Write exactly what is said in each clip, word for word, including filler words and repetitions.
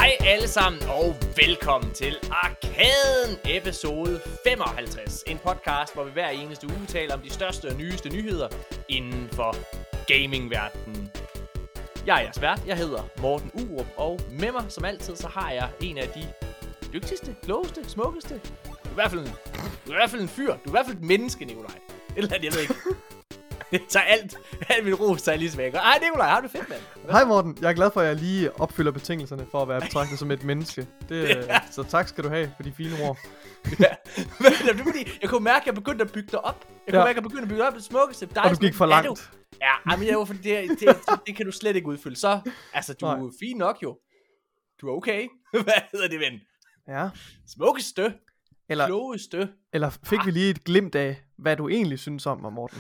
Hej alle sammen, og velkommen til Arkaden episode femoghalvtreds. En podcast, hvor vi hver eneste uge taler om de største og nyeste nyheder inden for gamingverdenen. Jeg er jeres vært, jeg hedder Morten Urup, og med mig som altid, så har jeg en af de dygtigste, klogeste, smukkeste. Du er i hvert fald en, du er i hvert fald en fyr, du er i hvert fald et menneske, Nikolaj. Eller jeg ved ikke. Jeg tager alt, alt min ros, tager lige væk. Ej, Nikolaj, har du fedt, mand? Hej Morten, jeg er glad for, at jeg lige opfylder betingelserne for at være betragtet som et menneske. Det, ja. Så tak skal du have for de fine ord. Ja, men det er fordi, jeg kunne mærke, at jeg begyndte at bygge dig op. Jeg kunne ja. mærke, at jeg begyndte at bygge dig op det smukkeste. Og du gik for langt. Ja, men jeg var, fordi det, det, det, det kan du slet ikke udfylde. Så, altså, du Nej. er fin nok jo. Du er okay. Hvad hedder det, ven? Ja. Smukkeste. Eller, klogeste. Eller fik ah. vi lige et glimt af, hvad du egentlig synes om mig, Morten?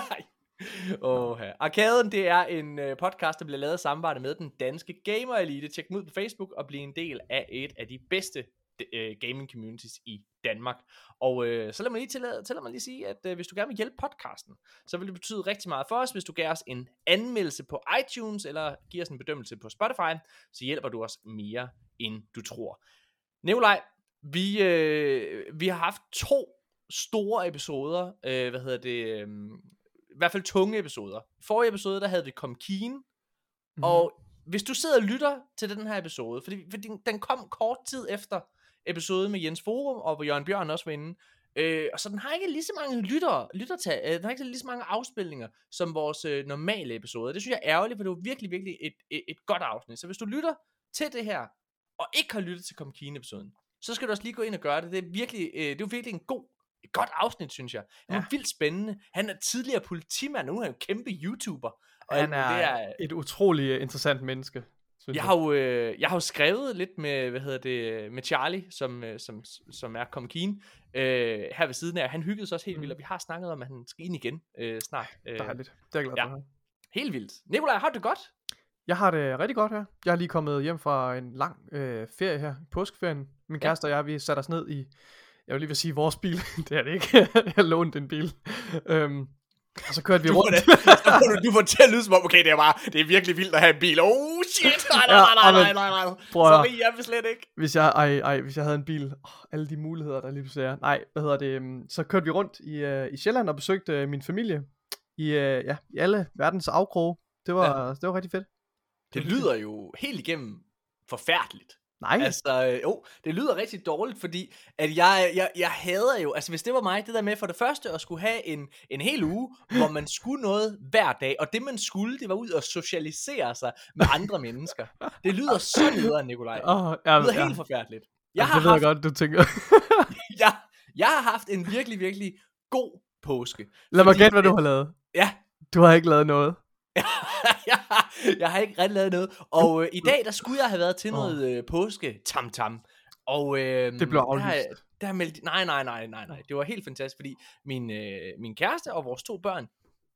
Oh, ja. Arkaden, det er en uh, podcast, der bliver lavet i samarbejde med den danske Gamer Elite. Tjek dem ud på Facebook og bliv en del af et af de bedste uh, gaming communities i Danmark. Og uh, så lad mig lige tillade, tillade mig lige sige, at uh, hvis du gerne vil hjælpe podcasten, så vil det betyde rigtig meget for os, hvis du giver os en anmeldelse på iTunes, eller giver os en bedømmelse på Spotify, så hjælper du os mere, end du tror. Nikolaj, vi, uh, vi har haft to store episoder, uh, hvad hedder det... Um, i hvert fald tunge episoder. I forrige episode, der havde vi Kom Keen. Mm-hmm. Og hvis du sidder og lytter til den her episode, fordi, fordi den kom kort tid efter episoden med Jens Forum, og hvor Jørgen Bjørn også var inde, øh, og så den har ikke lige så mange lyttere, lyttertal, øh, den har ikke lige så mange afspilninger, som vores øh, normale episoder. Det synes jeg er ærgerligt, for det var virkelig, virkelig et, et, et godt afsnit. Så hvis du lytter til det her, og ikke har lyttet til Kom Keen episoden, så skal du også lige gå ind og gøre det. Det er virkelig, øh, det er virkelig en god et godt afsnit, synes jeg. Han er ja. vildt spændende. Han er tidligere politimand, og nu er han jo kæmpe YouTuber. Og han er, det er et utrolig interessant menneske. Jeg, jeg har jo øh, jeg har jo skrevet lidt med hvad hedder det med Charlie, som som som er Kom Keen øh, her ved siden af. Han hyggede sig også helt mm. vildt, og vi har snakket om, at han skal ind igen øh, snart. Øh, Dejligt. Det er jeg glad for. Ja. Helt vildt. Nikolaj, har du det godt? Jeg har det rigtig godt her. Jeg er lige kommet hjem fra en lang øh, ferie her, påskeferien. Min kæreste ja. og jeg, vi satte os ned i, jeg vil lige vil sige vores bil. Det er det ikke. Jeg lånte en bil. Øhm, og så kørte vi du rundt. Det, du får til at lyde som om, okay, det er bare, det er virkelig vildt at have en bil. Oh shit, nej, nej, nej, nej, nej, nej, nej. Sorry, jeg vil slet ikke. Hvis jeg, ej, ej, hvis jeg havde en bil, oh, alle de muligheder, der lige pludselig er. Nej, hvad hedder det, um, så kørte vi rundt i, uh, i Sjælland og besøgte uh, min familie. I, uh, ja, i alle verdens afkroge. Det var, ja. det var rigtig fedt. Det, det lyder jo helt igennem forfærdeligt. Nej. Altså, øh, jo, det lyder rigtig dårligt, fordi at jeg, jeg, jeg hader jo, altså hvis det var mig, det der med for det første at skulle have en, en hel uge, hvor man skulle noget hver dag, og det man skulle, det var ud og socialisere sig med andre mennesker. Det lyder så nederen, Nikolaj. Oh, ja, det lyder ja. helt forfærdeligt. Jeg altså, har det ved haft, jeg godt, du tænker. jeg, jeg har haft en virkelig, virkelig god påske. Lad mig gætte, hvad du har lavet. Ja. Du har ikke lavet noget. jeg, har, jeg har ikke rigtig lavet noget. Og øh, i dag, der skulle jeg have været til noget øh, påske tam tam. Og øh, det blev aflyst. Der, der meldte, nej, nej, nej, nej, nej. Det var helt fantastisk, fordi min, øh, min kæreste og vores to børn,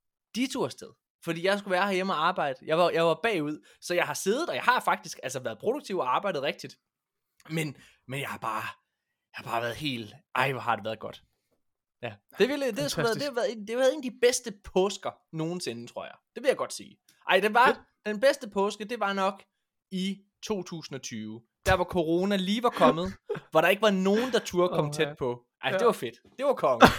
de tog afsted. Fordi jeg skulle være herhjemme og arbejde. Jeg var, jeg var bagud, så jeg har siddet, og jeg har faktisk altså været produktiv og arbejdet rigtigt. Men, men jeg har bare, jeg har bare været helt, ej hvor har det været godt. Ja, det ville det, det, været, det, har været, det har været en af de bedste påsker nogensinde, tror jeg. Det vil jeg godt sige. Ej, det var ja. den bedste påske, det var nok i to tusind og tyve. Der hvor corona lige var kommet, hvor der ikke var nogen der turde komme oh, tæt på. Ej, ja. det var fedt. Det var kongen.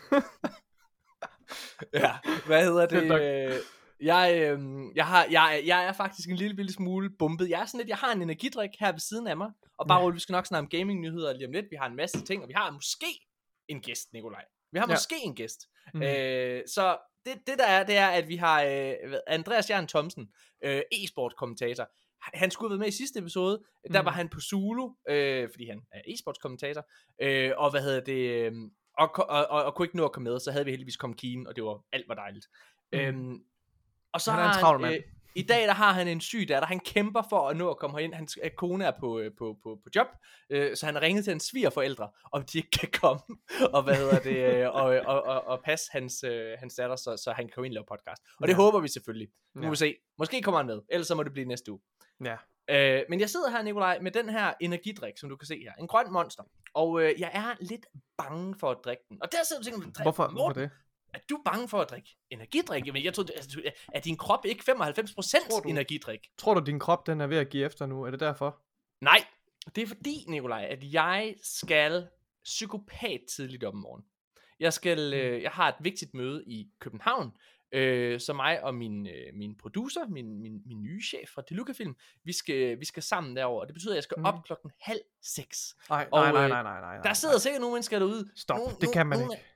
Ja, hvad hedder det? Jeg, øh, jeg, har, jeg, jeg er faktisk en lille, lille smule bumpet. Jeg er sådan lidt, jeg har en energidrik her ved siden af mig. Og bare ja. vi skal nok snakke om gaming-nyheder lige om lidt. Vi har en masse ting, og vi har måske en gæst, Nikolaj. Vi har ja. måske en gæst. Mm. Øh, så det, det der er, det er, at vi har øh, Andreas Jern Thomsen, øh, e-sport-kommentator. Han skulle have været med i sidste episode. Mm. Der var han på Zulu, øh, fordi han er e-sports-kommentator. Øh, og hvad hedder det... Øh, og, og, og, og kunne ikke nå at komme med. Så havde vi heldigvis Kom Keen, og det var alt var dejligt. Mm. Øhm, og så han har han... Øh, I dag der har han en syg datter. Han kæmper for at nå at komme herind. Hans kone er på, på, på, på job, øh, så han har ringet til hans svigerforældre, om de ikke kan komme og hvad hedder det øh, og, og, og, og passe hans, øh, hans datter, så, så han kan komme ind og lave podcast. Og det ja. håber vi selvfølgelig. Nu må ja. vi se. Måske kommer han med, ellers så må det blive næste uge. Ja. Øh, men jeg sidder her, Nikolaj, med den her energidrik, som du kan se her. En grøn monster. Og øh, jeg er lidt bange for at drikke den. Og der sidder du og tænker, hvorfor, hvorfor det? Er du bange for at drikke energidrik? Jamen, jeg troede, altså, er din krop ikke femoghalvfems procent energidrik? Tror du, din krop den er ved at give efter nu? Er det derfor? Nej, det er fordi, Nikolaj, at jeg skal psykopat tidligt op om morgenen. Jeg skal, øh, jeg har et vigtigt møde i København, øh, så mig og min, øh, min producer, min, min, min nye chef fra Deluca Film, vi skal, vi skal sammen derover. Og det betyder, at jeg skal Mm. op klokken halv seks. Nej, Og, nej, nej, øh, nej, nej, nej. Der sidder sikkert nogle mennesker derude. Stop, nogle, det kan man nogle, ikke.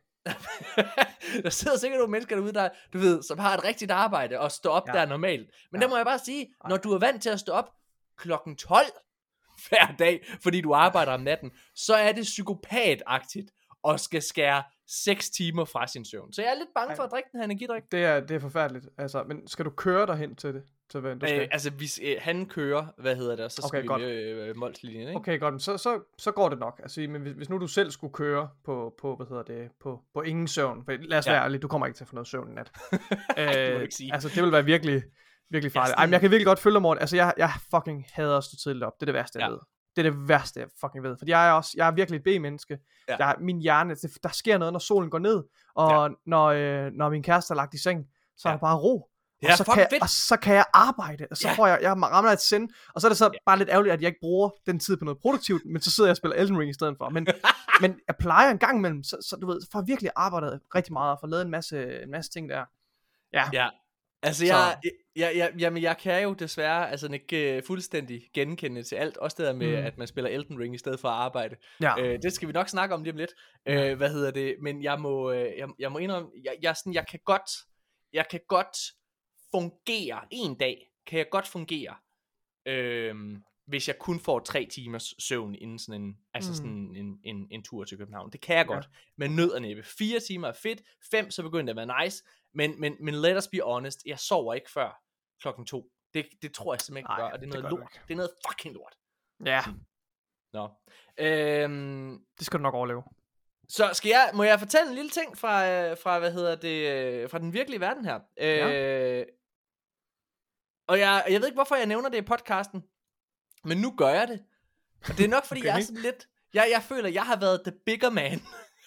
der sidder sikkert nogle mennesker derude, der, du ved, som har et rigtigt arbejde og står op Ja. der normalt. Men Ja. der må jeg bare sige, Ej. når du er vant til at stå op klokken tolv hver dag, fordi du arbejder om natten, så er det psykopatagtigt og skal skære seks timer fra sin søvn. Så jeg er lidt bange Ej. for at drikke den her energidrik. Det er, det er forfærdeligt. Altså, men skal du køre dig hen til det? Til hvad du skal? Øh, altså, hvis øh, han kører, hvad hedder det, og så skal Okay, vi godt. med øh, Mols-linjen, ikke? Okay, godt. Så, så, så går det nok. Altså, men hvis, hvis nu du selv skulle køre på, på hvad hedder det, på, på ingen søvn. For lad os Ja. være ærlig, du kommer ikke til at få noget søvn i nat. Ej, det må du øh, ikke sige. altså, det vil være virkelig, virkelig Jeg er farligt. sådan- Ej, men jeg kan virkelig godt følge dig, Morten. Altså, jeg, jeg fucking hader at stå tidligt op. Det er det værste, jeg Ja. ved. Det er det værste, jeg fucking ved. Fordi jeg er også, jeg er virkelig et B-menneske. Ja. Jeg, min hjerne, det, der sker noget, når solen går ned. Og ja. når, øh, når min kæreste er lagt i seng, så er Ja. der bare ro. Ja, og, så fuck kan, fedt. og så kan jeg arbejde, og så Ja. får jeg, jeg rammer et send, og så er det så bare lidt ærgerligt, at jeg ikke bruger den tid på noget produktivt, men så sidder jeg og spiller Elden Ring i stedet for. Men, men jeg plejer en gang imellem, så, så du ved, for virkelig arbejdet rigtig meget, og for lavet en masse, en masse ting der. Ja, Ja, altså Så- jeg, jeg, jeg, jamen jeg kan jo desværre altså ikke uh, fuldstændig genkende til alt, også det der med, Mm. at man spiller Elden Ring i stedet for at arbejde. ja. Øh, det skal vi nok snakke om lige om lidt. Ja. Øh, hvad hedder det? Men jeg må, øh, jeg, jeg må indrømme, jeg, jeg, er sådan, jeg kan godt, jeg kan godt fungere en dag, kan jeg godt fungere, øh, hvis jeg kun får tre timers søvn inden sådan en, altså Mm. sådan en, en, en tur til København. Det kan jeg Ja. godt. Men nød og næppe. Fire timer er fedt. Fem, så begynder det at være nice. Men, men, men let us be honest, jeg sover ikke før klokken to. Det, det tror jeg simpelthen ikke, Nej, gør, og det er det noget gør du lort. ikke. Det er noget fucking lort. Ja, Nå. Øhm, det skal du nok overleve. så skal jeg, må jeg fortælle en lille ting fra, øh, fra hvad hedder det, øh, fra den virkelige verden her. Øh, og jeg, jeg ved ikke, hvorfor jeg nævner det i podcasten, men nu gør jeg det. Og det er nok, fordi okay. jeg er sådan lidt, jeg, jeg føler, jeg har været the bigger man.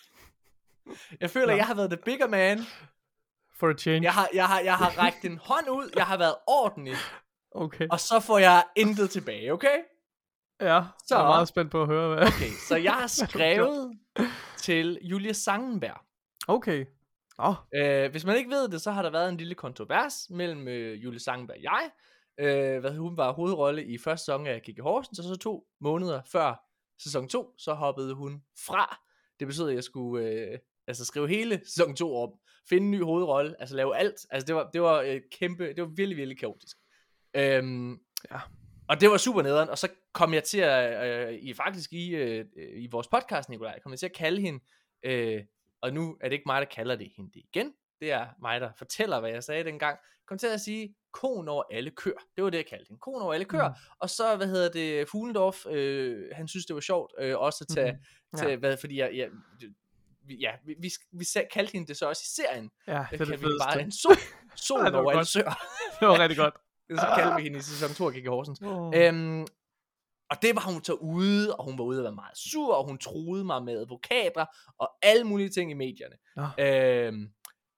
jeg føler, Nå. jeg har været the bigger man. For a change. Jeg har, jeg har, jeg har rækket en hånd ud, jeg har været ordentlig, Okay. og så får jeg intet tilbage, okay? Ja, Så- jeg er meget spændt på at høre, hvad. Okay, så jeg har skrevet til Julie Sangenberg. Okay. Åh, Øh, hvis man ikke ved det, så har der været en lille kontrovers mellem øh, Julie Sangenberg og jeg. Øh, hvad hun var hovedrolle i første sæson af Kigge Horsens, og så to måneder før sæson to, så hoppede hun fra. Det betød, at jeg skulle øh, altså skrive hele sæson to om, finde en ny hovedrolle, altså lave alt. Altså det var, det var øh, kæmpe, det var virkelig, virkelig kaotisk. Øhm, Ja. Og det var super nederen, og så kom jeg til at, øh, i, faktisk i, øh, i vores podcast, Nikolaj, kom jeg til at kalde hende, øh, og nu er det ikke mig, der kalder det hende det igen, det er mig, der fortæller, hvad jeg sagde dengang, kom til at sige, kon over alle køer, det var det, jeg kaldte hende, kon over alle køer, mm. og så, hvad hedder det, Fuglendorf, øh, han synes, det var sjovt, øh, også at tage, Mhm. til, Ja. hvad, fordi jeg, jeg vi- ja, vi, vi, vi sag- kaldte hende det så også i serien, ja, det det er kan det vi bare fedeste. en sol, sol Ja, det var over alle godt. søer, Det var rigtig godt. så kaldte vi hende i sæson to af Kigge Horsens. Oh. Øhm, og det var hun så ude, og hun var ude at være meget sur, og hun truede mig med advokater, og alle mulige ting i medierne. Nå. Øhm,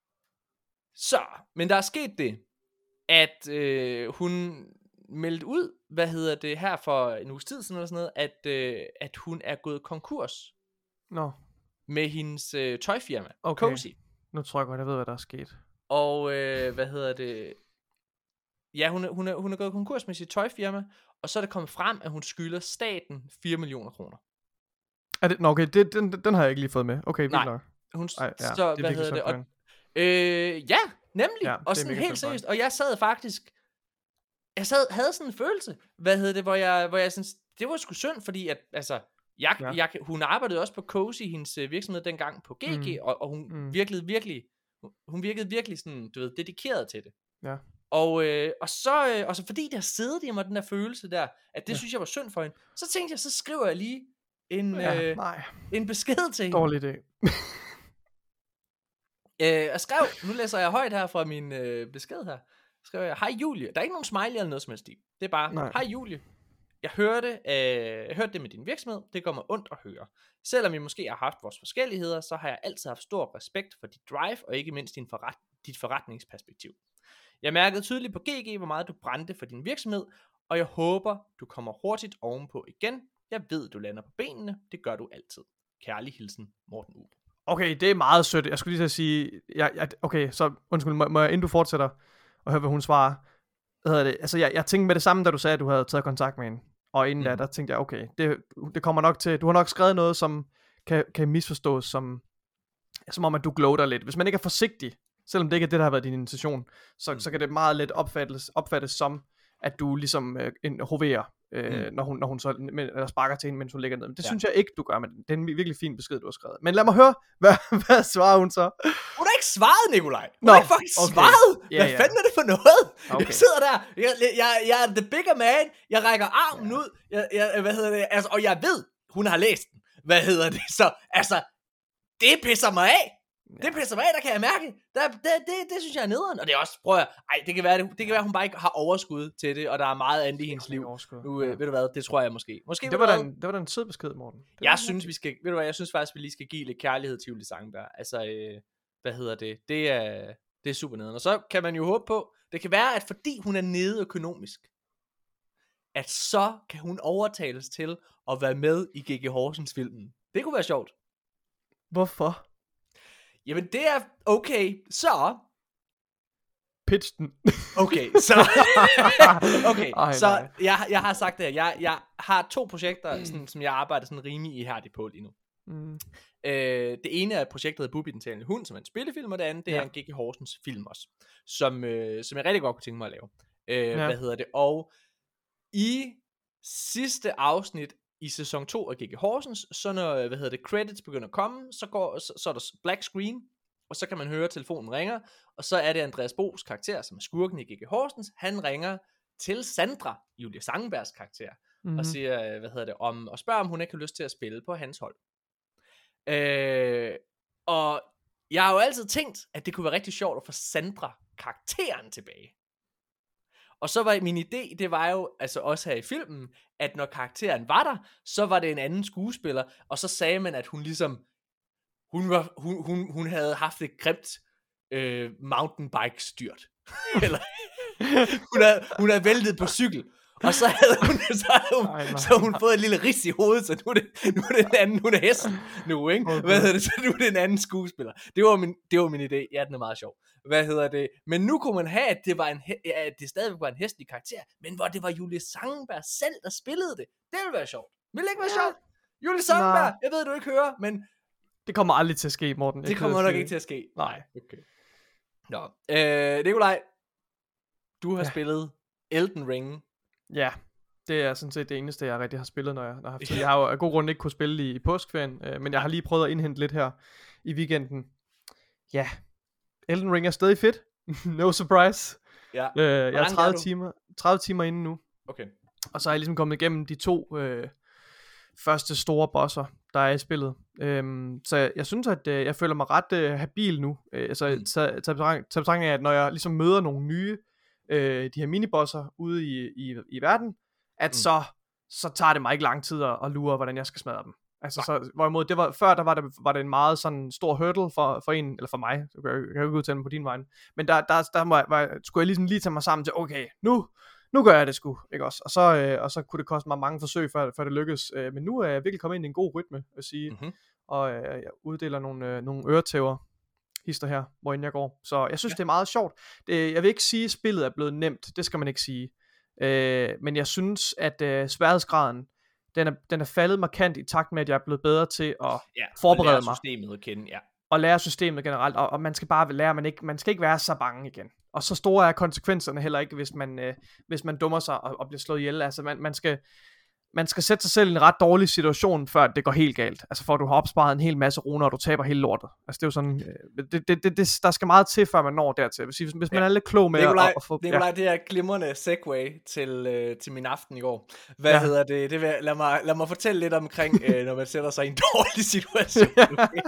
så, men der er sket det, at øh, hun meldte ud, hvad hedder det, her for en uges tid siden, eller sådan noget, at, øh, at hun er gået konkurs Nå, med hendes øh, tøjfirma, Okay. Cozy. nu tror jeg godt, jeg ved, hvad der er sket. Og øh, hvad hedder det? Ja, hun er, hun, er, hun er gået konkurs med sit tøjfirma, og så er det kommet frem, at hun skylder staten fire millioner kroner. Er det, nå, okay, det, den, den har jeg ikke lige fået med. Okay, vildt Nej. nok. Hun, Ej, ja, så, det er hvad virkelig hedder det? Og, synd øh, ja, nemlig. Ja, Ja, det og er sådan mega helt synd for seriøst. Og jeg sad faktisk, jeg sad, havde sådan en følelse, hvad hedder det, hvor jeg, hvor jeg sådan, det var sgu synd, fordi at, altså, jeg, Ja. ja. jeg, hun arbejdede også på Cozy, hendes øh, virksomhed dengang på G G, Mm. og, og hun Mm. mm. virkelig, virkelig, hun virkede virkelig sådan, du ved, dedikeret til det. Ja. Og, øh, og, så, øh, og så fordi der sidder i mig den der følelse der, at det Ja. ja. synes jeg var synd for hende, så tænkte jeg, så skriver jeg lige en, Ja, øh, nej. en besked til hende. Dårlig idé. Øh, jeg skrev, nu læser jeg højt her fra min øh, besked her, skrev jeg, hej Julie, der er ikke nogen smiley eller noget som helst i, det er bare, Nej. hej Julie, jeg hørte, øh, jeg hørte det med din virksomhed, det gør mig ondt at høre. Selvom vi måske har haft vores forskelligheder, så har jeg altid haft stor respekt for dit drive, og ikke mindst din forret, dit forretningsperspektiv. Jeg mærkede tydeligt på G G, hvor meget du brændte for din virksomhed, og jeg håber, du kommer hurtigt ovenpå igen. Jeg ved, du lander på benene. Det gør du altid. Kærlig hilsen, Morten U. Okay, det er meget sødt. Jeg skulle lige til at sige, jeg, jeg, okay, så undskyld, må, må jeg, inden du fortsætter og høre, hvad hun svarer. Hvad hedder det? Altså, jeg, jeg tænkte med det samme, da du sagde, at du havde taget kontakt med hende. Og inden mm. da, der tænkte jeg, okay, det, det kommer nok til, du har nok skrevet noget, som kan, kan misforstås som, som om, at du gloater lidt. Hvis man ikke er forsigtig, selvom det ikke er det, der har været din intention, så, mm. så kan det meget let opfattes, opfattes som, at du ligesom øh, hoverer, øh, mm. når, hun, når hun så med, eller sparker til hende, mens hun ligger ned. Men det ja. synes jeg ikke, du gør, men det er en virkelig fin besked, du har skrevet. Men lad mig høre, hvad, hvad svarer hun så? Hun har ikke svaret, Nikolaj. Hun Nå, har ikke fucking okay. svaret. Ja, Hvad ja. fanden er det for noget? Okay. Jeg sidder der, jeg, jeg, jeg er the bigger man, jeg rækker armen ja. ud, jeg, jeg, hvad hedder det, altså, og jeg ved, hun har læst den. Hvad hedder det? Så, altså, det pisser mig af. Ja. Det pisser mig af, der kan jeg mærke. Der, det, det, det synes jeg er nederen. Og det er også, prøv at, ej, det kan være, det, det kan være, hun bare ikke har overskud til det, og der er meget andet i hendes liv. Nu, øh, ved du hvad, det tror jeg måske. måske det, var da en, det var da en sød besked, Morten. Det jeg synes, vi skal, ved du hvad, jeg synes faktisk, vi lige skal give lidt kærlighed til Julie Sangberg. Altså, øh, hvad hedder det? Det er, det er super nederen. Og så kan man jo håbe på, det kan være, at fordi hun er nede økonomisk, at så kan hun overtales til at være med i G G Horsens filmen. Det kunne være sjovt. Hvorfor? Jamen det er okay, så pitch den. Okay, så okay, Ej, så jeg, jeg har sagt det her. Jeg, jeg har to projekter, sådan, som jeg arbejder sådan rimelig ihærdigt på lige nu. Mm. Øh, det ene er projektet af Bubi den talende hund, som er en spillefilm, og det andet det ja. er en G G Horsens film også, som, øh, som jeg rigtig godt kunne tænke mig at lave. Øh, ja. Hvad hedder det? Og i sidste afsnit i sæson to af G G Horsens, så når, hvad hedder det, credits begynder at komme, så, går, så, så er der black screen, og så kan man høre, at telefonen ringer, og så er det Andreas Bo's karakter, som er skurken i G G Horsens, han ringer til Sandra, Julie Sangbergs karakter, mm-hmm. og siger, hvad hedder det, om, og spørger, om hun ikke har lyst til at spille på hans hold. Øh, og jeg har jo altid tænkt, at det kunne være rigtig sjovt at få Sandra karakteren tilbage. Og så var min idé, det var jo, altså også her i filmen, at når karakteren var der, så var det en anden skuespiller, og så sagde man, at hun ligesom, hun, var, hun, hun, hun havde haft et grimt øh, mountainbike-styrt. Eller, hun, havde, hun havde væltet på cykel, og så havde hun, så havde hun, Ej, så havde hun fået et lille ris i hovedet, så nu er det, nu er det en anden, hun er hesten nu, ikke? Okay. Hvad hedder det, så nu er det en anden skuespiller. Det var min, det var min idé, ja, den er meget sjov. Hvad hedder det, men nu kunne man have, at det, var en, at det stadigvæk var en hestlig karakter, men hvor det var Julie Sangberg selv, der spillede det. Det ville være sjovt. Vil det ikke være sjovt? Julie Sangberg, jeg ved, du ikke hører, men... Det kommer aldrig til at ske, Morten. Det kommer nok ikke til at ske. Nej. Okay. Nå, øh, Nikolaj, du har ja. spillet Elden Ring. Ja, det er sådan set det eneste, jeg rigtig har spillet, når jeg, når jeg har haft. Jeg har jo af god grund ikke kunne spille i, i påskeferien, øh, men jeg har lige prøvet at indhente lidt her i weekenden. Ja, Elden Ring er stadig fedt. No surprise. Ja. Øh, jeg er tredive timer, tredive timer inde nu. Okay. Og så er jeg ligesom kommet igennem de to øh, første store bosser, der er i spillet. Øhm, så jeg, jeg synes, at øh, jeg føler mig ret øh, habil nu. Øh, altså, mm. tage betragtning af, at når jeg ligesom møder nogle nye, øh, de her minibosser ude i, i, i verden, at mm. så, så tager det mig ikke lang tid at, at lure, hvordan jeg skal smadre dem. Altså, så, hvorimod det var, før der var det, var det en meget sådan stor hurdle for, for en, eller for mig, så jeg, jeg kan jo ikke udtale mig på din vej, men der, der, der var, var, skulle jeg ligesom lige tage mig sammen til, okay, nu, nu gør jeg det sgu, ikke også, og så, øh, og så kunne det koste mig mange forsøg, før, før det lykkedes, øh, men nu er jeg virkelig kommet ind i en god rytme, at sige, mm-hmm. og øh, jeg uddeler nogle, øh, nogle øretæver, hister her, hvorinde jeg går, så jeg synes, ja. det er meget sjovt. Det, jeg vil ikke sige, at spillet er blevet nemt, det skal man ikke sige, øh, men jeg synes, at øh, sværhedsgraden, Den er, den er faldet markant i takt med, at jeg er blevet bedre til at ja, forberede mig. Systemet at kende, ja. Og lære systemet generelt. Og, og man skal bare lære, man, ikke, man skal ikke være så bange igen. Og så store er konsekvenserne heller ikke, hvis man, øh, hvis man dummer sig og, og bliver slået ihjel. Altså man, man, skal, man skal sætte sig selv i en ret dårlig situation, før det går helt galt. Altså for at du har opsparet en hel masse runer, og du taber hele lortet. Altså det er jo sådan, øh, det, det, det, det, der skal meget til, før man når dertil. Hvis, hvis man ja. er lidt klog med Nikolaj, at, at få... Nikolaj, ja. det er glimrende segue til, øh, til min aften i går. Hvad ja. hedder det? det vil, lad, mig, lad mig fortælle lidt omkring, øh, når man sætter sig i en dårlig situation. Okay?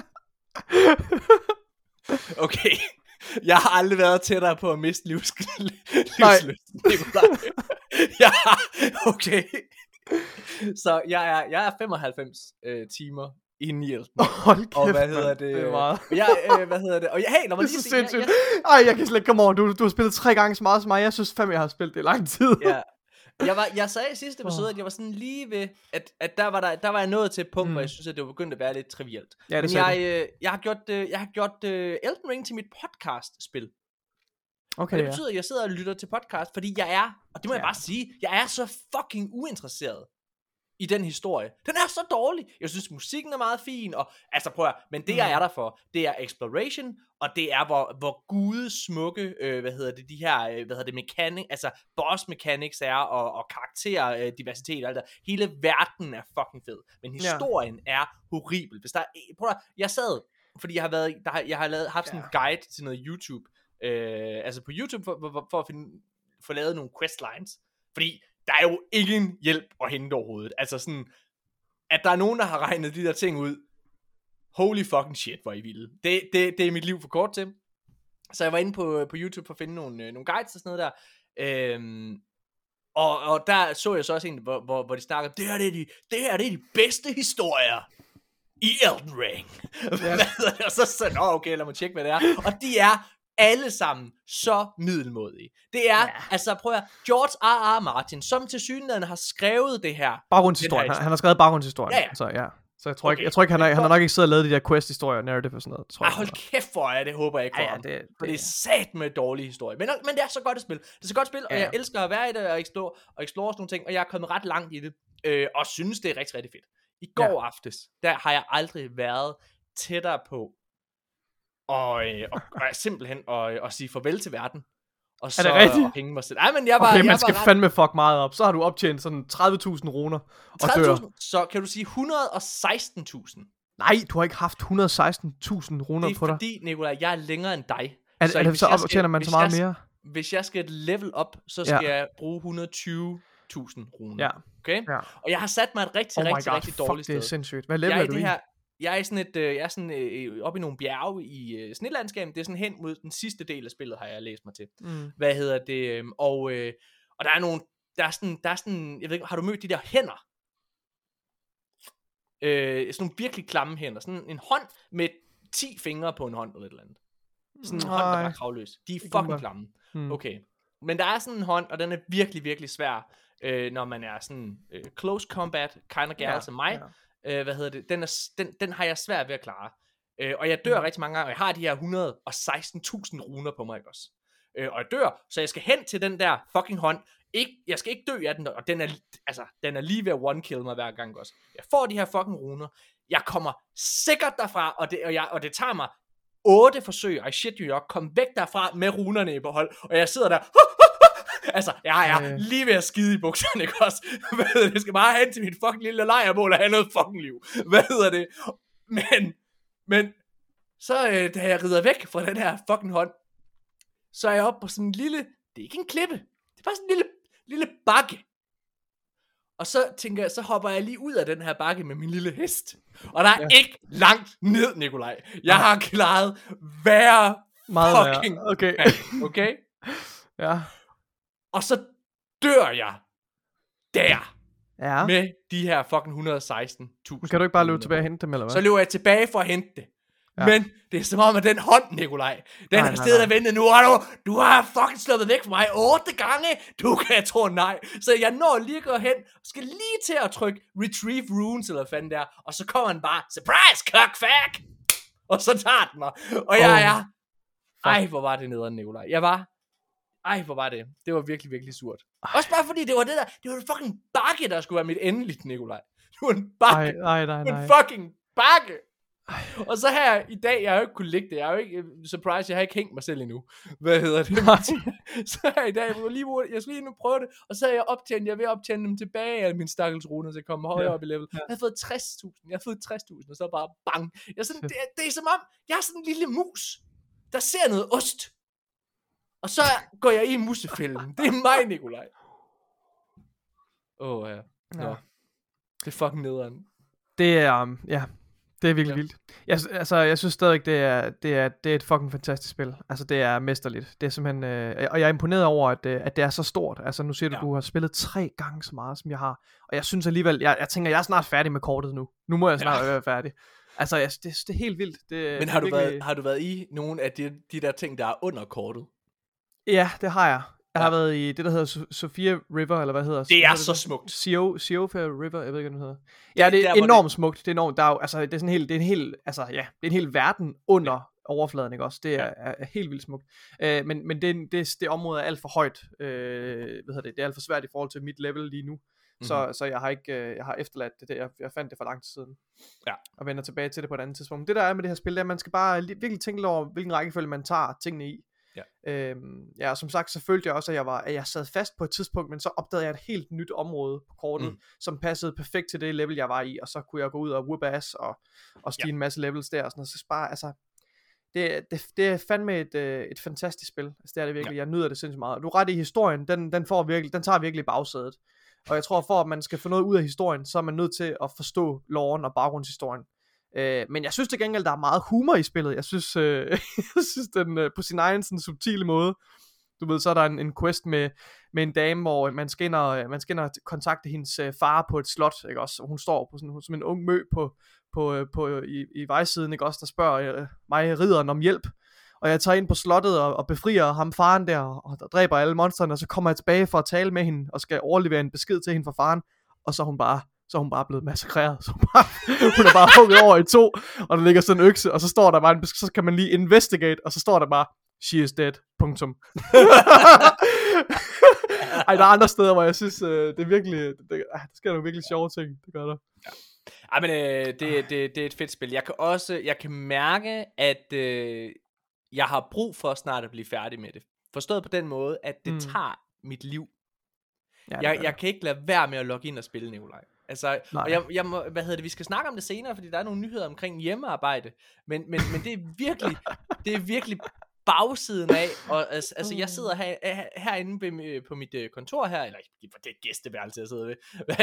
Okay. Jeg har aldrig været tættere på at miste livs- livslysten. Nikolaj. Ja, okay. Så jeg er, jeg er femoghalvfems øh, timer inde i Elden. Hold kæft, og hvad hedder det? Det er meget. Jeg, øh, hvad hedder det? Og jeg, hey, lad mig lige det er så sindssygt. Jeg, jeg... Ej, jeg kan slet ikke komme over. Du, du har spillet tre gange så meget som mig. Jeg synes fandme, jeg har spillet det i lang tid. Ja. Jeg, var, jeg sagde i sidste episode, at jeg var sådan lige ved, at, at der, var der, der var jeg nået til et punkt, mm. hvor jeg synes, at det var begyndt at være lidt trivielt. Ja, det Men jeg, øh, jeg har gjort, øh, jeg har gjort øh, Elden Ring til mit podcast-spil. Okay, og det ja. betyder, at jeg sidder og lytter til podcast, fordi jeg er, og det må ja. jeg bare sige, jeg er så fucking uinteresseret i den historie. Den er så dårlig. Jeg synes, musikken er meget fin, og altså prøv at, men det, jeg er der for, det er exploration, og det er, hvor, hvor gudesmukke, øh, hvad hedder det, de her, øh, hvad hedder det, mechanic, altså boss mechanics er, og, og karakter, øh, diversitet og alt det. Hele verden er fucking fed, men historien ja. er horribel. Hvis der er, prøv at, jeg sad, fordi jeg har været, der har, jeg har lavet, haft sådan en ja. guide til noget YouTube, øh, altså på YouTube, for, for, for at finde, få lavet nogle questlines, fordi der er jo ingen hjælp at hente overhovedet. Altså sådan, at der er nogen, der har regnet de der ting ud. Holy fucking shit, hvor I vilde. Det, det, det er mit liv for kort til. Så jeg var inde på, på YouTube for at finde nogle, nogle guides og sådan noget der. Øhm, og, og der så jeg så også en, hvor, hvor, hvor de snakker, det her det er de, det her det er de bedste historier i Elden Ring. Ja. Og så sådan, åh okay, lad mig tjekke, hvad det er. Og de er alle sammen så middelmådige. Det er, ja. altså prøv at George R. R. Martin, som til synligheden har skrevet det her. Baggrundshistorien. Han, han har skrevet baggrundshistorien. Ja, ja. Så ja. Så jeg tror okay. ikke, jeg tror ikke han, har, han har nok ikke siddet og lavet de der quest-historier, narrative og sådan noget. Tror Ej, hold kæft for jer, det håber jeg ikke for ja, ja, ham. det, det, for det er sat med dårlige historier. Men, men det er så godt et spil. Det er så godt et spil, ja. og jeg elsker at være i det og explore, og explore sådan nogle ting, og jeg er kommet ret langt i det, øh, og synes, det er rigtig, rigtig fedt. I går ja. aftes, der har jeg aldrig været tættere på og, øh, og, og simpelthen at, at sige farvel til verden. Og så er det rigtigt? Og hænge mig selv. Ej, men jeg var, okay, jeg man skal ret... fandme fuck meget op. Så har du optjent sådan tredive tusind runer og dør. Så kan du sige et hundrede og seksten tusind. Nej, du har ikke haft et hundrede og seksten tusind runer på dig. Det er fordi, Nikolaj, jeg er længere end dig. Er, så, er det så optjener man så meget jeg, mere? Hvis jeg skal level op, så skal ja. jeg bruge et hundrede og tyve tusind runer. Ja. Okay? Ja. Og jeg har sat mig et rigtig, oh rigtig, God, rigtig dårligt sted. Det er sindssygt. Hvad level er, er du i? Her, jeg er sådan et, øh, jeg er sådan øh, oppe i nogle bjerge i øh, snelandskabet. Det er sådan hen mod den sidste del af spillet, har jeg læst mig til. Mm. Hvad hedder det? Øh, og, øh, og der er nogle, der er sådan, der er sådan, jeg ved ikke, har du mødt de der hænder? Øh, sådan nogle virkelig klamme hænder. Sådan en hånd med ti fingre på en hånd eller et eller andet. Sådan en Ej. hånd, der er kravløs. De er fucking klamme. Hmm. Okay. Men der er sådan en hånd, og den er virkelig, virkelig svær, øh, når man er sådan øh, close combat, kind of gal ja, som mig. Ja. Øh, hvad hedder det? Den, er, den, den har jeg svært ved at klare. Øh, og jeg dør mm. rigtig mange gange, og jeg har de her et hundrede og seksten tusind runer på mig, ikke også? Øh, og jeg dør, så jeg skal hen til den der fucking hånd. Ikke, jeg skal ikke dø af den, og den er, altså, den er lige ved at one-kill mig hver gang også. Jeg får de her fucking runer. Jeg kommer sikkert derfra, og det, og jeg, og det tager mig otte forsøg, I shit you not, kom væk derfra med runerne i behold, og jeg sidder der, altså, jeg er øh. lige ved at skide i bukserne, ikke også? Hvad hedder det? Jeg skal bare hen til mit fucking lille lejrmål og have noget fucking liv. Hvad hedder det? Men, men, så øh, da jeg rider væk fra den her fucking hånd, så er jeg oppe på sådan en lille, det er ikke en klippe, det er bare sådan en lille, lille bakke. Og så tænker jeg, så hopper jeg lige ud af den her bakke med min lille hest. Og der er ja. ikke langt ned, Nikolaj. Jeg har klaret hver meget fucking værre. Okay. Okay? Ja. Og så dør jeg der. Ja. Med de her fucking et hundrede og seksten tusind. Kan du ikke bare løbe tilbage og hente dem, eller hvad? Så løber jeg tilbage for at hente det. Ja. Men det er som om, at den hånd, Nikolaj, den nej, har stedet og ventet nu, og du, du har fucking sluppet væk fra mig otte gange. Du kan, jeg tror nej. Så jeg når lige at gå hen, og skal lige til at trykke retrieve runes, eller hvad fanden der, og så kommer den bare, surprise, cockfuck! Og så tager den mig. Og jeg er, oh. ej, hvor var det nederen, Nikolaj. Jeg var, ej, hvor var det. Det var virkelig, virkelig surt. Ej. Også bare fordi, det var det der, det var en fucking bakke, der skulle være mit endeligt, Nikolaj. Det var en bakke. Ej, nej, nej, nej. En fucking bakke. Og så her i dag, jeg har jo ikke kunne ligge det, jeg har jo ikke, surprise, jeg har ikke hængt mig selv endnu, hvad hedder det, så her i dag, jeg, lige, jeg skal lige nu prøve det, og så er jeg optjent, jeg er ved at optjene dem tilbage af min stakkels runer, så jeg kommer højere ja. op i level, ja. jeg har fået tres tusind, jeg har fået tres tusind, og så bare bang, jeg er sådan, det, det er som om, jeg er sådan en lille mus, der ser noget ost, og så går jeg i musefælden, det er mig, Nikolaj. Åh oh, ja, nå, ja. Det er fucking nederen. Det er, um, ja, det er virkelig ja. vildt. Jeg, altså, jeg synes stadig, det er, det, er, det er et fucking fantastisk spil. Altså, det er mesterligt. Det er simpelthen, øh, og jeg er imponeret over, at, at det er så stort. Altså, nu siger du, ja. du har spillet tre gange så meget, som jeg har. Og jeg synes alligevel, jeg, jeg tænker, jeg er snart færdig med kortet nu. Nu må jeg snart ja. være færdig. Altså, jeg, det, det er helt vildt. Det, Men har, det du virkelig... været, har du været i nogle af de, de der ting, der er under kortet? Ja, det har jeg. Jeg har ja. været i det, der hedder so- Sofia River, eller hvad hedder det? er hvad så det? smukt. Sio, Siofia River, jeg ved ikke, hvad det hedder. Ja, det er der, enormt det... smukt. Det er enormt. Der er jo, altså, det er sådan helt, det er en hel, altså, ja, det er en hel verden under ja. overfladen, ikke også? Det er, ja. er, er helt vildt smukt. Uh, men men det, det, det område er alt for højt. Uh, hvad hedder det? Det er alt for svært i forhold til mit level lige nu. Mm-hmm. Så, så jeg har ikke, jeg har efterladt det der. Jeg, jeg fandt det for lang tid siden. Ja. Og vender tilbage til det på et andet tidspunkt. Det der er med det her spil, det er, at man skal bare virkelig tænke over, hvilken rækkefølge man tager tingene i. Ja. Øhm, ja, og som sagt, så følte jeg også, at jeg var, at jeg sad fast på et tidspunkt, men så opdagede jeg et helt nyt område på kortet, mm. som passede perfekt til det level, jeg var i, og så kunne jeg gå ud og whoop ass og, og stige ja. en masse levels der, og sådan noget. Så bare, altså, det, det, det er fandme et, et fantastisk spil. Altså, det er det virkelig. Ja. Jeg nyder det sindssygt meget. Du er ret i historien, den, den, får virkelig, den tager virkelig bagsædet. Og jeg tror, for at man skal få noget ud af historien, så er man nødt til at forstå loren og baggrundshistorien. Øh, men jeg synes til gengæld, der er meget humor i spillet. Jeg synes, øh, jeg synes den øh, på sin egen sådan subtile måde. Du ved, så er der en, en quest med, med en dame, hvor man skal ind og, man skal ind og kontakte hendes øh, far på et slot, ikke også? Hun står på sådan, som en ung mø på, på, på, på i, i vejsiden, ikke også? Der spørger øh, mig, ridderen, om hjælp. Og jeg tager ind på slottet og, og befrier ham faren der, og der dræber alle monsterne, og så kommer jeg tilbage for at tale med hende, og skal overlevere en besked til hende fra faren, og så er hun bare, så er hun bare blevet massakreret, så hun, bare, hun er bare hugget over i to, og der ligger sådan en økse, og så står der bare en besked, så kan man lige investigate, og så står der bare, she is dead, punktum. Ej, der er andre steder, hvor jeg synes, øh, det er virkelig, det, det, der sker nogle virkelig sjove ting, det gør der. Ja. Ej, men øh, det, det, det er et fedt spil. Jeg kan også, jeg kan mærke, at øh, jeg har brug for snart at blive færdig med det. Forstået på den måde, at det mm. tager mit liv. Ja, jeg, jeg kan ikke lade være med at logge ind og spille, Nikolaj. Altså, og jeg, jeg må, hvad hedder det, vi skal snakke om det senere, fordi der er nogle nyheder omkring hjemmearbejde, men, men, men det er virkelig, det er virkelig bagsiden af, og altså, altså jeg sidder her, her, herinde ved, på mit kontor her, eller for det er gæsteværelse, jeg sidder ved,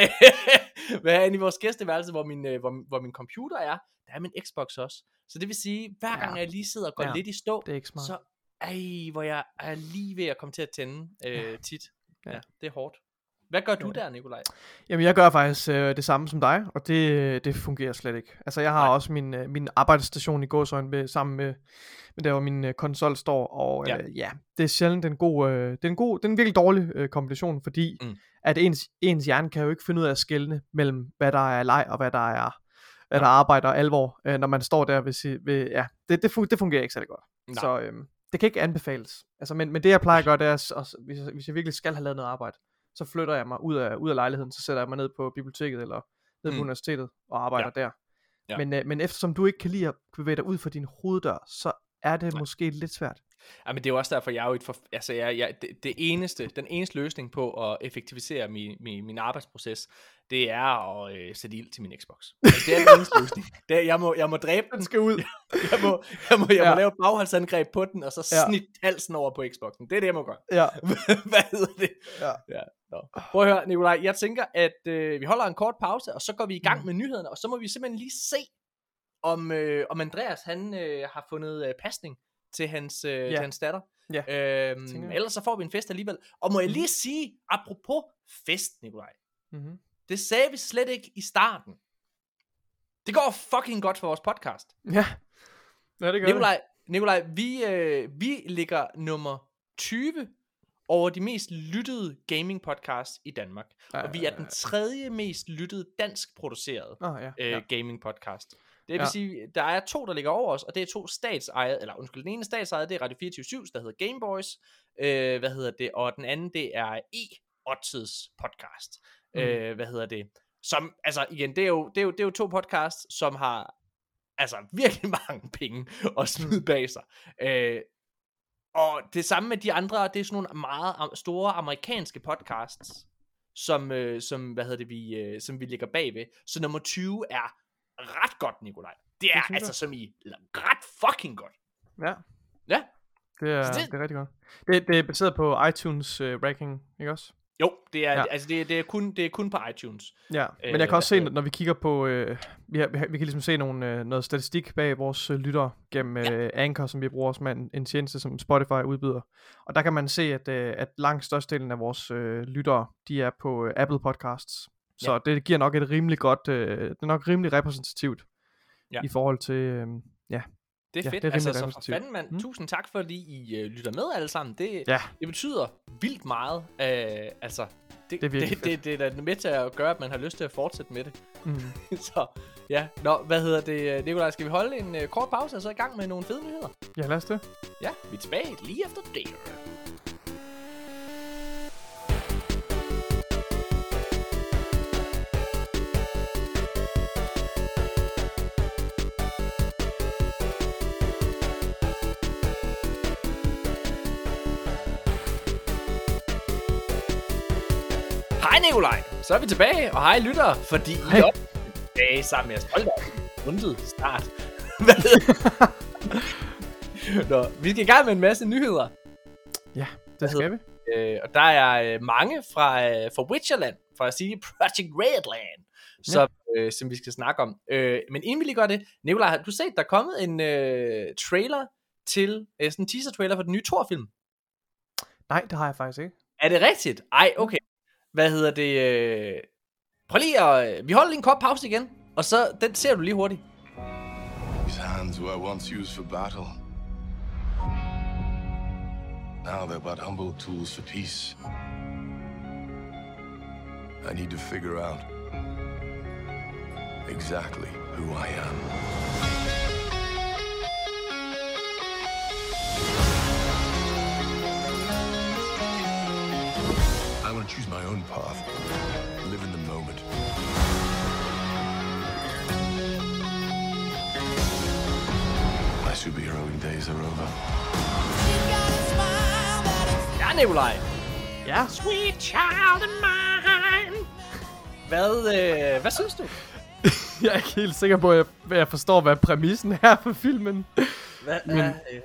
herinde i vores gæsteværelse, hvor min, hvor, hvor min computer er, der er min Xbox også, så det vil sige, hver gang ja. jeg lige sidder og går ja. lidt i stå, så, ej, hvor jeg er lige ved at komme til at tænde øh, ja. tit, ja. ja, det er hårdt. Hvad gør du der, Nikolaj? Jamen, jeg gør faktisk øh, det samme som dig, og det, det fungerer slet ikke. Altså, jeg har Nej. også min, øh, min arbejdsstation i gåsøjne med, sammen med, med der, hvor min øh, konsol står, og øh, ja. ja, det er sjældent en god, øh, det er en god, det er en virkelig dårlig øh, kombination, fordi mm. at ens, ens hjerne kan jo ikke finde ud af at skelne mellem, hvad der er leg, og hvad der er, hvad ja. der er arbejde og alvor, øh, når man står der ved, ved ja, det, det, det fungerer ikke særlig godt. Nej. Så øh, det kan ikke anbefales. Altså, men, men det jeg plejer at gøre, det er, også, hvis, jeg, hvis jeg virkelig skal have lavet noget arbejde, så flytter jeg mig ud af, ud af lejligheden, så sætter jeg mig ned på biblioteket eller ned på mm. universitetet og arbejder ja. der. Ja. Men, øh, men eftersom du ikke kan lide at bevæge dig ud fra din hoveddør, så er det Nej. måske lidt svært. Ja, men det er jo også derfor, jeg er jo et for, altså jeg, jeg, det, det eneste, den eneste løsning på at effektivisere min, min, min arbejdsproces, det er at øh, sætte ild til min Xbox. Altså, det er den eneste løsning. Det er, jeg, må, jeg må dræbe den. Den skal ud. Jeg må, jeg må, jeg ja. må lave et bagholdsangreb på den, og så snit ja. halsen over på Xboxen. Det er det, jeg må gøre. Ja. Hvad hedder det? Ja. Ja. Nå. Prøv at høre, Nikolaj. Jeg tænker, at øh, vi holder en kort pause, og så går vi i gang mm. med nyhederne, og så må vi simpelthen lige se, om, øh, om Andreas han øh, har fundet øh, pasning til hans, øh, ja. til hans datter. Ja. Øhm, ellers så får vi en fest alligevel. Og må jeg lige sige, apropos fest, Nikolaj. Mm-hmm. Det sagde vi slet ikke i starten. Det går fucking godt for vores podcast. Ja, ja det gør Nikolaj, det. Nikolaj, vi, øh, vi ligger nummer tyve over de mest lyttede gaming podcasts i Danmark. Ja, og vi er den tredje mest lyttede dansk produceret oh, ja, øh, ja. gaming podcast. Det vil ja. sige, der er to, der ligger over os, og det er to statsejede, eller undskyld, den ene statsejede, det er Radio fireogtyve syv, der hedder Gameboys, øh, hvad hedder det, og den anden, det er E-Odds podcast, mm. øh, hvad hedder det, som, altså igen, det er, jo, det, er jo, det er jo to podcasts, som har, altså virkelig mange penge at smide bag sig, øh, og det samme med de andre, det er sådan nogle meget store amerikanske podcasts, som, øh, som hvad hedder det, vi, øh, som vi ligger bagved, så nummer tyve er ret godt, Nikolaj. Det er det altså som i ret fucking godt. Ja. Ja. Det er, det... det er rigtig godt. Det, det er baseret på iTunes uh, ranking, ikke også? Jo, det er, ja. altså det, det, er kun, det er kun på iTunes. Ja, men jeg kan også se, når vi kigger på, øh, vi, har, vi kan ligesom se nogle, øh, noget statistik bag vores øh, lyttere gennem øh, ja. Anchor, som vi bruger som en, en tjeneste, som Spotify udbyder. Og der kan man se, at, øh, at langt størstedelen af vores øh, lyttere, de er på øh, Apple Podcasts. Så ja. det giver nok et rimelig godt, øh, det er nok rimelig repræsentativt ja. i forhold til, øh, ja, Det er Ja, fedt. det er Altså, rimelig så for repræsentativt. fanden, mand. Mm. Tusind tak, fordi I uh, lytter med alle sammen. Det, Ja. det betyder vildt meget. Uh, altså, det, Det er virkelig det, det, det er da med til at gøre, at man har lyst til at fortsætte med det. Mm. Så, ja. Nå, hvad hedder det, Nikolaj? Skal vi holde en uh, kort pause, og så i gang med nogle fede nyheder? Ja, lad os det. Ja, vi er tilbage lige efter det. Hej Nikolaj, så er vi tilbage, og hej lyttere, fordi hej. I er tilbage sammen med os. Hold da, rundet start. Nå, vi skal i gang med en masse nyheder. Ja, det skal vi. Øh, og der er øh, mange fra, øh, fra Witcherland, fra C D Projekt Redland, ja. som, øh, som vi skal snakke om. Øh, men inden vi lige gør det, Nikolaj, har du set, der er kommet en øh, trailer til, øh, sådan en teaser-trailer for den nye Thor-film? Nej, det har jeg faktisk ikke. Er det rigtigt? Ej, okay. Hvad hedder det? Øh... Prøv lige at... Vi holder lige en kort pause igen, og så den ser du lige hurtigt. These hands were once used for battle. Now they're but humble tools for peace. I need to figure out exactly who I am. I want to choose my own path. Live in the moment. My superheroing days are over. Ja, Nikolaj. Ja. Sweet child of mine. Hvad, øh, hvad synes du? Jeg er ikke helt sikker på, at jeg, jeg forstår, hvad præmissen er for filmen. Hvad Men... er... Øh...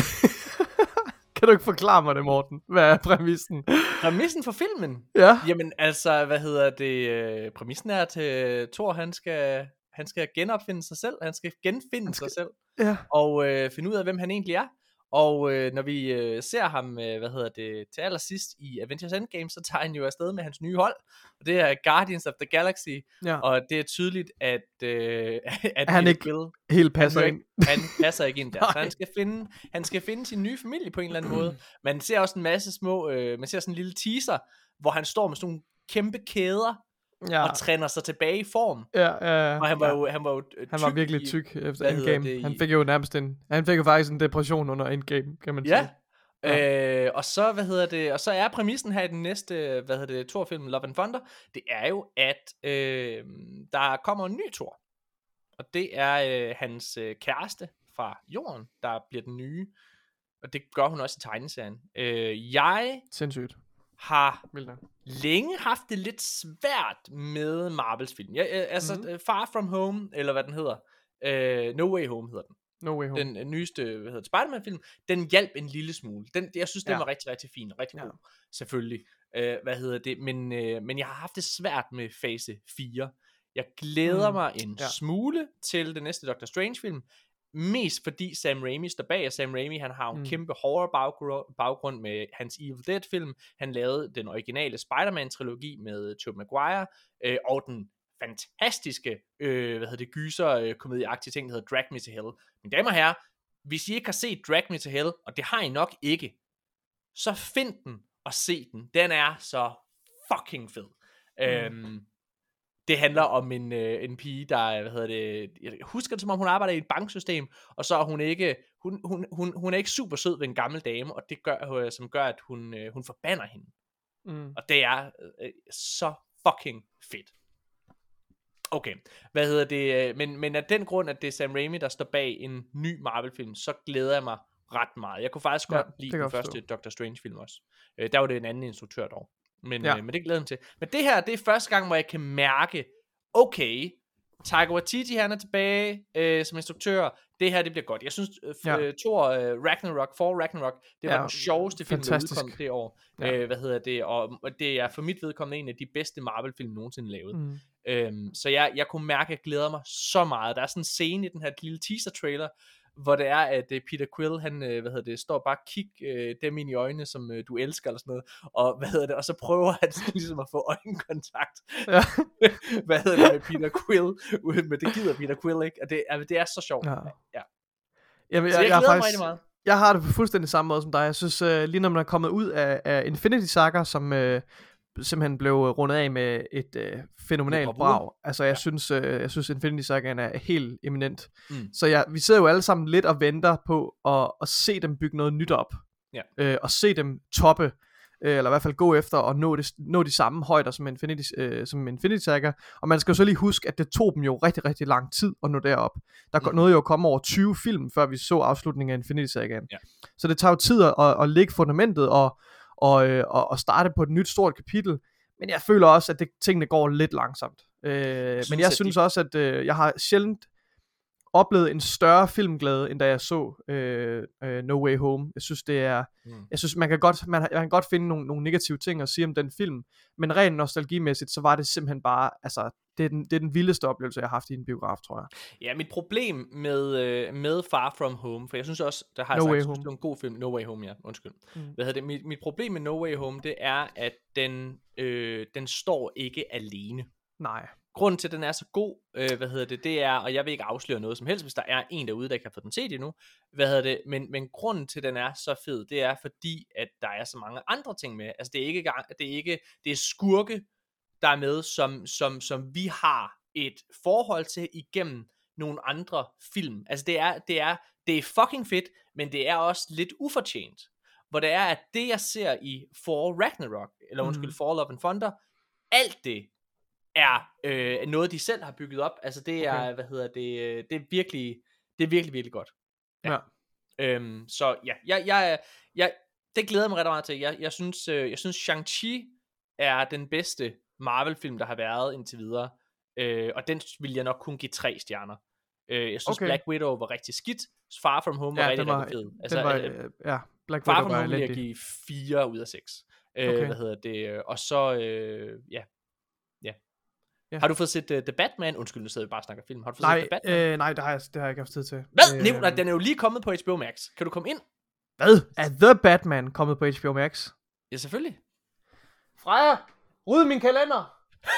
Kan du ikke forklare mig det, Morten? Hvad er præmissen? Præmissen for filmen? Ja. Jamen, altså, hvad hedder det? Øh, præmissen er, at øh, Thor, han skal, han skal genopfinde sig selv. Han skal genfinde han skal... sig selv. Ja. Og øh, finde ud af, hvem han egentlig er. Og øh, når vi øh, ser ham, øh, hvad hedder det, til allersidst i Avengers Endgame, så tager han jo afsted med hans nye hold. Og det er Guardians of the Galaxy. Ja. Og det er tydeligt, at, øh, at han ikke Bill, helt passer han, ind. Han passer ikke ind der. Så han skal, finde, han skal finde sin nye familie på en eller anden måde. Man ser også en masse små, øh, man ser sådan en lille teaser, hvor han står med sådan nogle kæmpe kæder, Ja. og træner sig tilbage i form. Ja, ja, og han var ja. jo, han var jo tyk Han var virkelig i, tyk efter hvad hedder Endgame. det, Han i- fik jo nærmest en... Han fik jo faktisk en depression under Endgame, kan man Ja. sige. Ja. Øh, og så, hvad hedder det, og så er præmissen her i den næste, hvad hedder det, Thor-film Love and Thunder, det er jo, at øh, der kommer en ny Thor. Og det er øh, hans øh, kæreste fra jorden, der bliver den nye. Og det gør hun også i tegneserien. Øh, jeg Sindssygt. har Vildt nok. længe haft det lidt svært med Marvels film. Jeg, øh, altså, Mhm. mm-hmm. Far From Home, eller hvad den hedder. Øh, No Way Home hedder den. No way home. Den øh, nyeste, hvad hedder det, Spider-Man-film, den hjalp en lille smule. Den, jeg synes, den Ja. var rigtig, rigtig fin, og rigtig Ja. god, selvfølgelig. Øh, hvad hedder det? Men, øh, men jeg har haft det svært med fase fire. Jeg glæder Mm. mig en Ja. smule til den næste Doctor Strange-film, mest fordi Sam Raimi står bag, og Sam Raimi, han har jo en Mm. kæmpe horror baggrund, baggrund med hans Evil Dead-film. Han lavede den originale Spider-Man-trilogi med Tobey Maguire, øh, og den fantastiske, øh, hvad hedder det, gyser, øh, komedieagtige ting, der hedder Drag Me to Hell. Mine damer og herrer, hvis I ikke har set Drag Me to Hell, og det har I nok ikke, så find den og se den. Den er så fucking fed. Mm. Øhm, det handler om en, øh, en pige, der, hvad hedder det, jeg husker det som om hun arbejder i et banksystem, og så er hun ikke, hun, hun, hun, hun er ikke super sød ved en gammel dame, og det gør, øh, som gør, at hun, øh, hun forbander hende. Mm. Og det er øh, så fucking fedt. Okay, hvad hedder det, øh, men, men af den grund, at det er Sam Raimi, der står bag en ny Marvel-film, så glæder jeg mig ret meget. Jeg kunne faktisk Ja, godt det lide kan den jeg første forstå. Doctor Strange-film også. Øh, der var det en anden instruktør dog. Men, Ja. øh, men det glæder jeg mig til. Men det her, det er første gang, hvor jeg kan mærke, okay, Taika Waititi, han er tilbage øh, som instruktør. Det her, det bliver godt. Jeg synes, øh, Ja. ja. Thor øh, Ragnarok, Thor Ragnarok, det var Ja, den sjoveste film, der fantastisk. udkom det år. Ja. Øh, hvad hedder det? Og, og det er for mit vedkommende en af de bedste Marvel-film nogensinde lavet. Mm. Øhm, så jeg, jeg kunne mærke, at jeg glæder mig så meget. Der er sådan en scene i den her lille teaser-trailer, hvor det er, at uh, Peter Quill, han, uh, hvad hedder det, står bare og kigger uh, dem ind i øjnene, som uh, du elsker, eller sådan noget, og hvad hedder det, og så prøver han sådan ligesom at få øjenkontakt, Ja. hvad hedder det, med Peter Quill, men det gider Peter Quill ikke, og det, altså, det er så sjovt. Ja. Ja. Jamen, Så jeg, jeg, jeg, jeg, glæder har mig faktisk, rigtig meget. jeg har det på fuldstændig samme måde som dig. Jeg synes, uh, lige når man er kommet ud af, af Infinity Saga, som uh, simpelthen blev rundet af med et uh, fænomenalt brag. Altså, jeg, ja. synes, uh, jeg synes, Infinity Saga er helt eminent. Mm. Så jeg, vi sidder jo alle sammen lidt og venter på at, at se dem bygge noget nyt op. Ja. Uh, og se dem toppe. Eller i hvert fald gå efter og nå, det, nå de samme højder som Infinity, øh, som Infinity Saga. Og man skal jo så lige huske, at det tog dem jo rigtig, rigtig lang tid at nå derop. Der mm. nåede jo at komme over tyve film, før vi så afslutningen af Infinity Sagaen. Ja. Så det tager jo tid at, at, at lægge fundamentet og, og, øh, og, og starte på et nyt stort kapitel. Men jeg føler også, at det, tingene går lidt langsomt. Øh, jeg synes, men jeg synes de... også, at øh, jeg har sjældent oplevet en større filmglæde, end da jeg så øh, øh, No Way Home. Jeg synes, det er, mm. jeg synes, man kan godt, man, man kan godt finde nogle, nogle negative ting at sige om den film, men rent nostalgimæssigt, så var det simpelthen bare, altså, det er den, det er den vildeste oplevelse, jeg har haft i en biograf, tror jeg. Ja, mit problem med, øh, med Far From Home, for jeg synes også, der har No jeg sagt, Way synes, det er en god film, No Way Home, ja, undskyld. Mm. Hvad hedder det? Mit, mit problem med No Way Home, det er, at den, øh, den står ikke alene. Nej. Grunden til, at den er så god, øh, hvad hedder det, det er, og jeg vil ikke afsløre noget som helst, hvis der er en derude, der ikke har fået den set endnu, hvad hedder det, men, men grunden til, at den er så fed, det er fordi, at der er så mange andre ting med, altså det er ikke, det er ikke, det er skurke, der er med, som, som, som vi har et forhold til igennem nogle andre film, altså det er, det er, det er fucking fedt, men det er også lidt ufortjent, hvor det er, at det jeg ser i Thor Ragnarok, eller undskyld, mm. Thor Love and Thunder, alt det, er øh, noget de selv har bygget op. Altså det er, okay. hvad hedder det, det er virkelig, det er virkelig virkelig godt. Ja. ja. Øhm, så ja, jeg, jeg, jeg, det glæder mig ret meget til. Jeg, jeg synes, øh, jeg synes Shang-Chi er den bedste Marvel-film der har været indtil videre. Øh, og den vil jeg nok kun give tre stjerner. Øh, jeg synes okay. Black Widow var rigtig skidt. Far From Home var ja, rigtig, var, rigtig fed. Altså, var, øh, ja, Black Far Widow From var Home vil jeg give fire ud af seks. Øh, okay. Hvad hedder det? Og så øh, ja. Ja. Har du fået set uh, The Batman? Undskyld, nu sidder vi bare og snakker film. Har du fået nej, set The Batman? Øh, nej, det har, jeg, det har jeg ikke haft tid til. Hvad? Øh, nej, den er jo lige kommet på H B O Max. Kan du komme ind? Hvad? Er The Batman kommet på H B O Max? Ja, selvfølgelig. Freja, ryd min kalender!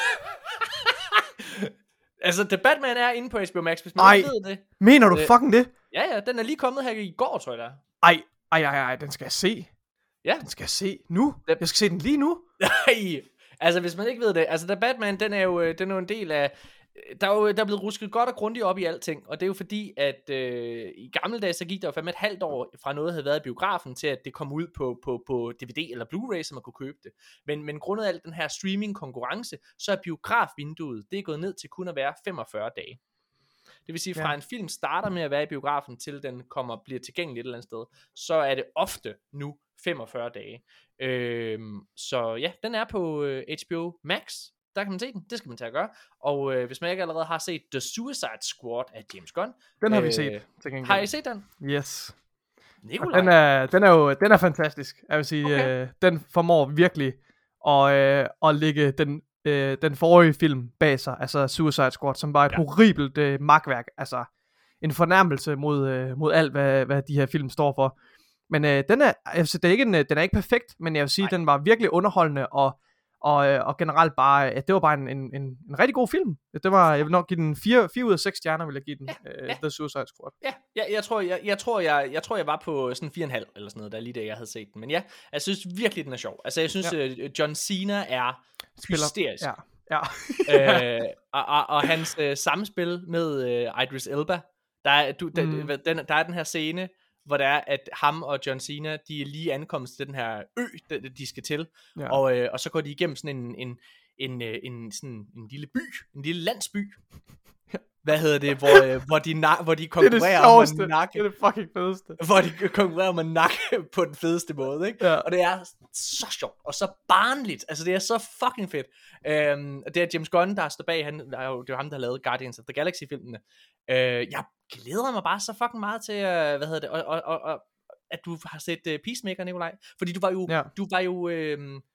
Altså, The Batman er inde på H B O Max, hvis man ej, ikke ved det. Mener du øh, fucking det? Ja, ja, den er lige kommet her i går, tror jeg der. Ej, ej, ej, ej, den skal jeg se. Ja. Den skal jeg se nu. Den... Jeg skal se den lige nu. Nej. Altså, hvis man ikke ved det, altså, The Batman, den er jo, den er jo en del af, der er jo der er blevet rusket godt og grundigt op i alting, og det er jo fordi, at øh, i gamle dage, så gik der jo fandme et halvt år fra noget havde været i biografen, til at det kom ud på, på, på D V D eller Blu-ray, så man kunne købe det. Men, men grundet af al den her streaming-konkurrence, så er biografvinduet, det er gået ned til kun at være femogfyrre dage. Det vil sige, fra ja. en film starter med at være i biografen, til den kommer bliver tilgængelig et eller andet sted, så er det ofte nu femogfyrre dage. Øhm, så ja, den er på øh, H B O Max. Der kan man se den, det skal man tage at gøre. Og øh, hvis man ikke allerede har set The Suicide Squad af James Gunn, den har øh, vi set. Har I set den? Yes. Nikolaj. Den er, den er jo den er fantastisk. Jeg vil sige, okay. øh, den formår virkelig at, øh, at lægge den øh, den forrige film bag sig, altså Suicide Squad, som var et ja. horribelt øh, magtværk, altså en fornærmelse mod øh, mod alt hvad hvad de her film står for. Men øh, den er altså det er ikke en, den er ikke perfekt, men jeg vil sige, Nej. den var virkelig underholdende og og og generelt bare at det var bare en en en, en rigtig god film. Det var jeg vil nok give den fire ud af seks stjerner, vil jeg give den. Ja, øh, ja. The Suicide Squad. Ja, ja jeg tror jeg jeg tror jeg jeg tror jeg var på sådan fire komma fem eller sådan noget, der lige da jeg havde set den. Men ja, jeg synes virkelig den er sjov. Altså jeg synes ja. uh, John Cena er Spiller, hysterisk. Ja. Ja. øh, og, og, og hans øh, samspil med øh, Idris Elba, der er du der, mm. den, der er den her scene, hvor det er, at ham og John Cena, de er lige ankommet til den her ø, de skal til, ja. og, øh, og så går de igennem sådan en, en, en, en, en, sådan en lille by, en lille landsby, hvad hedder det, hvor, øh, hvor, de, na- hvor de konkurrerer om at nakke, det er det fucking fedeste, hvor de konkurrerer om at nakke på den fedeste måde, ikke? Ja. Og det er så sjovt, og så barnligt, altså det er så fucking fedt. Øhm, det er James Gunn, der står bag, han, det er jo ham, der har lavet Guardians of the Galaxy-filmene. Øh, jeg glæder mig bare så fucking meget til, øh, hvad hedder det, og, og, og, og at du har set uh, Peacemaker, Nikolaj, fordi du var jo, ja. du var jo, øh,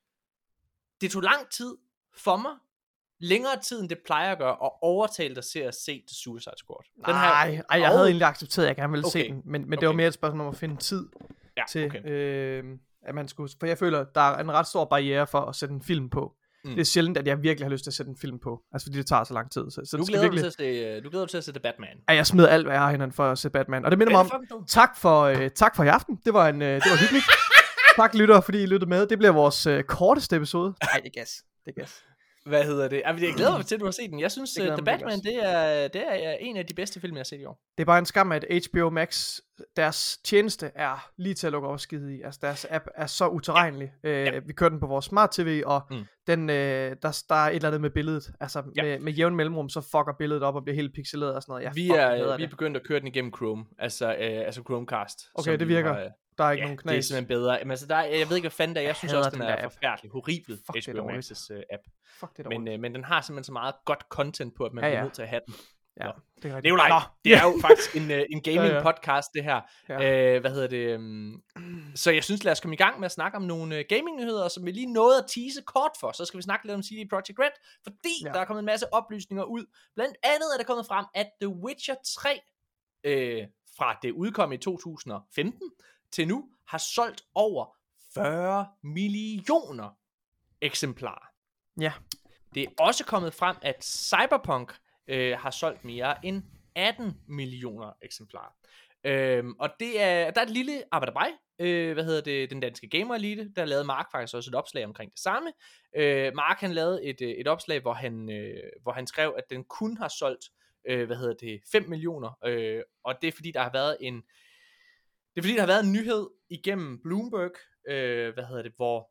det tog lang tid for mig, længere tid end det plejer at gøre, og overtale dig til at se The Suicide Squad. Den Nej, her, ej, jeg havde egentlig accepteret, at jeg gerne ville okay. se den, men, men okay. det var mere et spørgsmål om at finde tid ja, til, okay. øh, at man skulle, for jeg føler, der er en ret stor barriere for at sætte en film på. mm. det er sjældent, at jeg virkelig har lyst til at sætte en film på. Altså fordi det tager så lang tid. Så, så du, det glæder virkelig... til at se, du glæder dig til at se The Batman. Ja, jeg smed alt, hvad jeg har hinanden for at se Batman. Og det minder mig om, tak for, øh, tak for i aften. Det var, en, øh, det var hyggeligt. Tak lytter, fordi I lyttede med. Det bliver vores øh, korteste episode. Nej, det er gas. Det er gas. Hvad hedder det? Jeg glæder mig til, at du har set den. Jeg synes, uh, The Batman, det er, det er en af de bedste film, jeg har set i år. Det er bare en skam, at H B O Max, deres tjeneste er lige til at lukke overskide i. Altså, deres app er så utilregnelig. Ja. Øh, ja. Vi kører den på vores smart tv, og mm. den, øh, der, der er et eller andet med billedet. Altså, ja. med, med jævn mellemrum, så fucker billedet op og bliver helt pixeleret og sådan noget. Jeg vi er, vi er begyndt at køre den igennem Chrome, altså, øh, altså Chromecast. Okay, det virker. Har, der er ikke ja, nogen knas. Det er simpelthen bedre. Men altså, der er, jeg ved ikke, hvad fanden der er. Jeg synes også, den er app. forfærdelig, horribel, H B O Max's uh, app. Fuck, det men, øh, men den har simpelthen så meget godt content på, at man ja, ja. bliver nødt til at have den. Ja, det er, det er jo like. Det er jo faktisk en, uh, en gaming ja, ja. podcast, det her. Ja. Uh, hvad hedder det? Um... Så jeg synes, lad os komme i gang med at snakke om nogle uh, gaming-nyheder, som vi lige nåede at tease kort for. Så skal vi snakke lidt om C D Projekt Red, fordi ja. der er kommet en masse oplysninger ud. Blandt andet er der kommet frem, at The Witcher tre, øh, fra det udkom i to tusind og femten til nu, har solgt over fyrre millioner eksemplarer. Ja. Det er også kommet frem, at Cyberpunk øh, har solgt mere end atten millioner eksemplarer. Øhm, og det er, der er et lille arbejderbej, øh, hvad hedder det, den danske Gamer Elite, der lavede Mark faktisk også et opslag omkring det samme. Øh, Mark han lavede et, et opslag, hvor han, øh, hvor han skrev, at den kun har solgt, øh, hvad hedder det, fem millioner, øh, og det er fordi, der har været en, det er fordi, der har været en nyhed igennem Bloomberg, øh, hvad hedder det, hvor,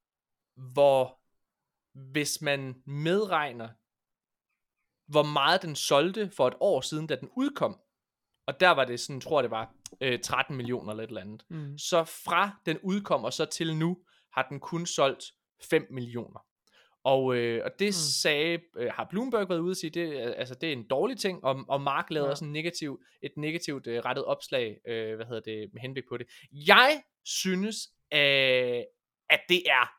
hvor hvis man medregner, hvor meget den solgte for et år siden, da den udkom, og der var det sådan, tror jeg det var, øh, tretten millioner eller et eller andet. Mm. Så fra den udkom og så til nu, har den kun solgt fem millioner. Og, øh, og det mm. sagde, øh, har Bloomberg været ude at sige, det, altså, det er en dårlig ting, og, og Mark lavede ja. også en negativ, et negativt øh, rettet opslag, øh, hvad hedder det, med henblik på det. Jeg synes, øh, at det er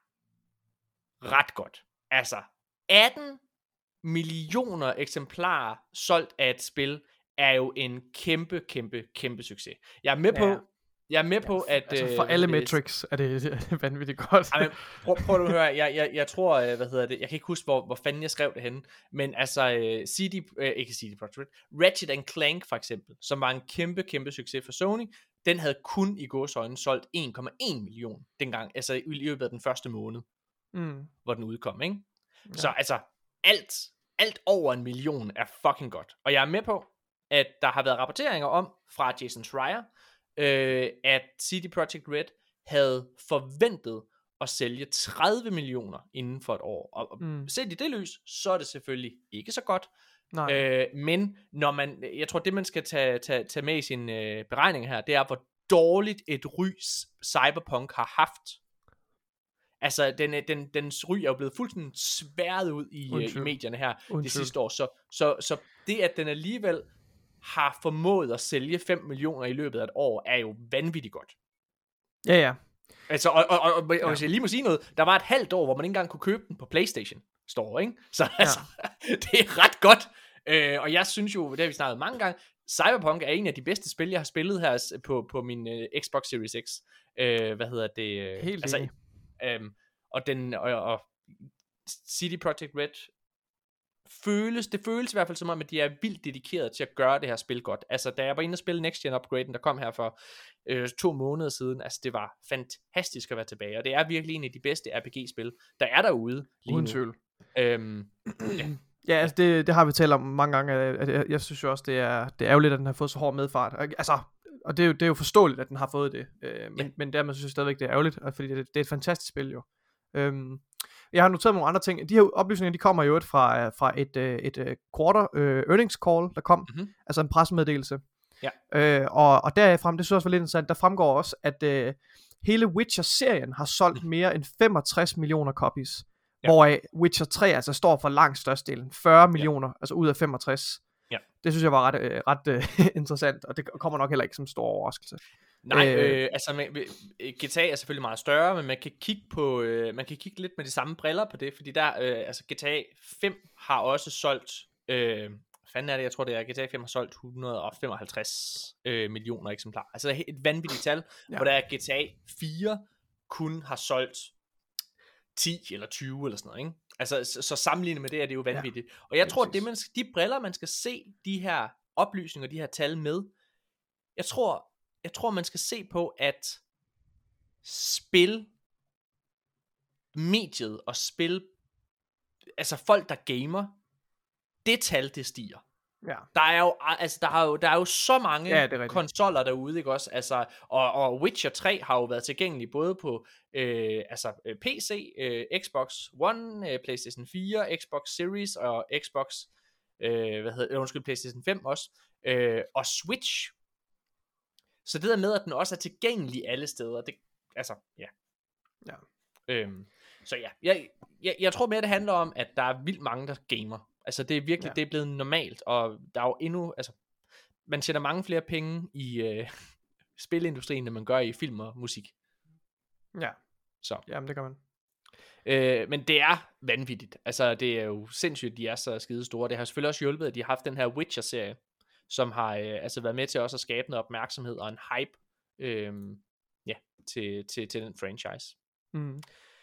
ret godt. Altså, atten millioner eksemplarer solgt af et spil, er jo en kæmpe, kæmpe, kæmpe succes. Jeg er med ja. på, jeg er med ja, på, at... Altså for øh, alle metrics er det, det er vanvittigt godt. Jamen, prøv, prøv at høre, jeg, jeg, jeg tror, øh, hvad hedder det, jeg kan ikke huske, hvor, hvor fanden jeg skrev det henne, men altså, øh, C D, øh, ikke C D Projekt, Ratchet and Clank for eksempel, som var en kæmpe, kæmpe succes for Sony, den havde kun i gåseøjne solgt en komma en million dengang, altså i løbet af den første måned, mm. hvor den udkom, ikke? Ja. Så altså, alt, alt over en million er fucking godt. Og jeg er med på, at der har været rapporteringer om, fra Jason Schreier, øh, at C D Projekt Red havde forventet at sælge tredive millioner inden for et år. Og mm. set i det lys, så er det selvfølgelig ikke så godt. Nej. Øh, men når man, jeg tror det man skal tage, tage, tage med i sin øh, beregning her, det er hvor dårligt et ry Cyberpunk har haft. Altså, den, den, dens ry er jo blevet fuldstændig sværet ud i, i medierne her Undskyld. det sidste år. Så, så, så det, at den alligevel har formået at sælge fem millioner i løbet af et år, er jo vanvittigt godt. Ja, ja. Altså, og, og, og, og, og ja. hvis jeg lige må sige noget, der var et halvt år, hvor man ikke engang kunne købe den på PlayStation Store, ikke? Så altså, ja. det er ret godt. Øh, og jeg synes jo, det har vi snakket mange gange, Cyberpunk er en af de bedste spil, jeg har spillet her på, på min uh, Xbox Series X. Øh, hvad hedder det? Helt altså, øhm, og den, og, og C D Projekt Red føles, det føles i hvert fald som om, at de er vildt dedikeret til at gøre det her spil godt. Altså, da jeg var inde og spille Next Gen Upgraden, der kom her for øh, to måneder siden, altså, det var fantastisk at være tilbage, og det er virkelig en af de bedste R P G-spil, der er derude lige Uden nu. tvivl. Øhm, ja. Ja, altså det, det har vi talt om mange gange, at jeg, jeg synes jo også, det er, det er ærgerligt, at den har fået så hård medfart. Altså, og det er, jo, det er jo forståeligt, at den har fået det, øh, men, ja. men dermed synes jeg stadigvæk, det er ærgerligt, fordi det, det er et fantastisk spil jo. Øhm, jeg har noteret nogle andre ting. De her oplysninger, de kommer jo fra, fra et, et, et quarter øh, earnings call, der kom, mm-hmm. altså en pressemeddelelse. Ja. Øh, og, og derfrem, det synes jeg også var lidt interessant, der fremgår også, at øh, hele Witcher-serien har solgt mm. mere end femogtres millioner copies, ja. hvoraf Witcher tre altså står for langt størstedelen, fyrre millioner, ja. altså ud af femogtres. Ja. Det synes jeg var ret, øh, ret øh, interessant, og det kommer nok heller ikke som stor overraskelse. Nej, øh, øh, altså man, G T A er selvfølgelig meget større, men man kan kigge på, øh, man kan kigge lidt med de samme briller på det, fordi der, øh, altså G T A fem har også solgt, øh, fanden er det, jeg tror det er, G T A fem har solgt et hundrede og femoghalvtreds øh, millioner eksemplarer. Altså det er et vanvittigt tal, ja. hvor der er G T A fire kun har solgt ti eller tyve eller sådan noget, ikke? Altså, så, så sammenlignet med det, er det jo vanvittigt. Ja, og jeg det tror, præcis. det man, de briller, man skal se de her oplysninger, de her tal med, jeg tror, jeg tror, man skal se på, at spil mediet og spil, altså folk, der gamer, det tal, det stiger. Ja. Der er jo, altså, der er jo, der er jo så mange Ja, konsoller derude, ikke også? Altså, og, og Witcher tre har jo været tilgængelig både på øh, altså, P C, øh, Xbox One, øh, PlayStation fire, Xbox Series og Xbox, øh, hvad hedder, undskyld, PlayStation fem også, øh, og Switch. Så det der med, at den også er tilgængelig alle steder, det, altså, ja. Ja. Øhm, så ja, jeg, jeg, jeg tror mere, det handler om, at der er vildt mange, der gamer. Altså, det er virkelig, ja. Det er blevet normalt, og der er jo endnu, altså, man tjener mange flere penge i øh, spilindustrien, end man gør i film og musik. Ja. Så. Jamen, det gør man. Øh, men det er vanvittigt. Altså, det er jo sindssygt, at de er så skide store. Det har selvfølgelig også hjulpet, at de har haft den her Witcher-serie, som har øh, altså været med til også at skabe noget opmærksomhed og en hype øh, ja, til, til, til den franchise. Mm.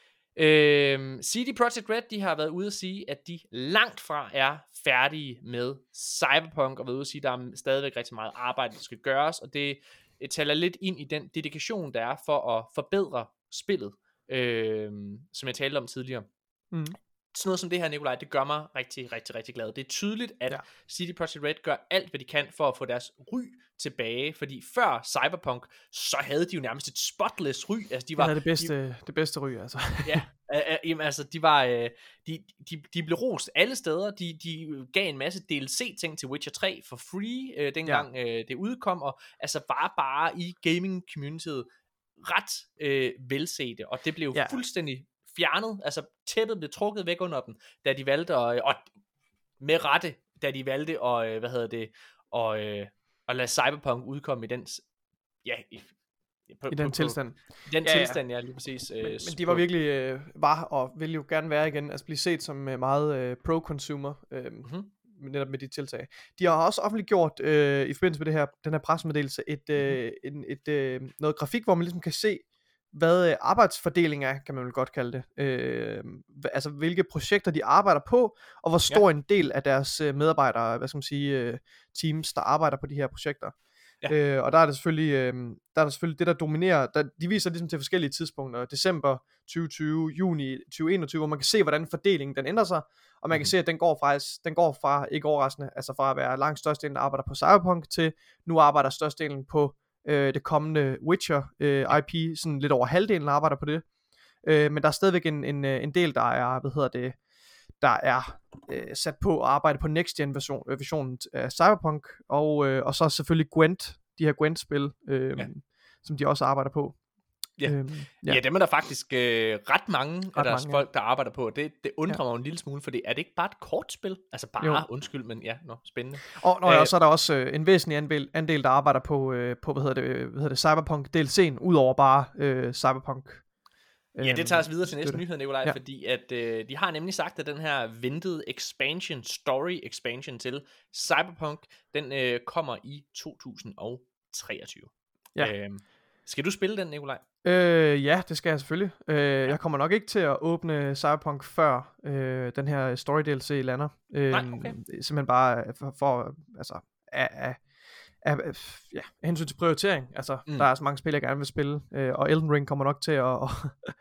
Øh, C D Projekt Red, de har været ude at sige, at de langt fra er færdige med Cyberpunk, og været ude at sige, at der er stadigvæk rigtig meget arbejde, der skal gøres, og det, det taler lidt ind i den dedikation, der er for at forbedre spillet, øh, som jeg talte om tidligere. Mm. Sådan noget som det her, Nikolaj, det gør mig rigtig, rigtig, rigtig glad. Det er tydeligt, at ja. C D Projekt Red gør alt, hvad de kan for at få deres ry tilbage, fordi før Cyberpunk, så havde de jo nærmest et spotless ry. Altså, de var, det, det, bedste, de, det bedste ry, altså. ja, øh, øh, jamen, altså, de var, øh, de, de, de blev rost alle steder. De, de gav en masse D L C-ting til Witcher tre for free, øh, dengang ja. øh, det udkom, og altså var bare i gaming-communityet ret øh, velsete, og det blev ja. fuldstændig fjernet, altså tæppet blev trukket væk under dem, da de valgte at, og med rette, da de valgte at, hvad hedder det, og, at lade Cyberpunk udkomme i den, ja, i, på, I den på, tilstand. I den ja, tilstand, ja, lige præcis. Men, øh, men de var virkelig, øh, var og vil jo gerne være igen, altså blive set som øh, meget øh, pro-consumer, øh, mm-hmm. netop med de tiltag. De har også offentliggjort, øh, i forbindelse med det her, den her pressemeddelelse, et, øh, mm-hmm. en, et, øh, noget grafik, hvor man ligesom kan se, hvad arbejdsfordeling er, kan man vel godt kalde det. Øh, altså hvilke projekter de arbejder på, og hvor stor ja. en del af deres medarbejdere, hvad skal man sige, øh, teams, der arbejder på de her projekter. Ja. Øh, og der er det selvfølgelig, øh, der er det selvfølgelig det, der dominerer. Der, de viser ligesom til forskellige tidspunkter. December tyve tyve, juni tyve enogtyve, hvor man kan se, hvordan fordelingen den ændrer sig, og man mm. kan se, at den går fra, den går fra, ikke overraskende, altså fra at være langt størstedelen, der arbejder på Cyberpunk, til nu arbejder størstedelen på Øh, det kommende Witcher øh, I P, sådan lidt over halvdelen arbejder på det, øh, men der er stadigvæk en, en, en del, der er, hvad hedder det, der er øh, sat på at arbejde på next gen version, øh, versionen af Cyberpunk, og, øh, og så selvfølgelig Gwent, de her Gwent-spil, øh, ja. som de også arbejder på. Ja, øhm, ja. ja dem er der faktisk øh, ret mange ret af deres mange, folk, der arbejder på. Det, det undrer ja. mig en lille smule, for det er det ikke bare et kortspil? Altså bare, jo. undskyld, men ja, nå, spændende. Og, og, øh, og så er der også øh, en væsentlig andel, andel, der arbejder på, øh, på hvad, hedder det, hvad hedder det, Cyberpunk D L C'en, udover bare øh, Cyberpunk. Øh, ja, det tager os videre til næste nyhed, Nikolaj, ja. fordi at øh, de har nemlig sagt, at den her ventede expansion, story expansion til Cyberpunk, den øh, kommer i to tusind treogtyve. Ja. Øh, skal du spille den, Nikolaj? Øh, ja, det skal jeg selvfølgelig. Øh, ja. Jeg kommer nok ikke til at åbne Cyberpunk før øh, den her story D L C lander. Øh, Nej, okay. Simpelthen bare for, for altså af, af, af, ja, hensyn til prioritering. Altså, mm. der er så mange spil, jeg gerne vil spille, øh, og Elden Ring kommer nok til at, at,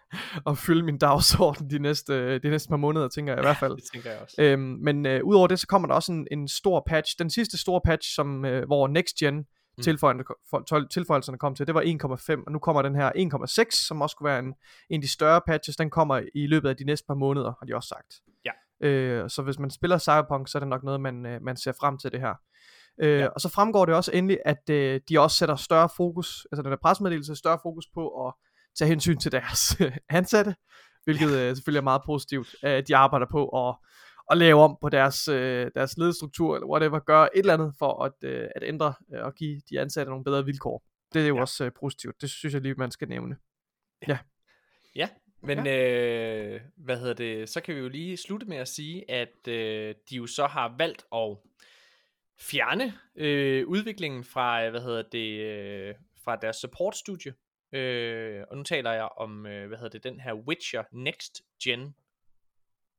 at fylde min dagsorden de næste, de næste par måneder, tænker jeg i hvert fald. Det tænker jeg også. Øhm, men øh, udover det, så kommer der også en, en stor patch. Den sidste store patch, som, øh, hvor Next Gen Mm. tilføjelserne kom til, det var en komma fem, og nu kommer den her en komma seks, som også skulle være en, en af de større patches. Den kommer i løbet af de næste par måneder, har de også sagt. Ja. Øh, så hvis man spiller Cyberpunk, så er det nok noget, man, man ser frem til det her. Øh, ja. Og så fremgår det også endelig, at øh, de også sætter større fokus, altså den der pressemeddelelse, større fokus på at tage hensyn til deres ansatte, hvilket øh, selvfølgelig er meget positivt, at de arbejder på at og lave om på deres, øh, deres ledstruktur, eller whatever, gøre et eller andet for at, øh, at ændre øh, og give de ansatte nogle bedre vilkår. Det er jo ja. også øh, positivt. Det synes jeg lige, man skal nævne. Ja. Ja, men ja. Øh, hvad hedder det, så kan vi jo lige slutte med at sige, at øh, de jo så har valgt at fjerne øh, udviklingen fra, hvad hedder det, øh, fra deres support-studie. Øh, og nu taler jeg om, øh, hvad hedder det, den her Witcher Next Gen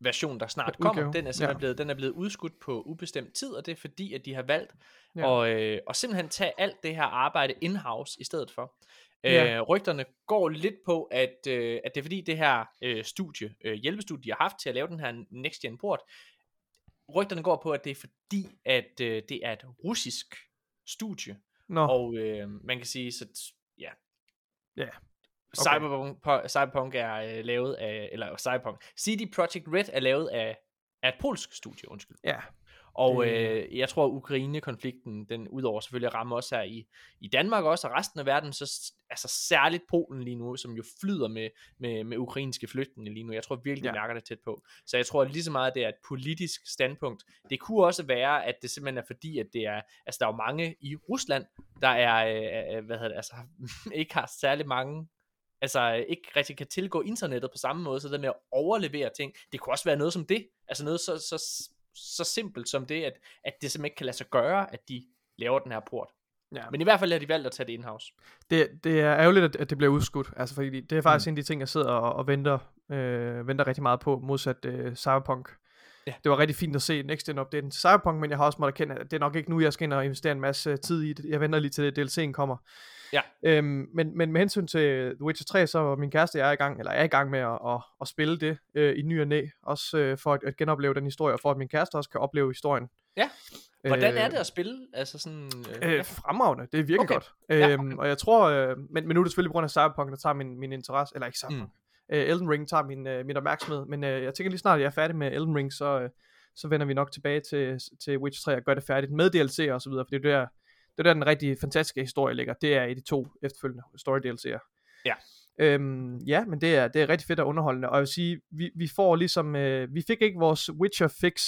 version, der snart Udgave. kommer, den er simpelthen Ja. blevet, den er blevet udskudt på ubestemt tid, og det er fordi, at de har valgt Ja. at, øh, at simpelthen tage alt det her arbejde in-house i stedet for. Ja. Øh, rygterne går lidt på, at, øh, at det er fordi det her øh, studie, øh, hjælpestudie, de har haft til at lave den her Next Gen port, rygterne går på, at det er fordi, at øh, det er et russisk studie, Nå. og øh, man kan sige, så ja, Ja. Okay. Cyberpunk, po- Cyberpunk er øh, lavet af, eller Cyberpunk, C D Projekt Red er lavet af, af et polsk studie, undskyld. Ja. Og Det- øh, jeg tror, at Ukraine-konflikten, den udover selvfølgelig at ramme også her i, i Danmark også, og resten af verden, så s- altså særligt Polen lige nu, som jo flyder med, med, med ukrainske flygtninge lige nu. Jeg tror virkelig, de Ja. mærker det tæt på. Så jeg tror at lige så meget, at det er et politisk standpunkt. Det kunne også være, at det simpelthen er fordi, at det er, altså der er jo mange i Rusland, der er, øh, hvad hedder det, altså ikke har særlig mange, altså ikke rigtig kan tilgå internettet på samme måde, så det med at overlevere ting, det kunne også være noget som det, altså noget så, så, så simpelt som det, at, at det simpelthen ikke kan lade sig gøre, at de laver den her port. Ja. Men i hvert fald har de valgt at tage det in-house. Det, det er ærgerligt, at, at det bliver udskudt, altså fordi det er faktisk Mm. mm. en af de ting, jeg sidder og, og venter, øh, venter rigtig meget på, modsat øh, Cyberpunk. Ja. Det var rigtig fint at se Next Gen updaten til Cyberpunk, men jeg har også måttet erkende, at det er nok ikke nu, jeg skal ind og investere en masse tid i det. Jeg venter lige til det, D L C'en kommer. Ja. Øhm, men, men med hensyn til The Witcher tre, så er min kæreste jeg er i gang, eller er i gang med at, at, at spille det øh, i ny og næ, også øh, for at, at genopleve den historie, og for at min kæreste også kan opleve historien. Ja. Hvordan er Øh, det at spille? Altså sådan, øh, Øh, ja. fremragende, det er virkelig Okay. godt. Ja, Øhm, okay. Og jeg tror, øh, men, men nu er det selvfølgelig på grund af Cyberpunk, der tager min, min interesse, eller ikke Cyberpunk, mm. øh, Elden Ring tager min, øh, min opmærksomhed, men øh, jeg tænker lige snart, at jeg er færdig med Elden Ring, så, øh, så vender vi nok tilbage til, til Witcher tre og gør det færdigt med D L C og så videre, for det er der, det er der den rigtig fantastiske historie ligger, det er i de to efterfølgende story D L C'er. Ja. Øhm, ja, men det er, det er rigtig fedt og underholdende, og jeg vil sige, vi, vi får ligesom, øh, vi fik ikke vores Witcher fix,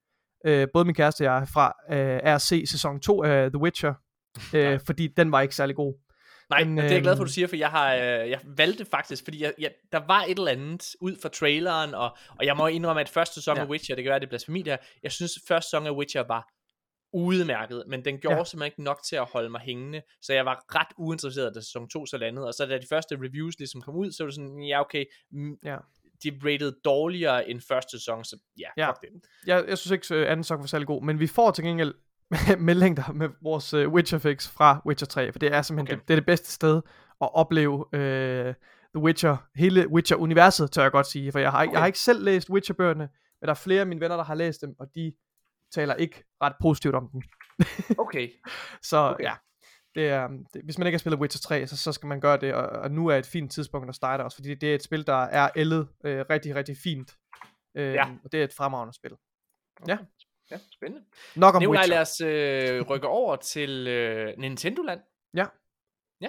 øh, både min kæreste og jeg, fra øh, R C sæson to af The Witcher, øh, fordi den var ikke særlig god. Nej, Men, men, det er jeg glad for, øhm, du siger, for jeg har, øh, jeg valgte faktisk, fordi jeg, jeg, der var et eller andet ud fra traileren, og, og jeg må indrømme, at første sæson Ja. af Witcher, det kan være, det er blasfemi der, jeg synes, første sæson af Witcher var udmærket, men den gjorde Ja. ja. simpelthen ikke nok til at holde mig hængende, så jeg var ret uinteresseret, da sæson to så landede, og så da de første reviews ligesom kom ud, så var det sådan, ja okay, mm, Ja. de rated dårligere end første sæson, så ja, Ja. fuck det. Jeg, jeg synes ikke, at anden sæson var særlig god, men vi får til gengæld meldinger med vores uh, Witcher fix fra Witcher tre, for det er simpelthen Okay. det, det er det bedste sted at opleve uh, The Witcher, hele Witcher-universet, tør jeg godt sige, for jeg har, okay. jeg har ikke selv læst Witcher-bøgerne, men der er flere af mine venner, der har læst dem, og de taler ikke ret positivt om dem. Okay. Så Okay. okay. ja, det er, det, hvis man ikke har spillet Witcher tre, så, så skal man gøre det, og, og nu er et fint tidspunkt at starte også, fordi det er et spil, der er ældet øh, rigtig, rigtig fint. Øh, Ja. Og det er et fremragende spil. Ja. Ja, spændende. Nok om Nikolaj, Witcher. lad os øh, rykke over til øh, Nintendo-land. Ja. Ja.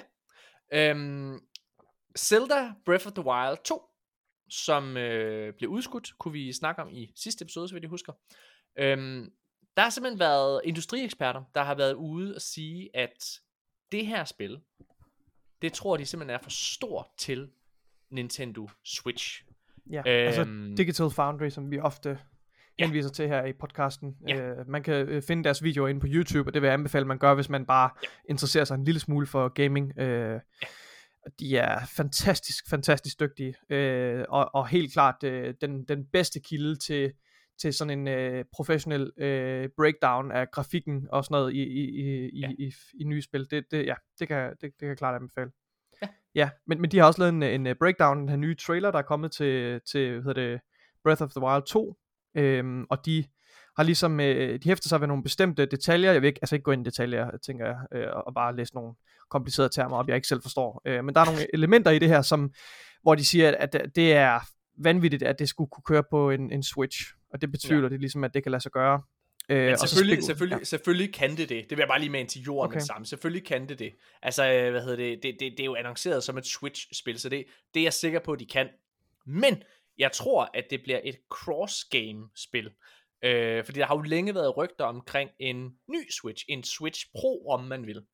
Øhm, Zelda Breath of the Wild to, som øh, blev udskudt, kunne vi snakke om i sidste episode, så vidt jeg husker. Øhm, der har simpelthen været industrieksperter, der har været ude og sige, at det her spil, det tror de simpelthen er for stort til Nintendo Switch. Ja, Øhm, altså Digital Foundry, som vi ofte Ja. henviser til her i podcasten. Ja. Øh, man kan øh, finde deres videoer inde på YouTube, og det vil jeg anbefale, man gør, hvis man bare Ja. interesserer sig en lille smule for gaming. Øh, Ja. De er fantastisk, fantastisk dygtige, øh, og, og helt klart øh, den, den bedste kilde til, til sådan en øh, professionel øh, breakdown af grafikken og sådan noget i, i, i, Ja. i, i, i nye spil. Det, det, ja, det kan, det, det kan jeg klart anbefale. Ja. Ja, men, men de har også lavet en, en breakdown, den her nye trailer, der er kommet til, til hvad hedder det, Breath of the Wild to, øhm, og de har ligesom, øh, de hæfter sig ved nogle bestemte detaljer, jeg vil ikke, altså ikke gå ind i detaljer, tænker jeg, øh, og bare læse nogle komplicerede termer op, jeg ikke selv forstår, øh, men der er nogle elementer i det her, som, hvor de siger, at, at det er vanvittigt, at det skulle kunne køre på en, en Switch, og det betvivler ja. det ligesom, at det kan lade sig gøre. Øh, Men og så selvfølgelig, spekul- selvfølgelig, ja. selvfølgelig kan det det. Det vil jeg bare lige med ind til jorden Okay. med sammen. Selvfølgelig kan det det. Altså, øh, hvad hedder det? Det, det, det er jo annonceret som et Switch-spil, så det, det er jeg sikker på, at de kan. Men jeg tror, at det bliver et cross-game-spil. Øh, fordi der har jo længe været rygter omkring en ny Switch. En Switch Pro, om man vil.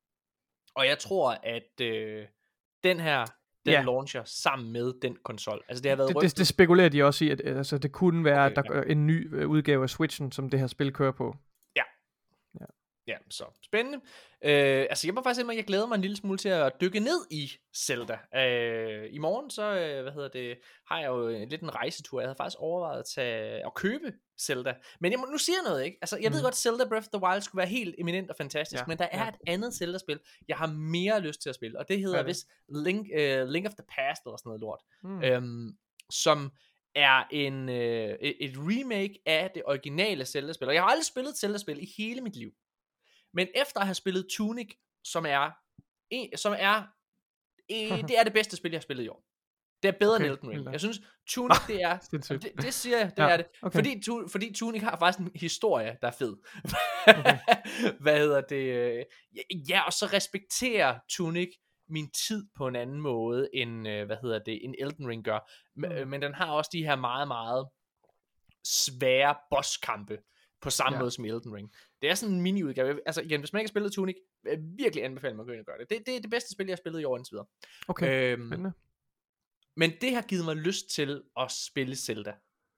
Og jeg tror, at øh, den her, den Ja. launcher sammen med den konsol. Altså, det har været det, rygter. det, det spekulerer de også i, at øh, altså, det kunne være, Okay, okay, at der ja. er en ny øh, udgave af Switchen, som det her spil kører på. Ja. Ja. Ja, så spændende. Øh, altså, jeg må faktisk sige, at jeg glæder mig en lille smule til at dykke ned i Zelda. Øh, I morgen, så øh, hvad hedder det, har jeg jo lidt en rejsetur. Jeg havde faktisk overvejet at, tage, at købe Zelda. Men jeg må, nu siger jeg noget, ikke? Altså, jeg mm. ved godt, Zelda Breath of the Wild skulle være helt eminent og fantastisk, ja, men der er ja. et andet Zelda-spil, jeg har mere lyst til at spille, og det hedder ja, vist Link, uh, Link of the Past, eller sådan noget lort. Mm. Øhm, som er en, øh, et remake af det originale Zelda-spil. Og jeg har aldrig spillet Zelda-spil i hele mit liv. Men efter at have spillet Tunic, som er, en, som er en, det er det bedste spil, jeg har spillet i år. Det er bedre okay, end Elden Ring. Jeg synes, Tunic, det er, det, det siger jeg, det ja, er det. Okay. Fordi, tu, fordi Tunic har faktisk en historie, der er fed. Okay. Hvad hedder det? Ja, og så respekterer Tunic min tid på en anden måde, end, hvad hedder det, end Elden Ring gør. Mm. Men den har også de her meget, meget svære bosskampe, på samme ja. måde som Elden Ring. Det er sådan en mini-udgave. Altså igen, hvis man ikke har spillet Tunic, vil jeg virkelig anbefale mig at gå ind og gøre det. Det, det er det bedste spil, jeg har spillet i år indtil videre. Okay, øhm, men det har givet mig lyst til at spille Zelda.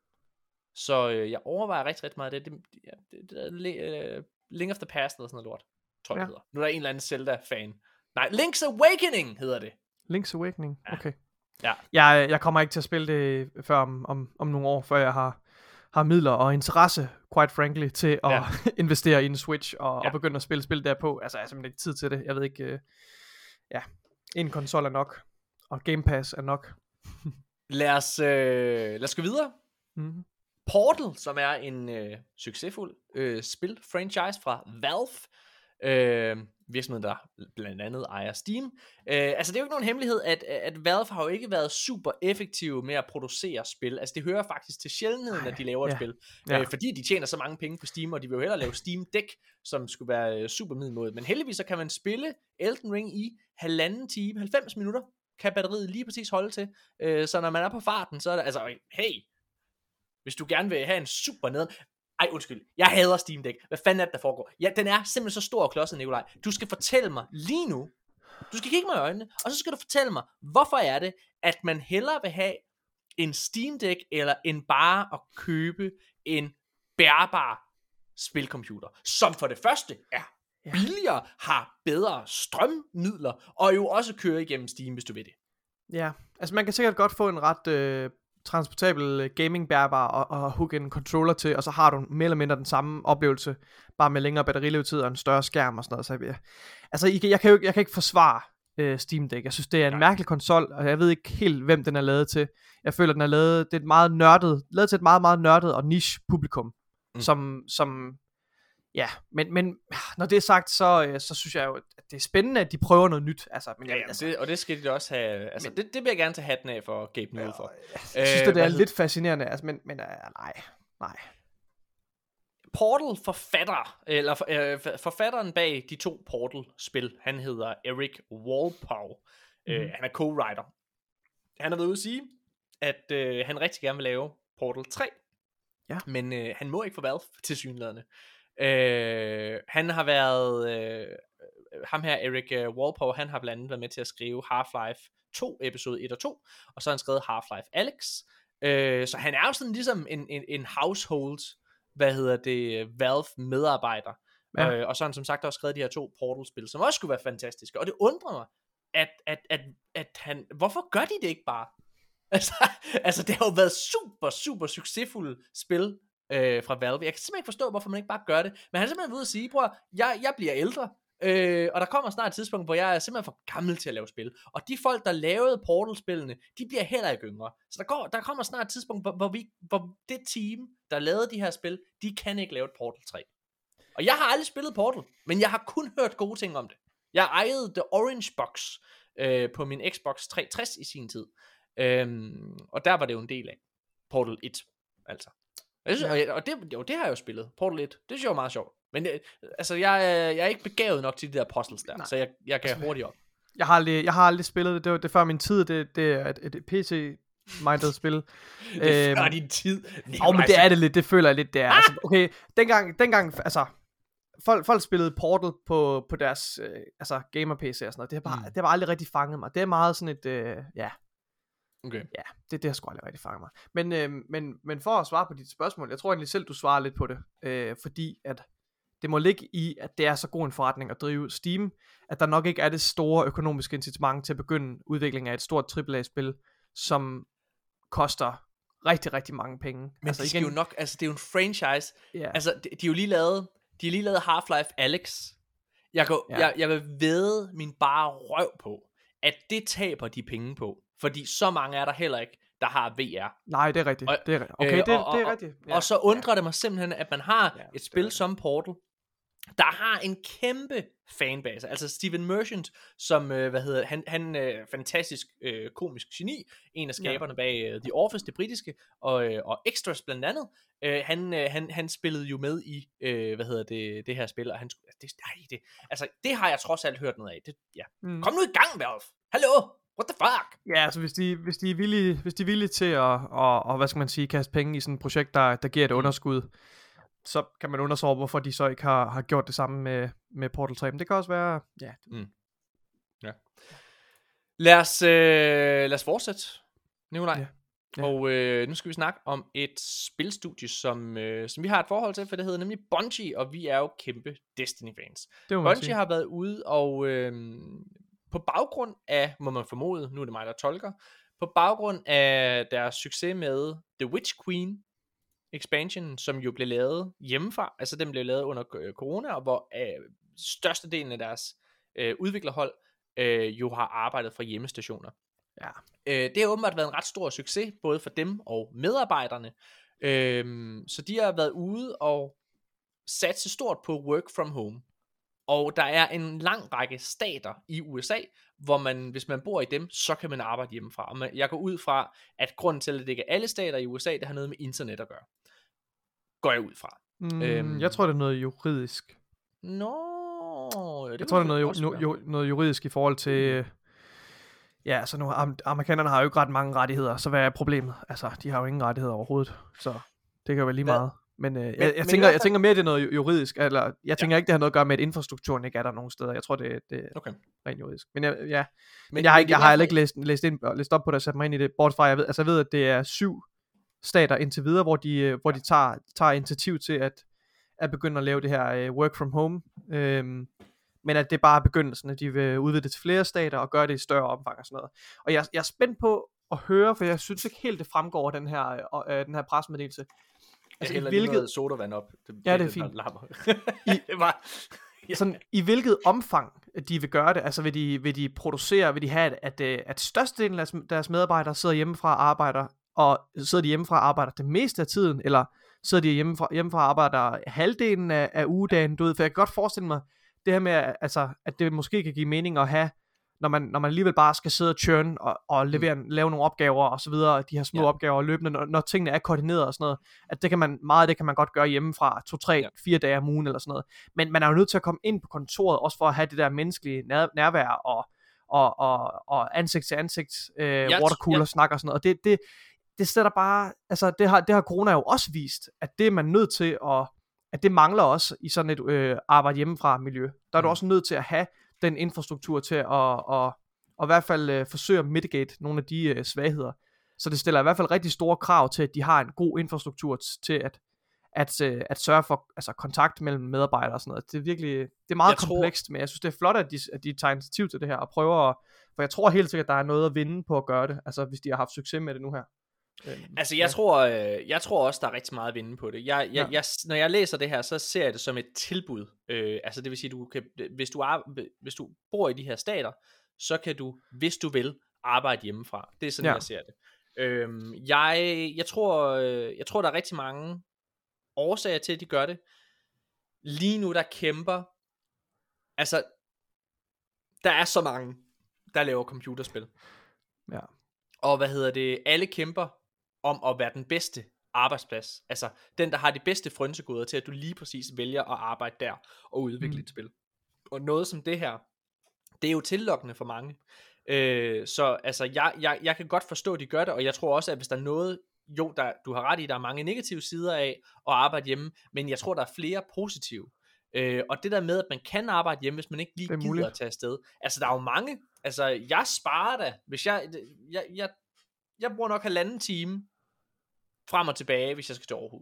Så øh, jeg overvejer rigtig, rigtig meget det. Det, ja, det, det er uh, Link of the Past eller sådan noget lort, tror jeg ja. det hedder. Nu er der en eller anden Zelda-fan. Nej, Link's Awakening hedder det. Link's Awakening, ja. okay. Ja. Jeg, jeg kommer ikke til at spille det før om, om, om nogle år, før jeg har har midler og interesse, quite frankly, til at ja. investere i en Switch og, ja. og begynde at spille spil derpå. Altså, jeg har simpelthen ikke tid til det. Jeg ved ikke, uh, ja, en konsol er nok, og Game Pass er nok. lad os, øh, lad os gå videre. Mm-hmm. Portal, som er en øh, succesfuld øh, spil-franchise fra Valve, øh, virksomheden, der blandt andet ejer Steam. Øh, altså, det er jo ikke nogen hemmelighed, at, at Valve har jo ikke været super effektive med at producere spil. Altså, det hører faktisk til sjældenheden, at de laver et ja. spil. Ja. Øh, fordi de tjener så mange penge på Steam, og de vil jo hellere lave Steam Deck, som skulle være super middelmådigt. Men heldigvis så kan man spille Elden Ring i halvanden time, halvfems minutter, kan batteriet lige præcis holde til. Øh, så når man er på farten, så er det, altså, hey, hvis du gerne vil have en super ned. Ej, undskyld. Jeg hader Steam Deck. Hvad fanden er det, der foregår? Ja, den er simpelthen så stor og klodset, Nikolaj. Du skal fortælle mig lige nu. Du skal kigge mig i øjnene, og så skal du fortælle mig, hvorfor er det, at man hellere vil have en Steam Deck, eller end bare at købe en bærbar spilcomputer, som for det første er billigere, har bedre strømmidler, og jo også kører igennem Steam, hvis du vil det. Ja, altså man kan sikkert godt få en ret øh, transportabel gaming bærbar og, og hooke en controller til, og så har du mere eller mindre den samme oplevelse, bare med længere batterilevetid og en større skærm og sådan noget. Så jeg, altså jeg, jeg, kan jo, jeg kan ikke forsvare øh, Steam Deck. Jeg synes det er en Nej. mærkelig konsol, og jeg ved ikke helt hvem den er lavet til. Jeg føler den er lavet, det er et meget nørdet, lavet til et meget meget nørdet og niche publikum, mm. som som ja, men, men når det er sagt, så, så synes jeg jo, at det er spændende, at de prøver noget nyt. Altså, men jeg, ja, altså, det, og det skal de også have, altså men, det, det vil jeg gerne tage hatten af for Gabe Newell for. Jeg synes, øh, det, det er lidt fascinerende, altså, men, men uh, nej, nej. Portal forfatter, eller øh, forfatteren bag de to Portal-spil, han hedder Eric Walpole. Mm-hmm. Øh, han er co-writer. Han har været ude at sige, at øh, han rigtig gerne vil lave Portal tre, ja. men øh, han må ikke få Valve tilsyneladende. Øh, han har været øh, ham her Eric øh, Walpole, han har blandt andet været med til at skrive Half-Life to episode et og to, og så har han skrevet Half-Life Alyx, øh, så han er jo sådan ligesom en, en, en household, hvad hedder det, Valve medarbejder, ja. øh, og så har han som sagt også skrevet de her to Portal-spil, som også skulle være fantastiske, og det undrer mig, at, at, at, at han, hvorfor gør de det ikke bare? Altså, altså det har jo været super, super succesfulde spil Øh, fra Valve. Jeg kan simpelthen ikke forstå, hvorfor man ikke bare gør det. Men han er simpelthen ude at sige, bror, jeg, jeg bliver ældre, øh, og der kommer snart et tidspunkt, hvor jeg er simpelthen for gammel til at lave spil. Og de folk, der lavede Portal-spillene, de bliver heller ikke yngre. Så der, går, der kommer snart et tidspunkt, hvor, hvor, vi, hvor det team, der lavede de her spil, de kan ikke lave et Portal tre. Og jeg har aldrig spillet Portal, men jeg har kun hørt gode ting om det. Jeg ejede The Orange Box øh, på min Xbox tre tres i sin tid. Øhm, og der var det jo en del af Portal et, altså. Jeg synes, ja. Og det, jo, det har jeg jo spillet, Portal et, det synes jeg var meget sjovt. Men det, altså, jeg, jeg er ikke begavet nok til de der puzzles der, Nej. så jeg, jeg kan altså, hurtigt op. Jeg har aldrig, jeg har aldrig spillet det, det var det før min tid, det, det er et, et P C-minded spil. Det er før din tid. Åh, oh, men det er det lidt, det føler jeg lidt, det er. Ah! Altså, okay, dengang, dengang, altså, folk, folk spillede Portal på, på deres, øh, altså, gamer-P C og sådan noget, det har, bare, mm. det har bare aldrig rigtig fanget mig. Det er meget sådan et, øh, ja... Okay. Ja, det, det har sgu aldrig rigtig fanget mig. Men, øh, men, men for at svare på dit spørgsmål, jeg tror egentlig selv, du svarer lidt på det. Øh, fordi at det må ligge i, at det er så god en forretning at drive Steam, at der nok ikke er det store økonomiske incitament til at begynde udviklingen af et stort triple A-spil, som koster rigtig, rigtig mange penge. Men altså, de skal igen, jo nok, altså det er jo en franchise. Yeah. Altså, de, de er jo lige lavet, de har lige lavet Half-Life Alyx. Jeg, går, yeah. jeg, jeg vil vædde min bare røv på, at det taber de penge på. Fordi så mange er der heller ikke, der har V R. Nej, det er rigtigt. Og, det er, okay, øh, det, og, det er rigtigt. Ja, og så undrer ja. det mig simpelthen, at man har ja, et spil som Portal, der har en kæmpe fanbase. Altså Steven Merchant, som, øh, hvad hedder han, han øh, fantastisk øh, komisk geni, en af skaberne ja. bag øh, The Office, det britiske, og, øh, og Extras blandt andet. Øh, han, øh, han, han spillede jo med i, øh, hvad hedder det, det her spil, og han det, ej, det, altså, det har jeg trods alt hørt noget af. Det, ja. mm. Kom nu i gang, Valve! Hallo! What the fuck? Ja, altså hvis de, hvis de er villige, hvis de er villige til at, og, og hvad skal man sige, kaste penge i sådan et projekt, der, der giver et underskud, så kan man undersøge, hvorfor de så ikke har, har gjort det samme med, med Portal tre. Men det kan også være, ja. Mm. Ja. Lad os, øh, lad os fortsætte, Nikolaj. Ja. Ja. Og øh, nu skal vi snakke om et spilstudie, som, øh, som vi har et forhold til, for det hedder nemlig Bungie, og vi er jo kæmpe Destiny-fans. Bungie sige. har været ude, og øh, på baggrund af, må man formode, nu er det mig, der tolker, på baggrund af deres succes med The Witch Queen expansion, som jo blev lavet hjemmefra, altså den blev lavet under corona, og hvor øh, størstedelen af deres øh, udviklerhold øh, jo har arbejdet fra hjemmestationer. Ja. Øh, det har åbenbart været en ret stor succes, både for dem og medarbejderne. Øh, så de har været ude og sat sig stort på work from home. Og der er en lang række stater i U S A, hvor man, hvis man bor i dem, så kan man arbejde hjemmefra. Og man, jeg går ud fra, at grunden til, at det ikke er alle stater i U S A, det har noget med internet at gøre. Går jeg ud fra. Mm, øhm, jeg tror, det er noget juridisk. Nå, det jeg tror, det er noget, jo, jo, noget juridisk i forhold til... Mm. Ja, altså nu, am- amerikanerne har jo ikke ret mange rettigheder, så hvad er problemet? Altså, de har jo ingen rettigheder overhovedet, så det kan jo være lige hvad? meget. Men, øh, men, jeg, jeg, men tænker, jeg tænker mere, det er noget juridisk, eller jeg tænker ja. ikke, det har noget at gøre med, at infrastrukturen ikke er der nogen steder. Jeg tror, det, det er okay. rent juridisk. Men jeg, ja, men, men jeg har ikke, jeg har ikke læst, læst, ind, læst op på det og sat mig ind i det, bort fra, jeg ved, altså jeg ved, at det er syv stater indtil videre, hvor de, hvor de tager, tager initiativ til at, at begynde at lave det her uh, work from home, øhm, men at det bare er begyndelsen, at de vil udvide det til flere stater og gøre det i større omfang og sådan noget. Og jeg, jeg er spændt på at høre, for jeg synes ikke helt, det fremgår den her, øh, den her pressemeddelelse. Altså, jeg hælder hvilket... lige noget sodavand op. Det, ja, det er fint. I, det var... ja. Sådan, i hvilket omfang de vil gøre det, altså vil de, vil de producere, vil de have, at, at, at størstedelen af deres medarbejdere sidder hjemmefra og arbejder, og sidder de hjemmefra og arbejder det meste af tiden, eller sidder de hjemmefra, hjemmefra og arbejder halvdelen af, af ugedagen, du ved, for jeg kan godt forestille mig, det her med, altså, at det måske kan give mening at have, når man, når man alligevel bare skal sidde og churn og, og levere, mm. lave nogle opgaver og så videre, de her små ja. opgaver løbende, når, når tingene er koordineret og sådan noget, at det kan man, meget af det kan man godt gøre hjemmefra, to, tre, ja. fire dage om ugen eller sådan noget, men man er jo nødt til at komme ind på kontoret, også for at have det der menneskelige nær, nærvær og, og, og, og ansigt til ansigt, øh, watercooler ja. snak og sådan noget, og det, det, det sætter bare, altså det har, det har corona jo også vist, at det er man nødt til at, at det mangler også i sådan et øh, arbejde hjemmefra miljø, der er du mm. også nødt til at have den infrastruktur til at, at, at, at i hvert fald uh, forsøge at mitigate nogle af de uh, svagheder. Så det stiller i hvert fald rigtig store krav til, at de har en god infrastruktur t- til at, at, uh, at sørge for altså, kontakt mellem medarbejdere og sådan noget. Det er virkelig, det er meget jeg komplekst, tror... men jeg synes, det er flot, at de, at de tager initiativ til det her og prøver at, for jeg tror helt sikkert, at der er noget at vinde på at gøre det, altså hvis de har haft succes med det nu her. Altså jeg ja. tror øh, jeg tror også der er rigtig meget at vinde på det. Jeg, jeg, ja. jeg, når jeg læser det her, så ser jeg det som et tilbud. Øh, altså det vil sige du kan, hvis du er, hvis du bor i de her stater, så kan du, hvis du vil, arbejde hjemmefra. Det er sådan ja. jeg ser det. Øh, jeg jeg tror øh, jeg tror der er rigtig mange årsager til at de gør det. Lige nu der kæmper, altså der er så mange der laver computerspil. Ja. Og hvad hedder det, alle kæmper om at være den bedste arbejdsplads. Altså den der har de bedste frynsegoder til at du lige præcis vælger at arbejde der og udvikle mm. et spil. Og noget som det her, det er jo tillokkende for mange. øh, Så altså jeg, jeg, jeg kan godt forstå at de gør det. Og jeg tror også at hvis der er noget, jo der, du har ret i, der er mange negative sider af at arbejde hjemme, men jeg tror der er flere positive. øh, Og det der med at man kan arbejde hjemme, hvis man ikke lige gider muligt. at tage afsted. Altså der er jo mange. Altså jeg sparer da. Hvis jeg Jeg, jeg, jeg bruger nok halvanden time frem og tilbage, hvis jeg skal til Aarhus.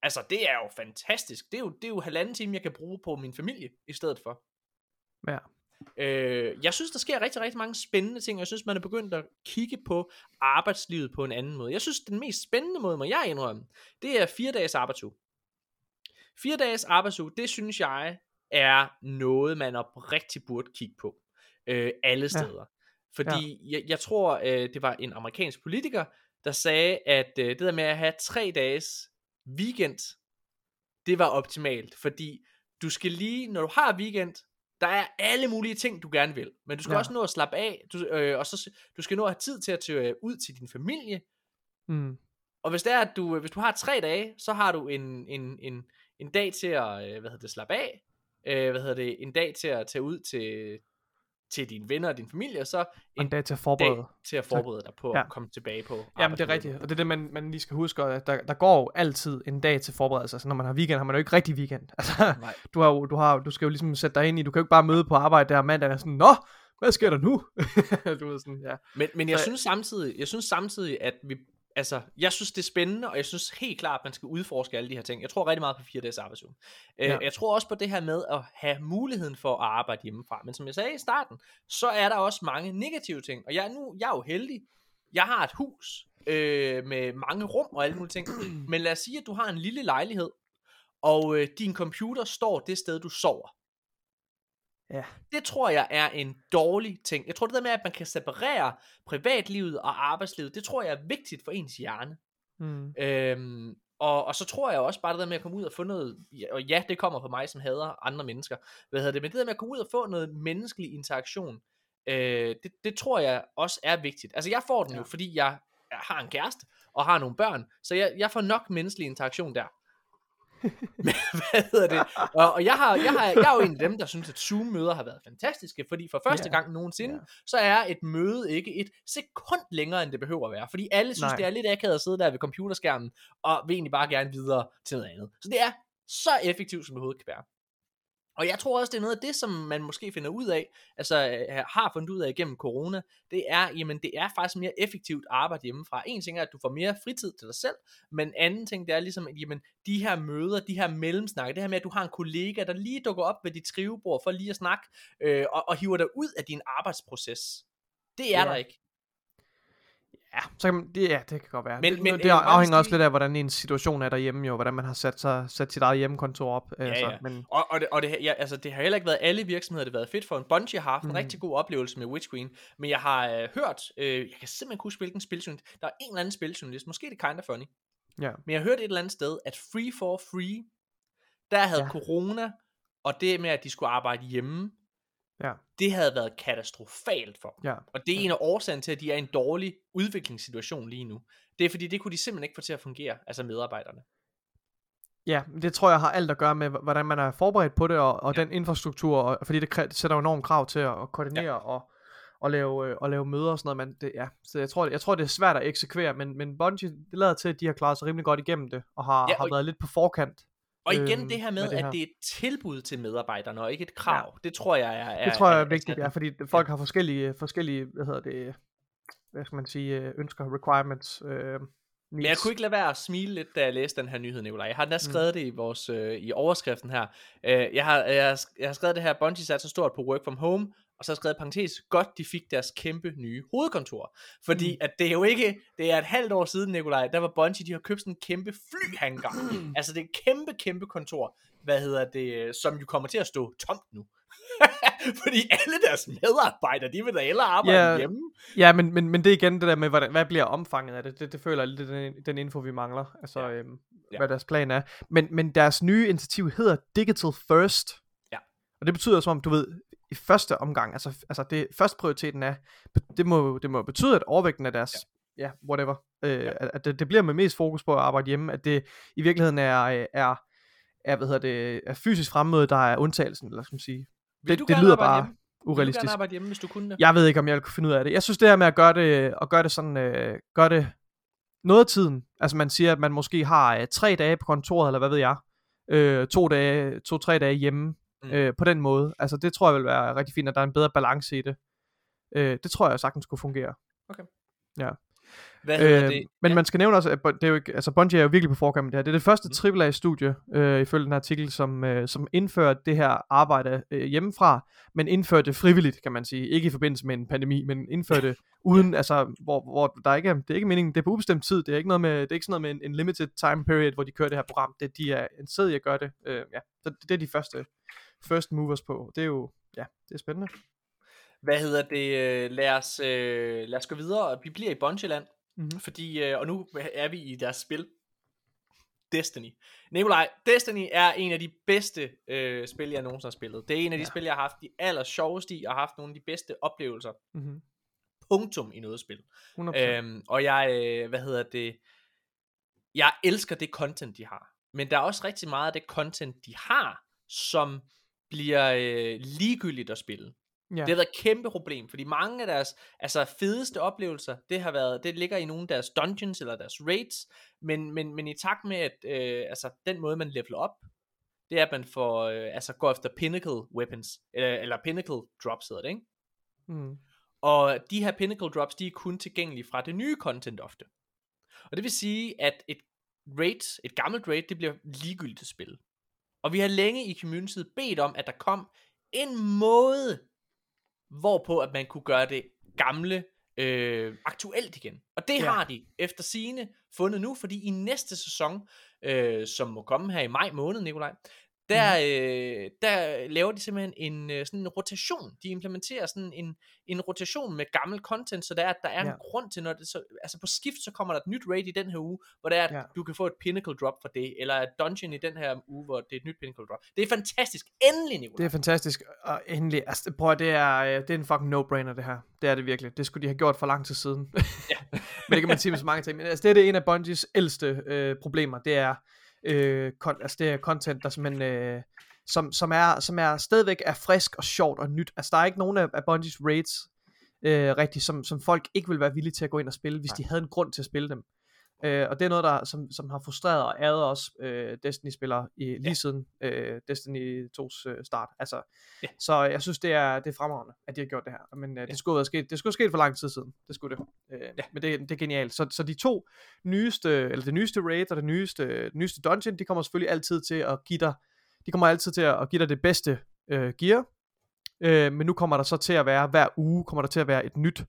Altså, det er jo fantastisk. Det er jo, det er jo halvanden time, jeg kan bruge på min familie i stedet for. Ja. Øh, jeg synes, der sker rigtig, rigtig mange spændende ting, og jeg synes, man er begyndt at kigge på arbejdslivet på en anden måde. Jeg synes, den mest spændende måde, må jeg indrømme, det er fire dages arbejdsuge. Fire dages arbejdsuge, det synes jeg er noget, man oprigtigt burde kigge på. Øh, alle steder. Ja. Fordi ja. jeg, jeg tror, øh, det var en amerikansk politiker, der sagde, at øh, det der med at have tre dages weekend, det var optimalt. Fordi du skal lige, når du har weekend, der er alle mulige ting, du gerne vil. Men du skal ja. også nå at slappe af, du, øh, og så du skal nå at have tid til at tage ud til din familie. Mm. Og hvis det er, at du, hvis du har tre dage, så har du en, en, en, en dag til at, hvad hedder det, slappe af. Øh, hvad hedder det, en dag til at tage ud til, til dine venner og din familie, og så en, en dag til at forberede, dag til at forberede dig på ja. at komme tilbage på. Jamen det er rigtigt, og det er det, man, man lige skal huske, at der, der går jo altid en dag til forberedelse. Altså når man har weekend, har man jo ikke rigtig weekend. Altså, du, har jo, du, har, du skal jo ligesom sætte dig ind i, du kan jo ikke bare møde på arbejde der mandag, og sådan, nå, hvad sker der nu? Du ved sådan, ja. Men, men jeg så, synes samtidig, jeg synes samtidig, at vi, altså, jeg synes det er spændende, og jeg synes helt klart, at man skal udforske alle de her ting. Jeg tror rigtig meget på fire dages arbejdsuge. Ja. Jeg tror også på det her med at have muligheden for at arbejde hjemmefra. Men som jeg sagde i starten, så er der også mange negative ting. Og jeg, nu, jeg er jo heldig. Jeg har et hus øh, med mange rum og alle mulige ting. Men lad os sige, at du har en lille lejlighed, og øh, din computer står det sted, du sover. Ja. Det tror jeg er en dårlig ting. Jeg tror det der med, at man kan separere privatlivet og arbejdslivet, det tror jeg er vigtigt for ens hjerne. Mm. Øhm, og, og så tror jeg også bare det der med at komme ud og få noget, og ja, det kommer på mig, som hader andre mennesker, hvad hedder det, men det der med at komme ud og få noget menneskelig interaktion, øh, det, det tror jeg også er vigtigt. Altså jeg får den ja. jo, fordi jeg, jeg har en kæreste, og har nogle børn, så jeg, jeg får nok menneskelig interaktion der. Men, hvad hedder det? Og, og jeg, har, jeg, har, jeg er jo en af dem, der synes, at Zoom-møder har været fantastiske, fordi for første yeah. gang nogensinde, yeah. så er et møde ikke et sekund længere, end det behøver at være. Fordi alle synes, Nej. det er lidt akavet at sidde der ved computerskærmen, og vil egentlig bare gerne videre til noget andet. Så det er så effektivt, som det overhovedet kan være. Og jeg tror også, det er noget af det, som man måske finder ud af, altså har fundet ud af igennem corona, det er, jamen det er faktisk mere effektivt arbejde hjemmefra. En ting er, at du får mere fritid til dig selv, men anden ting, det er ligesom, at jamen, de her møder, de her mellemsnakke, det her med, at du har en kollega, der lige dukker op ved dit skrivebord for lige at snakke, øh, og, og hiver dig ud af din arbejdsproces. Det er ja. der ikke. Ja, så kan man, det, ja, det kan godt være. Men, det, men, det afhænger også lidt af, hvordan en situation er derhjemme, jo, hvordan man har sat, sig, sat sit eget hjemmekontor op. Ja, altså, ja. Men... Og, og, det, og det, ja, altså, det har heller ikke været alle virksomheder, det har været fedt for. En Bungie har haft en mm. rigtig god oplevelse med Witch Queen, men jeg har øh, hørt, øh, jeg kan simpelthen ikke huske, hvilken spiljournalist, der er en eller anden spiljournalist, måske det er Kinda Funny, ja. men jeg har hørt et eller andet sted, at Free for Free, der havde ja. corona, og det med, at de skulle arbejde hjemme, ja. det havde været katastrofalt for dem. Ja. Og det er en af årsagen til, at de er i en dårlig udviklingssituation lige nu. Det er fordi, det kunne de simpelthen ikke få til at fungere, altså medarbejderne. Ja, det tror jeg har alt at gøre med, hvordan man er forberedt på det, og, og ja. den infrastruktur, og, fordi det, det sætter jo enormt krav til at, at koordinere ja. og, og, lave, øh, og lave møder og sådan noget. Men det, ja. Så jeg tror, jeg tror, det er svært at eksekvere, men, men Bungie, det lader til, at de har klaret sig rimelig godt igennem det, og har, ja, og har været lidt på forkant. Og igen øhm, det her med, med det her. at det er et tilbud til medarbejderne, og ikke et krav. Ja. Det tror jeg er... er det tror jeg er, er vigtigt, ja, fordi folk ja. har forskellige, forskellige, hvad hedder det, hvad skal man sige, ønsker, requirements, øh, Men jeg kunne ikke lade være at smile lidt, da jeg læste den her nyhed, Nikolaj. Jeg har den skrevet mm. det i, vores, øh, i overskriften her. Øh, jeg, har, jeg, har, jeg har skrevet det her, Bungie sat så stort på work from home, og så har jeg skrevet parentes, godt de fik deres kæmpe nye hovedkontor. Fordi mm. at det er jo ikke, det er et halvt år siden, Nikolaj, der var Bungie, de har købt sådan en kæmpe flyhangar. Mm. Altså det er et kæmpe, kæmpe kontor, hvad hedder det, som jo kommer til at stå tomt nu. Fordi alle deres medarbejdere, de vil da hellere arbejde ja, hjemme. Ja, men, men, men det er igen det der med, hvordan, hvad bliver omfanget af det? Det, det føler jeg lidt, den, den info, vi mangler. Altså, ja. øhm, ja. hvad deres plan er. Men, men deres nye initiativ hedder Digital First. Ja. Og det betyder som om, du ved, i første omgang, altså, altså det første prioriteten er, det må, det må betyde, at overvægten af deres, ja, ja whatever, øh, ja. at det, det bliver med mest fokus på at arbejde hjemme, at det i virkeligheden er, er, er hvad hedder det, er fysisk fremmøde, der er undtagelsen, eller skal man sige. Vil det, det lyder bare hjemme? urealistisk. Vil du gerne arbejde hjemme, hvis du kunne det? Jeg ved ikke, om jeg kunne finde ud af det. Jeg synes det her med at gøre det, at gøre det sådan, øh, gøre det noget af tiden. Altså man siger, at man måske har øh, tre dage på kontoret, eller hvad ved jeg, øh, to dage, to tre dage hjemme, mm. øh, på den måde. Altså det tror jeg vil være rigtig fint, at der er en bedre balance i det. Øh, det tror jeg sagtens kunne fungere. Okay. Ja. Hvad hedder Øh, det? men Ja. man skal nævne også, at Bun- det er jo ikke, altså Bungie er jo virkelig på forkant med det her. Det er det første Mm. triple A-studie, øh, ifølge den her artikel, som, øh, som indførte det her arbejde øh, hjemmefra, men indførte det frivilligt, kan man sige. Ikke i forbindelse med en pandemi, men indførte det uden, altså, hvor, hvor der ikke er, det er ikke meningen, det er på ubestemt tid, det er ikke noget med, det er ikke sådan noget med en, en limited time period, hvor de kører det her program. Det, de er interesseret i at gøre det. Øh, ja. Så det, det er de første first movers på. Det er jo, ja, det er spændende. Hvad hedder det? øh, Lad os, øh, lad os gå videre. Vi bliver i Bungie-land, Mm-hmm. fordi, øh, og nu er vi i deres spil, Destiny. Nikolaj, Destiny er en af de bedste øh, spil, jeg nogensinde har spillet. Det er en af de Ja. spil, jeg har haft de aller sjoveste i, og har haft nogle af de bedste oplevelser. Mm-hmm. Punktum i noget spil. hundrede procent. Øhm, og jeg, øh, hvad hedder det, jeg elsker det content, de har. Men der er også rigtig meget af det content, de har, som bliver øh, ligegyldigt at spille. Ja. Det har været et kæmpe problem, fordi mange af deres altså, fedeste oplevelser, det har været, det ligger i nogle af deres dungeons eller deres raids, men, men, men i takt med, at øh, altså, den måde, man leveler op, det er, at man får, øh, altså, går efter pinnacle weapons, eller, eller pinnacle drops hedder det, ikke? Mm. Og de her pinnacle drops, de er kun tilgængelige fra det nye content ofte. Og det vil sige, at et raid, et gammelt raid, det bliver ligegyldigt at spille. Og vi har længe i communityet bedt om, at der kom en måde, hvorpå at man kunne gøre det gamle øh, aktuelt igen. Og det Ja. har de efter sigende fundet nu, fordi i næste sæson, øh, som må komme her i maj måned, Nikolaj, der, øh, der laver de simpelthen en øh, sådan en rotation. De implementerer sådan en, en rotation med gammel content, så der er, at der er Ja. en grund til, når det så, altså på skift, så kommer der et nyt raid i den her uge, hvor der er, at Ja. du kan få et pinnacle drop for det, eller et dungeon i den her uge, hvor det er et nyt pinnacle drop. Det er fantastisk. Endelig, Nikolaj. Det er fantastisk, og endelig, altså prøv at, det er, øh, det er en fucking no-brainer det her, det er det virkelig, det skulle de have gjort for lang tid siden, Ja. men det kan man sige med så mange ting, men altså det er det en af Bungies ældste øh, problemer, det er, øh, kon- altså det er content, der simpelthen, øh, som, som, er, som er stadigvæk er frisk og sjovt og nyt, altså der er ikke nogen af, af Bungies raids, øh, rigtig, som, som folk ikke vil være villige til at gå ind og spille, hvis Nej. de havde en grund til at spille dem. Øh, og det er noget, der, som, som har frustreret og æret os øh, Destiny-spillere i, lige Ja. siden øh, Destiny to's øh, start. Altså, Ja. Så jeg synes, det er, det er fremragende, at de har gjort det her. Men øh, Ja. det, skulle have sket, det skulle have sket for lang tid siden. Det skulle det. Øh, Ja. Men det, det er genialt. Så, så de to nyeste, eller det nyeste raid og det nyeste, det nyeste dungeon, de kommer selvfølgelig altid til at give dig, de kommer altid til at give dig det bedste øh, gear. Øh, men nu kommer der så til at være, hver uge kommer der til at være et nyt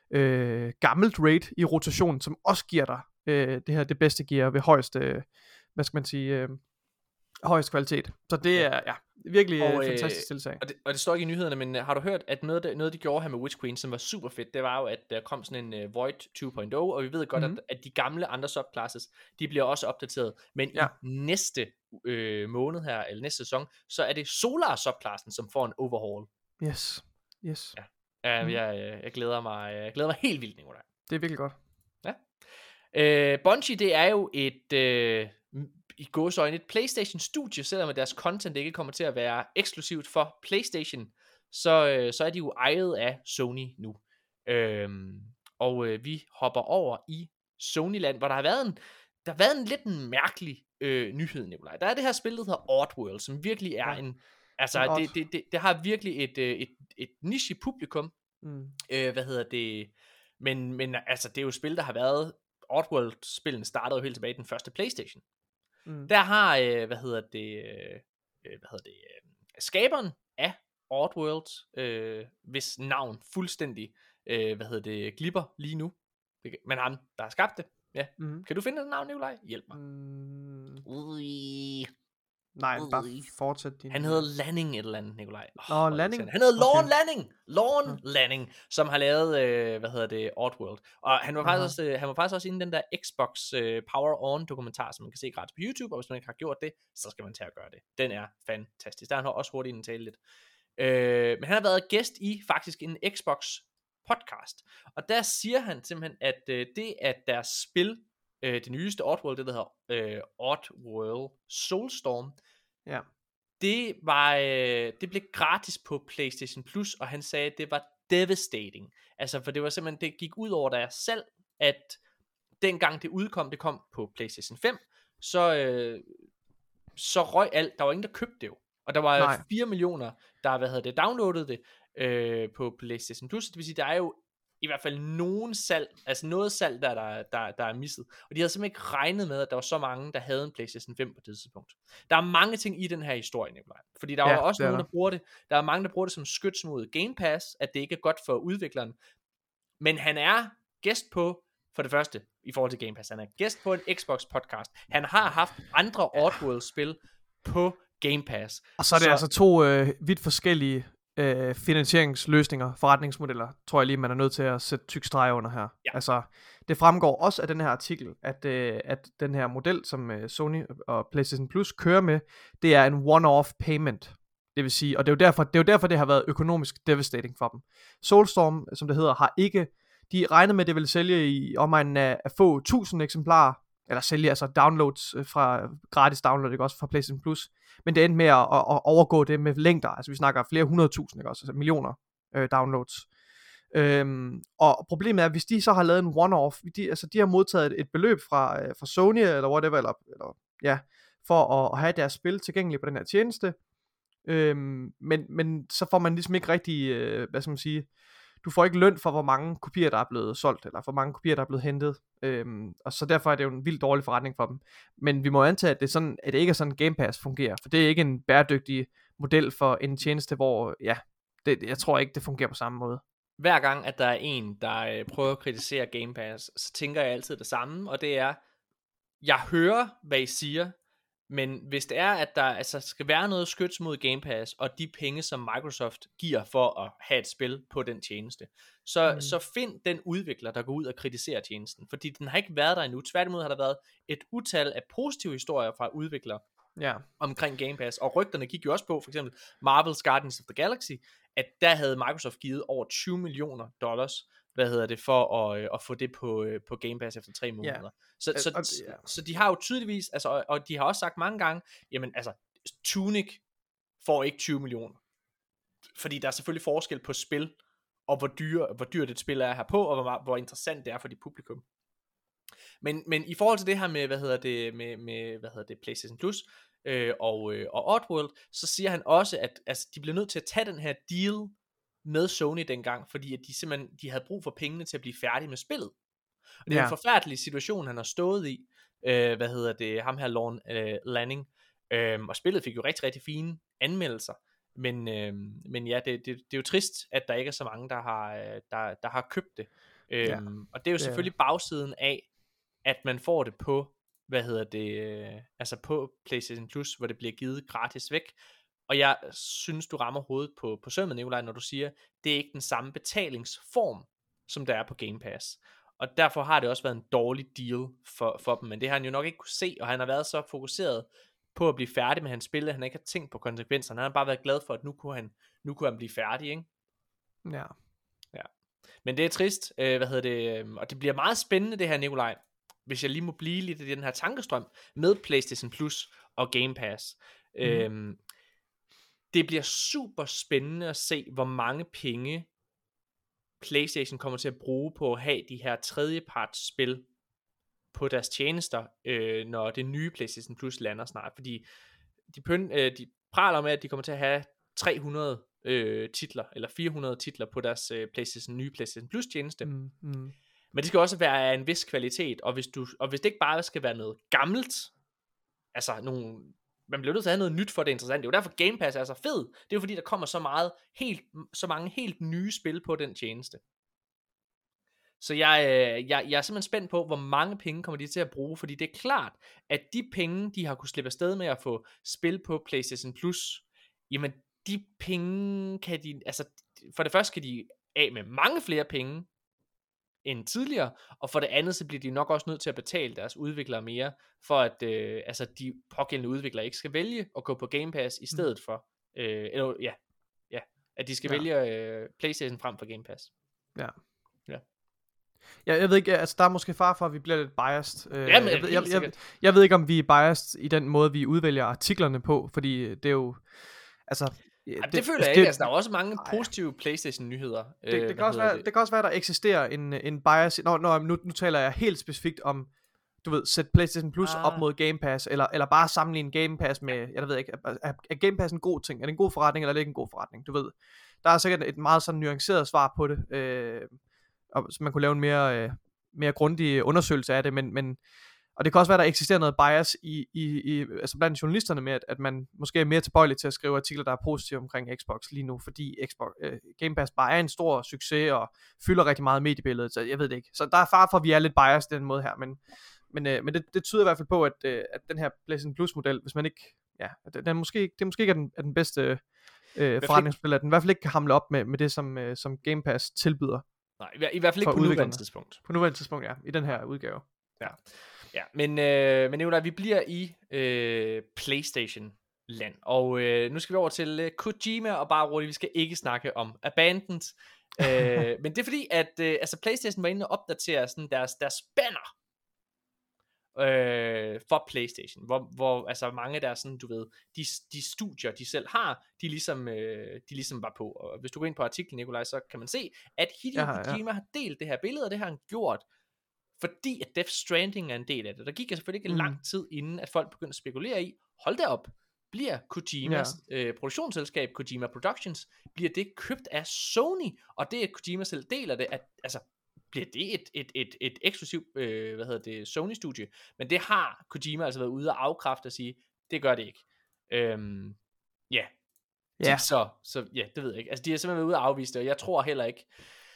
øh, gammelt raid i rotation, som også giver dig øh, det her det bedste gear ved højeste, øh, hvad skal man sige, øh, højeste kvalitet. Så det er ja, virkelig Og, et øh, fantastisk tiltag. Og det, og det står ikke i nyhederne, men uh, har du hørt, at noget, der, noget de gjorde her med Witch Queen, som var super fedt, det var jo, at der kom sådan en uh, Void to punkt nul, og vi ved godt, Mhm. mm-hmm. at, at de gamle andre subclasses, de bliver også opdateret, men Ja. i næste øh, måned her, eller næste sæson, så er det Solar subklassen, som får en overhaul. Yes, yes. Ja. Uh, Mhm. mm. jeg, jeg, jeg, glæder mig, jeg glæder mig helt vildt, Nicolaj. Det er virkelig godt. Uh, Bungie, det er jo et, uh, i gåseøjne, et PlayStation-studie, selvom deres content ikke kommer til at være eksklusivt for PlayStation, så, uh, så er de jo ejet af Sony nu. Uh, og uh, vi hopper over i Sony-land, hvor der har været en, der har været en lidt en mærkelig uh, nyhed, Nikolaj. Der er det her spil, der hedder Oddworld, som virkelig er Ja. en, altså En det, det, det, det har virkelig et, et, et, et niche publikum, Mm. øh, hvad hedder det, men, men altså det er jo spil, der har været, Oddworld-spillen startede jo helt tilbage i den første PlayStation. Mm. Der har, øh, hvad hedder det, øh, hvad hedder det, øh, skaberen af Oddworld, øh, hvis navn fuldstændig, øh, hvad hedder det, glipper lige nu, men ham, der har skabt det, ja. Mm. Kan du finde det navn, Nikolaj? Hjælp mig. Mm. Ui. Nej, bare Ui. fortsæt din... Han hedder Lanning et eller andet, Nikolaj. Oh, Nå, Lanning. Han hedder Lorne Okay. Lanning. Lorne Nå. Lanning, som har lavet, øh, hvad hedder det, Oddworld. Og han var, Aha. faktisk også, øh, han var faktisk også inde i den der Xbox øh, Power On dokumentar, som man kan se gratis på YouTube, og hvis man ikke har gjort det, så skal man tage at gøre det. Den er fantastisk. Der er han også hurtigt inde tale lidt. Øh, men han har været gæst i faktisk en Xbox podcast. Og der siger han simpelthen, at øh, det at deres spil, øh, det nyeste Oddworld, det der hedder øh, Oddworld Soulstorm, Ja. det var øh, det blev gratis på PlayStation Plus, og han sagde, at det var devastating. Altså, for det var simpelthen, det gik ud over deres salg, at dengang det udkom, det kom på PlayStation fem, så, øh, så røg alt. Der var ingen, der købte det jo. Og der var Nej. fire millioner, der hvad hedder det, downloadede det øh, på PlayStation Plus. Det vil sige, der er jo i hvert fald nogen salg, altså noget salg, der, der, der, der er misset. Og de havde simpelthen ikke regnet med, at der var så mange, der havde en PlayStation fem på det tidspunkt. Der er mange ting i den her historie, Nikolaj. Fordi der ja, er også nogen, der. der bruger det. Der er mange, der bruger det som skyts mod Game Pass, at det ikke er godt for udvikleren. Men han er gæst på, for det første, i forhold til Game Pass, han er gæst på en Xbox podcast. Han har haft andre Oddworld-spil på Game Pass. Og så er det så, altså to øh, vidt forskellige øh, finansieringsløsninger, forretningsmodeller, tror jeg lige, man er nødt til at sætte tyk streg under her. Ja. Altså, det fremgår også af den her artikel, at, øh, at den her model, som øh, Sony og PlayStation Plus kører med, det er en one-off payment. Det vil sige, og det er jo derfor, det er jo derfor, det har været økonomisk devastating for dem. Soulstorm, som det hedder, har ikke, de regnede med, at det ville sælge i omegnen af, af få tusind eksemplarer, eller sælge altså downloads fra, gratis download, ikke også, fra PlayStation Plus, men det endte med at, at, at overgå det med længder, altså vi snakker flere hundrede tusind, ikke også, altså millioner øh, downloads. Øhm, og problemet er, at hvis de så har lavet en one-off, de, altså de har modtaget et, et beløb fra, øh, fra Sony, eller whatever, eller, eller ja, for at, at have deres spil tilgængeligt på den her tjeneste, øhm, men, men så får man ligesom ikke rigtig, øh, hvad skal man sige, du får ikke løn for, hvor mange kopier, der er blevet solgt, eller hvor mange kopier, der er blevet hentet. Øhm, og så derfor er det jo en vildt dårlig forretning for dem. Men vi må antage, at det, er sådan, at det ikke er sådan, Game Pass fungerer. For det er ikke en bæredygtig model for en tjeneste, hvor, ja, det, jeg tror ikke, det fungerer på samme måde. Hver gang, at der er en, der øh, prøver at kritisere Game Pass, så tænker jeg altid det samme, og det er, jeg hører, hvad I siger, men hvis det er, at der altså skal være noget skyts mod Game Pass, og de penge, som Microsoft giver for at have et spil på den tjeneste, så, mm. så find den udvikler, der går ud og kritiserer tjenesten. Fordi den har ikke været der endnu. Tværtimod har der været et utal af positive historier fra udviklere ja. omkring Game Pass. Og rygterne gik jo også på, for eksempel Marvel's Guardians of the Galaxy, at der havde Microsoft givet over tyve millioner dollars, hvad hedder det, for at, øh, at få det på, øh, på Game Pass efter tre måneder. Yeah. Så, så, uh, uh, yeah. så de har jo tydeligvis, altså, og, og de har også sagt mange gange, jamen altså, Tunic får ikke tyve millioner. Fordi der er selvfølgelig forskel på spil, og hvor, dyr, hvor dyrt et spil er her på, og hvor, hvor interessant det er for de publikum. Men, men i forhold til det her med, hvad hedder det, med, med hvad hedder det, PlayStation Plus, øh, og, øh, og Oddworld, så siger han også, at altså, de bliver nødt til at tage den her deal med Sony dengang, fordi at de simpelthen de havde brug for pengene til at blive færdige med spillet. Og det er ja. en forfærdelig situation, han har stået i. Øh, hvad hedder det? Ham her, Lorne øh, Lanning. Øh, og spillet fik jo rigtig, rigtig fine anmeldelser. Men, øh, men ja, det, det, det er jo trist, at der ikke er så mange, der har, der, der har købt det. Øh, ja. Og det er jo selvfølgelig ja. bagsiden af, at man får det på, hvad hedder det, øh, altså på PlayStation Plus, hvor det bliver givet gratis væk. Og jeg synes, du rammer hovedet på, på sømmet, Nikolaj, når du siger, det er ikke den samme betalingsform, som der er på Game Pass. Og derfor har det også været en dårlig deal for, for dem. Men det har han jo nok ikke kunne se, og han har været så fokuseret på at blive færdig med hans spil, at han ikke har tænkt på konsekvenserne. Han har bare været glad for, at nu kunne han, nu kunne han blive færdig, ikke? Ja. Ja. Men det er trist, øh, hvad hedder det, øh, og det bliver meget spændende det her, Nikolaj, hvis jeg lige må blive lidt i den her tankestrøm med PlayStation Plus og Game Pass. Mm. Øhm, Det bliver super spændende at se, hvor mange penge PlayStation kommer til at bruge på at have de her tredjeparts spil på deres tjenester, øh, når det nye PlayStation Plus lander snart. Fordi de, pøn, øh, de praler med, at de kommer til at have tre hundrede øh, titler, eller fire hundrede titler på deres øh, PlayStation, nye PlayStation Plus tjeneste. Mm, mm. Men det skal også være af en vis kvalitet, og hvis, du, og hvis det ikke bare skal være noget gammelt, altså nogle... man bliver nødt til at have noget nyt for det interessant. Det er jo derfor Game Pass er så fed. Det er jo fordi der kommer så meget helt, så mange helt nye spil på den tjeneste. Så jeg, jeg, jeg er simpelthen spændt på, hvor mange penge kommer de til at bruge, fordi det er klart, at de penge, de har kunne slippe afsted med at få spil på PlayStation Plus, jamen de penge kan de, altså for det første kan de af med mange flere penge end tidligere, og for det andet så bliver de nok også nødt til at betale deres udviklere mere, for at øh, altså de pågældende udviklere ikke skal vælge at gå på Game Pass i stedet for, øh, eller ja, ja, at de skal ja. vælge øh, PlayStation frem for Game Pass. Ja. Ja. Ja, jeg ved ikke, altså der er måske far for, at vi bliver lidt biased. Øh, ja, men jeg, ved, jeg, jeg, jeg ved ikke, om vi er biased i den måde, vi udvælger artiklerne på, fordi det er jo, altså... Ja, det, det føler jeg ikke, altså der er også mange positive PlayStation-nyheder. Det, det, øh, kan også være, det? det kan også være, der eksisterer en, en bias, når, når nu, nu taler jeg helt specifikt om, du ved, sæt PlayStation Plus ah. op mod Game Pass, eller, eller bare sammenligne Game Pass med, jeg ved ikke, er, er Game Pass en god ting? Er det en god forretning, eller er det ikke en god forretning? Du ved, der er sikkert et meget sådan nuanceret svar på det, øh, og så man kunne lave en mere, øh, mere grundig undersøgelse af det, men, men og det kan også være, der eksisterer noget bias i, i, i altså blandt journalisterne med, at, at man måske er mere tilbøjelig til at skrive artikler, der er positive omkring Xbox lige nu, fordi Xbox, øh, Game Pass bare er en stor succes og fylder rigtig meget mediebilledet, så jeg ved det ikke. Så der er far for, at vi er lidt bias den måde her, men, men, øh, men det, det tyder i hvert fald på, at, øh, at den her PlayStation Plus model, hvis man ikke, ja, den, den måske, det måske ikke er den, er den bedste øh, forretningsmodel, at den i hvert fald ikke kan hamle op med, med det, som, øh, som Game Pass tilbyder. Nej, i, i hvert fald ikke på nuværende tidspunkt. På nuværende tidspunkt, ja, i den her udgave. Ja. Ja, men, øh, men Nikolaj, vi bliver i øh, PlayStation-land, og øh, nu skal vi over til øh, Kojima, og bare roligt, vi skal ikke snakke om Abandoned, øh, men det er fordi, at øh, altså PlayStation var inde og opdatere sådan deres, deres banner øh, for PlayStation, hvor, hvor altså mange af deres sådan, du ved, de, de studier, de selv har, de ligesom, øh, de ligesom var på, og hvis du går ind på artiklen, Nikolaj, så kan man se, at Hideo ja, Kojima ja. har delt det her billede, og det har han gjort, fordi at Death Stranding er en del af det. Der gik selvfølgelig ikke mm. lang tid inden, at folk begyndte at spekulere i, hold da op, bliver Kojimas ja. øh, produktionsselskab, Kojima Productions, bliver det købt af Sony, og det er Kojima selv deler det, at, altså, bliver det et, et, et, et eksklusivt, øh, hvad hedder det, Sony-studie, men det har Kojima altså været ude og afkræfte og sige, det gør det ikke. Øhm, ja. Yeah. Yeah. Så, så, ja, det ved jeg ikke. Altså, de har simpelthen været ude og afvise det, og jeg tror heller ikke,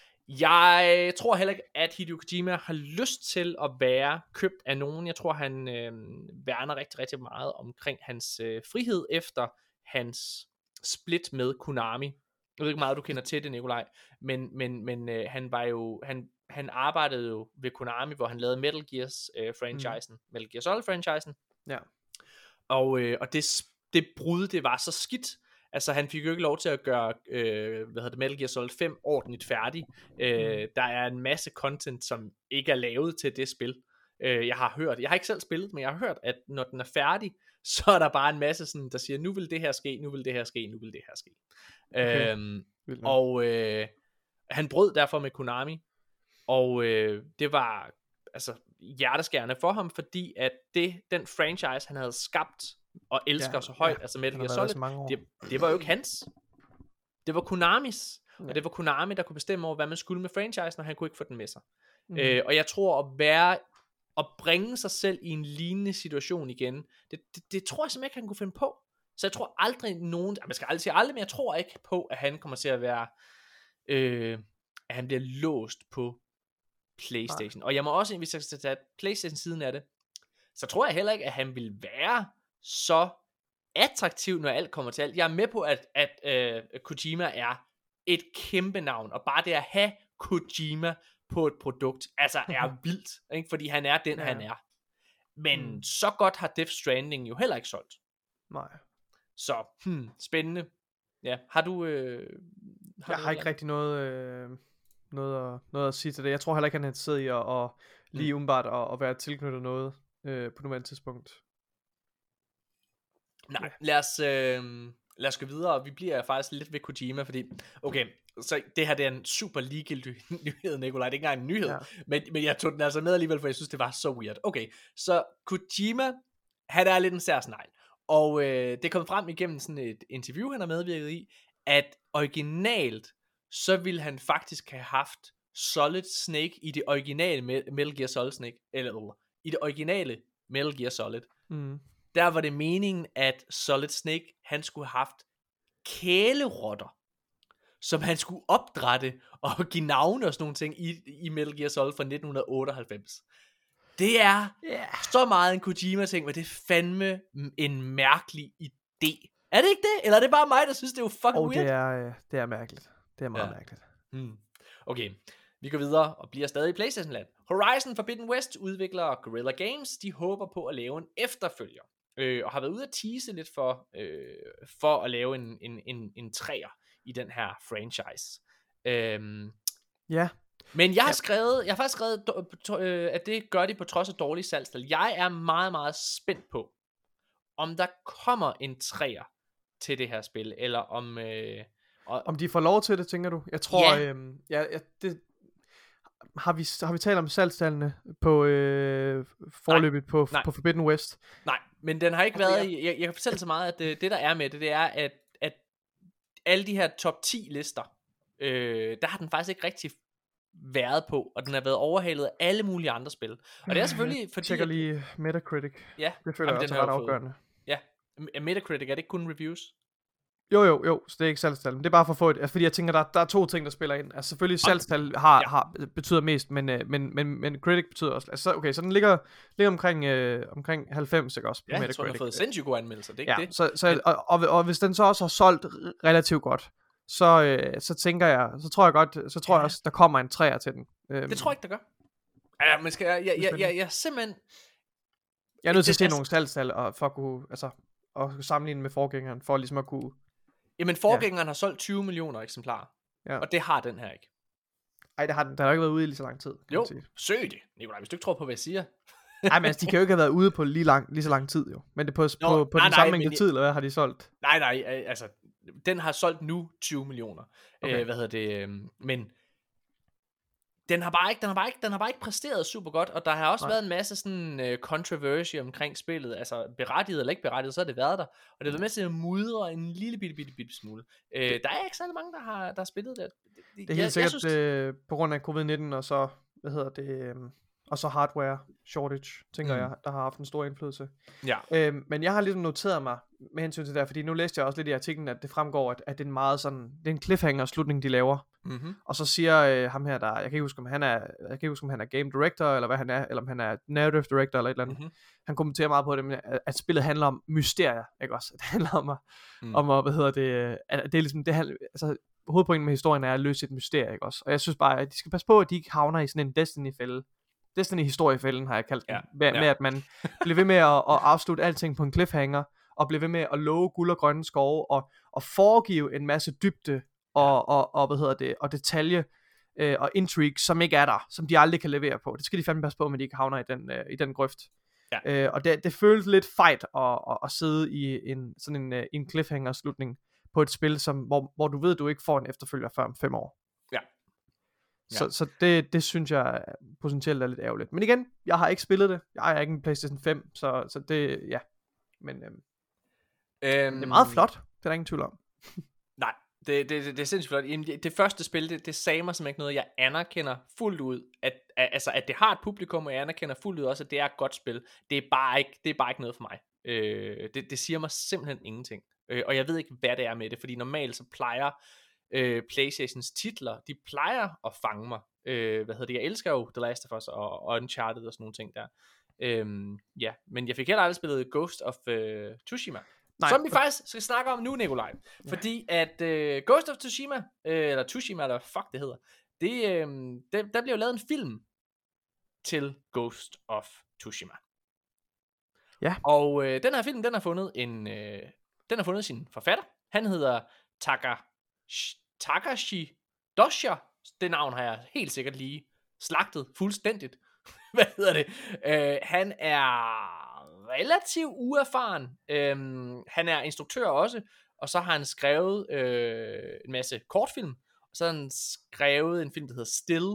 Jeg tror heller ikke, at Hideo Kojima har lyst til at være købt af nogen. Jeg tror, han øh, værner rigtig, rigtig meget omkring hans øh, frihed efter hans split med Konami. Jeg ved ikke meget, du kender til det, Nikolaj, men, men, men øh, han var jo, han, han arbejdede jo ved Konami, hvor han lavede Metal Gears øh, franchisen, mm. Metal Gear Solid franchisen. Ja. Og, øh, og det, det brud, det var så skidt. Altså, han fik jo ikke lov til at gøre, øh, hvad hedder det, Metal Gear Solid fem ordentligt færdig. Øh, der er en masse content, som ikke er lavet til det spil. Øh, jeg har hørt, jeg har ikke selv spillet, men jeg har hørt, at når den er færdig, så er der bare en masse sådan, der siger, nu vil det her ske, nu vil det her ske, nu vil det her ske. Okay. Øhm, og øh, han brød derfor med Konami, og øh, det var altså hjerteskærende for ham, fordi at det, den franchise, han havde skabt, og elsker ja, så højt, ja, altså Metal Gear Solid, det, det var jo ikke hans. Det var Konamis, ja. Og det var Konami, der kunne bestemme over, hvad man skulle med franchisen, og han kunne ikke få den med sig. Mm. Øh, og jeg tror, at være, at bringe sig selv i en lignende situation igen, det, det, det tror jeg simpelthen ikke, han kunne finde på. Så jeg tror aldrig nogen, man skal aldrig sige aldrig, men jeg tror ikke på, at han kommer til at være, øh, at han bliver låst på PlayStation. Nej. Og jeg må også, hvis jeg skal tage PlayStation-siden af det, så tror jeg heller ikke, at han vil være så attraktiv, når alt kommer til alt. Jeg er med på, at, at øh, Kojima er et kæmpe navn, og bare det at have Kojima på et produkt, altså er vildt, ikke? Fordi han er den, ja. han er. Men mm. så godt har Death Stranding jo heller ikke solgt. Nej. Så, hmm, spændende. Ja, har du... Øh, har jeg du har ikke rigtig noget, øh, noget, at, noget at sige til det. Jeg tror heller ikke, han er interesseret i at, at lige mm. umiddelbart at, at være tilknyttet noget øh, på nuværende tidspunkt. Nej, lad os, øh, lad os gå videre. Vi bliver faktisk lidt ved Kojima, fordi, okay, så det her det er en super ligegyldig nyhed, Nikolaj. Det er ikke engang en nyhed, ja. men, men jeg tog den altså med alligevel, for jeg synes, det var så weird. Okay, så Kojima, han er lidt en særsnegl. Og øh, det kom frem igennem sådan et interview, han har medvirket i, at originalt, så ville han faktisk have haft Solid Snake i det originale Metal Gear Solid Snake, eller i det originale Metal Gear Solid. Mm. Der var det meningen, at Solid Snake, han skulle have haft kælerotter, som han skulle opdrætte og give navne og sådan nogle ting i, i Metal Gear Solid fra nitten otteoghalvfems. Det er yeah. så meget en Kojima-ting, men det er fandme en mærkelig idé. Er det ikke det? Eller er det bare mig, der synes, det er jo fucking oh, weird? det er, det er mærkeligt. Det er meget ja. mærkeligt. Hmm. Okay, vi går videre og bliver stadig i PlayStation-land. Horizon Forbidden West udvikler Guerrilla Games. De håber på at lave en efterfølger. Øh, og har været ude at tease lidt for, øh, for at lave en, en, en, en træer i den her franchise. Øhm, ja. Men jeg har ja. skrevet, jeg har faktisk skrevet, øh, at det gør de på trods af dårlige salgstal. Jeg er meget, meget spændt på, om der kommer en træer til det her spil, eller om... Øh, og, om de får lov til det, tænker du? Jeg tror, ja. Øh, ja, ja det... Har vi, har vi talt om salgstallene på øh, forløbet på, på Forbidden West? Nej, men den har ikke været i, jeg, jeg kan fortælle så meget, at det, det der er med det, det er, at, at alle de her top ti lister, øh, der har den faktisk ikke rigtig været på, og den har været overhalet af alle mulige andre spil. Og det er selvfølgelig fordi... Jeg tjekker lige Metacritic. Ja, det føler jeg også er ret afgørende. Ja, Metacritic, er det ikke kun reviews? Jo, jo, jo, så det er ikke salgstal. Det er bare for at få et, altså fordi jeg tænker, der, der er to ting, der spiller ind. Altså selvfølgelig salgstal har, ja. har, betyder mest, men, men, men, men critic betyder også. Altså, okay, så den ligger, ligger omkring, øh, omkring halvfems, ikke også, på ja, Metacritic. Ja, jeg tror, den har fået sindssygt gode anmeldelser, det er ikke ja, det. Så, så, og, og, og hvis den så også har solgt relativt godt, så, øh, så tænker jeg, så tror jeg godt, så tror ja. jeg også, der kommer en træer til den. Øhm, det tror jeg ikke, der gør. Ja, men skal jeg, jeg, jeg, jeg, jeg simpelthen... Jeg er nødt til at se nogle salgstal, og for at kunne, altså, og sammenligne med forgængeren, for ligesom at kunne... Jamen forgængeren ja. har solgt tyve millioner eksemplarer, ja. og det har den her ikke. Ej, det har den, der har ikke været ude i lige så lang tid. Jo, søg det, Nikolaj, hvis du ikke tror på, hvad jeg siger. Nej, men altså, de kan jo ikke have været ude på lige, lang, lige så lang tid, jo. Men det er på, Nå, på, på nej, den samme mængde tid, eller hvad har de solgt? Nej, nej, altså, den har solgt nu tyve millioner. Okay. Øh, hvad hedder det, men... Den har bare ikke, den har bare ikke, den har bare ikke præsteret super godt, og der har også Nej. været en masse sådan uh, controversy omkring spillet, altså berettiget eller ikke berettiget, så har det været der, og det har været med til at mudre en lille bitte, bitte, bitte smule. Uh, der er ikke særlig mange, der har, der har spillet det. Det, det er helt jeg, sikkert jeg synes, øh, på grund af covid nitten, og så, hvad hedder det, øh, og så hardware shortage, tænker mm. jeg, der har haft en stor indflydelse. Ja. Øh, men jeg har ligesom noteret mig med hensyn til det, fordi nu læste jeg også lidt i artiklen, at det fremgår, at, at det er en meget sådan, det er en cliffhanger slutning, de laver. Mm-hmm. Og så siger øh, ham her, der, jeg kan ikke huske, om han er, jeg kan ikke huske, om han er game director, eller hvad han er, eller om han er narrative director, eller et eller andet. Mm-hmm. Han kommenterer meget på det, men at, at spillet handler om mysterier, ikke også? Det handler om at, mm. om at hvad hedder det, at det er ligesom, det handler, altså, hovedpointen med historien er at løse et mysterie, ikke også? Og jeg synes bare, at de skal passe på, at de ikke havner i sådan en Destiny-fælde. Destiny-historiefælden har jeg kaldt den, ja. med, ja. med at man bliver ved med at, at afslutte alting på en cliffhanger, og bliver ved med at love guld og grønne skove, og, og foregive en masse dybde, og, og, og hvad hedder det, og detalje, øh, og intrigue, som ikke er der, som de aldrig kan levere på. Det skal de fandme passe på, men de ikke havner i den, øh, i den grøft. Ja. Øh, og det, det føles lidt fejt at, at, at sidde i en, sådan en, en cliffhanger-slutning på et spil, som, hvor, hvor du ved, du ikke får en efterfølger før om fem år. Ja. Ja. Så, så det, det synes jeg potentielt er lidt ærgerligt. Men igen, jeg har ikke spillet det. Jeg er ikke en PlayStation fem, så, så det, ja. Men øhm, øhm, det er meget flot, det er der ingen tvivl om. Nej, det, det, det, det er sindssygt flot. Det, det første spil, det, det sagde mig som ikke noget, jeg anerkender fuldt ud, at, at, altså, at det har et publikum, og jeg anerkender fuldt ud også, at det er et godt spil. Det er bare ikke, det er bare ikke noget for mig. Øh, det, det siger mig simpelthen ingenting. Øh, og jeg ved ikke, hvad det er med det, fordi normalt så plejer øh, PlayStations titler, de plejer at fange mig. Øh, hvad hedder det? Jeg elsker jo The Last of Us og, og Uncharted og sådan nogle ting der. Øhm, ja, men jeg fik heller aldrig spillet Ghost of øh, Tsushima. Nej, som vi for... faktisk skal snakke om nu, Nikolaj. Ja. Fordi at øh, Ghost of Tsushima, øh, eller Tsushima, eller fuck det hedder, det, øh, det, der bliver jo lavet en film til Ghost of Tsushima. Ja. Og øh, den her film, den har fundet en, øh, den har fundet sin forfatter. Han hedder Takashi, Takashi Dosha. Det navn har jeg helt sikkert lige slagtet fuldstændigt. Hvad hedder det? Øh, han er relativt uerfaren. Øhm, han er instruktør også, og så har han skrevet øh, en masse kortfilm, og så har han skrevet en film, der hedder Still,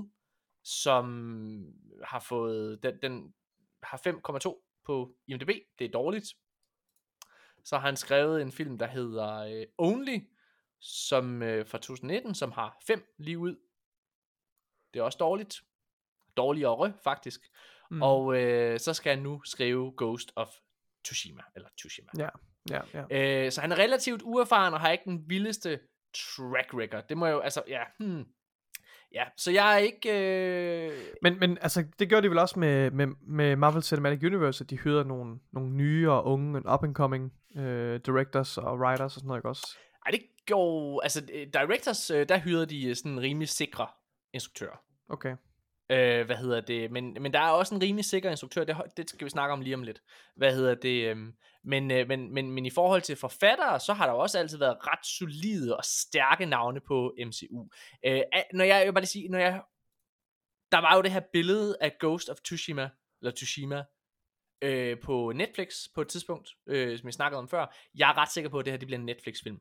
som har fået, den, den har fem komma to på I M D B, det er dårligt. Så har han skrevet en film, der hedder øh, Only, som øh, fra to tusind nitten, som har fem lige ud. Det er også dårligt. Dårligere faktisk. Mm. Og øh, så skal han nu skrive Ghost of Tsushima, eller Tsushima. Ja, ja, ja. Øh, så han er relativt uerfaren, og har ikke den vildeste track record. Det må jo, altså, ja, hmm. Ja, så jeg er ikke... Øh... Men, men altså, det gør de vel også med, med, med Marvel Cinematic Universe, at de hyrer nogle, nogle nye og unge, up-and-coming øh, directors og writers og sådan noget, ikke også? Ej, det går... Altså, directors, øh, der hyrer de sådan rimelig sikre instruktører. Okay. Øh, hvad hedder det, men, men der er også en rimelig sikker instruktør, det, det skal vi snakke om lige om lidt, hvad hedder det, øhm, men, øh, men, men, men i forhold til forfattere, så har der også altid været ret solide og stærke navne på M C U. Øh, når jeg, jeg vil bare lige sige, når jeg, der var jo det her billede af Ghost of Tsushima, eller Tsushima, øh, på Netflix på et tidspunkt, øh, som jeg snakkede om før. Jeg er ret sikker på, at det her det bliver en Netflix-film.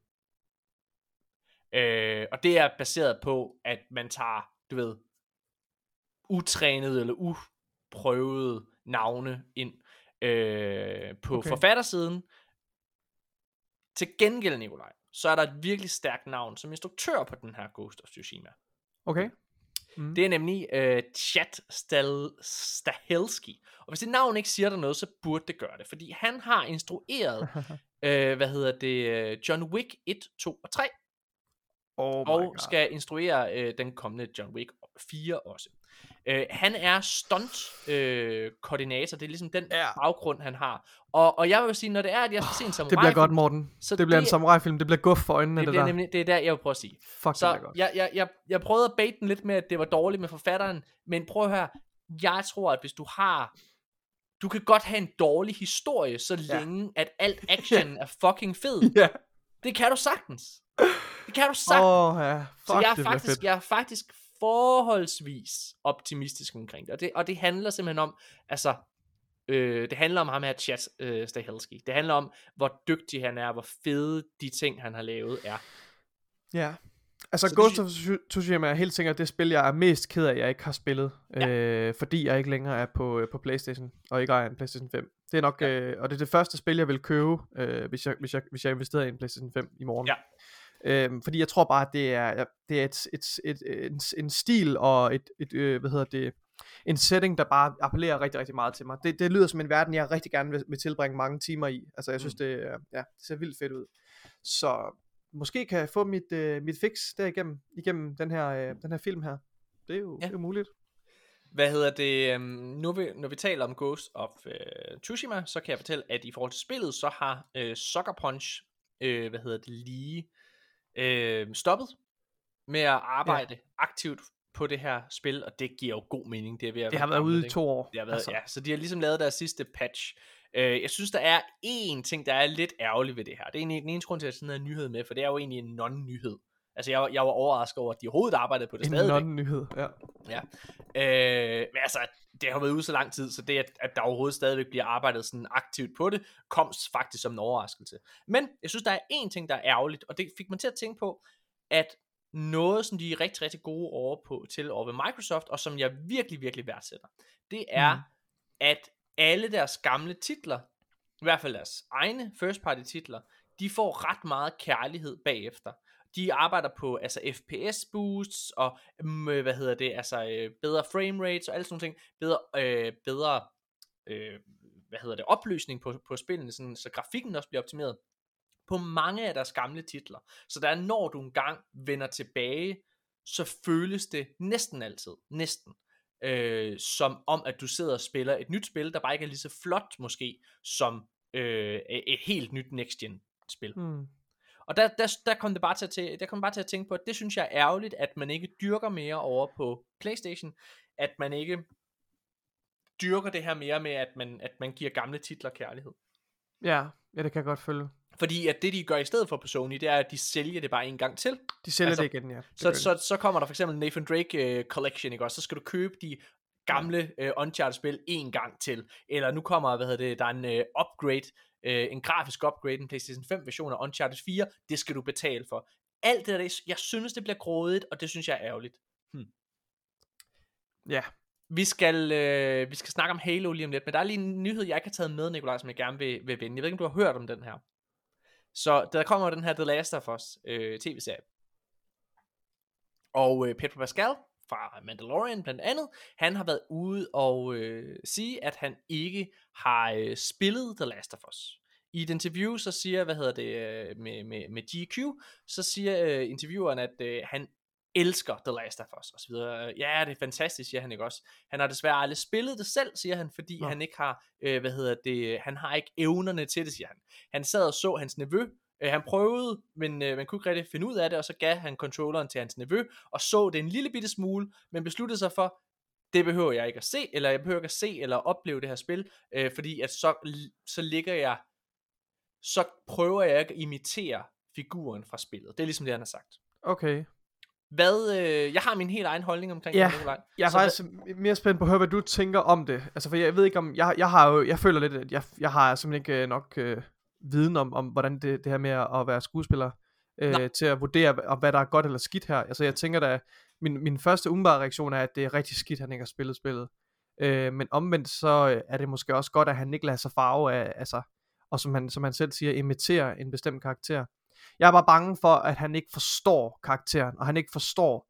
Øh, og det er baseret på, at man tager, du ved, utrænede eller uprøvede navne ind øh, på okay. forfattersiden. Til gengæld, Nikolaj, så er der et virkelig stærkt navn som instruktør på den her Ghost of Tsushima. Okay. Mm. Det er nemlig øh, Chad Stal- Stahelski. Og hvis det navn ikke siger dig noget, så burde det gøre det. Fordi han har instrueret, øh, hvad hedder det, John Wick et, to og tre. Oh my og God. skal instruere øh, den kommende John Wick fire også. Øh, han er stunt øh, koordinator. Det er ligesom den Ja. baggrund han har. Og, og jeg vil sige, når det er at jeg skal se en samurai, Det bliver godt, Morten. så det bliver det- en samurai-film. Det bliver guf for øjnene, det, det, bliver der. nemlig, det er der jeg vil prøve at sige. Fuck, det bliver Så godt. jeg, jeg, jeg, jeg prøvede at bait den lidt med, at det var dårligt med forfatteren, men prøv at høre, jeg tror, at hvis du har, du kan godt have en dårlig historie, så Ja. længe, at alt action er fucking fed. Ja. Det kan du sagtens. Det kan du sagtens. Åh, ja. Fuck, så jeg er, det bliver faktisk, fedt. jeg er faktisk forholdsvis optimistisk omkring det. Og det, og det handler simpelthen om, altså, øh, det handler om ham her, Chad øh, Stahelski. Det handler om, hvor dygtig han er, hvor fede de ting, han har lavet, er. Ja. Altså, Så det Ghost of Tsushima er helt sikkert det spil, jeg er mest ked af, at jeg ikke har spillet. Ja. Øh, fordi jeg ikke længere er på, øh, på PlayStation, og ikke ejer en PlayStation fem. Det er nok, Ja. øh, og det er det første spil, jeg vil købe, øh, hvis, jeg, hvis, jeg, hvis jeg investerer i en PlayStation fem i morgen. Ja. Øhm, fordi jeg tror bare, at det er, det er et, et, et, et, en, en stil og et, et øh, hvad hedder det, en setting, der bare appellerer rigtig, rigtig meget til mig. Det, det lyder som en verden, jeg rigtig gerne vil, vil tilbringe mange timer i. Altså, jeg synes, Mm. det, er- ja, det ser vildt fedt ud. Så måske kan jeg få mit, øh, mit fix derigennem, igennem den her, øh, den her film her. Det er jo, Ja. det er jo muligt. Hvad hedder det? Um, nu vi, når vi taler om Ghost of uh, Tsushima, så kan jeg fortælle, at i forhold til spillet, så har uh, Sucker Punch, uh, hvad hedder det, lige uh, stoppet med at arbejde ja. aktivt på det her spil, og det giver jo god mening. Det, er ved at Det har være været gammelt, ude i ikke? to år. Det har været, altså. ja, så de har ligesom lavet deres sidste patch. Uh, jeg synes, der er én ting, der er lidt ærgerlig ved det her. Det er egentlig den eneste grund til, at jeg sådan en nyhed med, for det er jo egentlig en non-nyhed. Altså, jeg, var- jeg var overrasket over, at de overhovedet arbejdede på det En stadigvæk. non-nyhed, ja. Ja. Øh, men altså, det har været ude så lang tid, så det, at, at der overhovedet stadigvæk bliver arbejdet sådan aktivt på det, kom faktisk som en overraskelse. Men jeg synes, der er én ting, der er ærgerligt, og det fik mig til at tænke på, at noget, som de er rigtig, rigtig gode over på, til over ved Microsoft, og som jeg virkelig, virkelig værdsætter, det er, Mm. mm. at alle deres gamle titler, i hvert fald deres egne first party titler, de får ret meget kærlighed bagefter. De arbejder på altså F P S boosts og mm, hvad hedder det, altså øh, bedre frame rates og alle sådan nogle ting, bedre øh, bedre øh, hvad hedder det, opløsning på på spillene, sådan, så grafikken også bliver optimeret på mange af deres gamle titler. Så der er, når du engang vender tilbage, så føles det næsten altid, næsten øh, som om at du sidder og spiller et nyt spil, der bare ikke er lige så flot måske som øh, et helt nyt next gen spil. Mm. Og der, der, der kom det bare til at, tæ- der kom bare til at tænke på, at det synes jeg er ærgerligt, at man ikke dyrker mere over på PlayStation, at man ikke dyrker det her mere med, at man, at man giver gamle titler kærlighed. Ja, ja, det kan jeg godt følge. Fordi at det de gør i stedet for på Sony, det er at de sælger det bare en gang til. De sælger Altså, det igen, ja. Det Så, gør de. så, så kommer der for eksempel Nathan Drake uh, Collection, ikke også? Så skal du købe de gamle uh, Uncharted-spil en gang til. Eller nu kommer, hvad hedder det, der er en uh, upgrade, uh, en grafisk upgrade, en PlayStation fem version af Uncharted fire, det skal du betale for. Alt det der, jeg synes det bliver grådigt, og det synes jeg er ærgerligt. Hmm. Ja. Vi skal, øh, vi skal snakke om Halo lige om lidt, men der er lige en nyhed, jeg ikke har taget med, Nikolaj, som jeg gerne vil, vil vende. Jeg ved ikke, om du har hørt om den her. Så der kommer den her The Last of Us øh, tv-serie. Og øh, Pedro Pascal fra Mandalorian blandt andet, han har været ude og øh, sige, at han ikke har øh, spillet The Last of Us. I et interview, så siger, hvad hedder det, øh, med, med, med G Q, så siger øh, intervieweren, at øh, han elsker The Last of Us, og så videre. Ja, det er fantastisk, siger han ikke også. Han har desværre aldrig spillet det selv, siger han, fordi Nå. han ikke har, øh, hvad hedder det, han har ikke evnerne til det, siger han. Han sad og så hans nevø, øh, han prøvede, men øh, man kunne ikke rigtig finde ud af det, og så gav han controlleren til hans nevø, og så det en lille bitte smule, men besluttede sig for, det behøver jeg ikke at se, eller jeg behøver ikke at se, eller opleve det her spil, øh, fordi at så, så ligger jeg, så prøver jeg ikke at imitere figuren fra spillet. Det er ligesom det, han har sagt. Okay. Hvad, øh, jeg har min helt egen holdning omkring Ja, det, Nikolaj. Jeg er Så faktisk mere spændt på at høre, hvad du tænker om det. Altså, for jeg ved ikke om, jeg, jeg har jo, jeg føler lidt, at jeg, jeg har simpelthen ikke øh, nok øh, viden om, om hvordan det, det her med at være skuespiller, øh, til at vurdere, om hvad der er godt eller skidt her. Altså, jeg tænker da, min, min første umiddelbare reaktion er, at det er rigtig skidt, at han ikke har spillet spillet. Øh, men omvendt, så øh, er det måske også godt, at han ikke lader sig farve af, altså, og som han, som han selv siger, imitere en bestemt karakter. Jeg er bare bange for, at han ikke forstår karakteren, og han ikke forstår,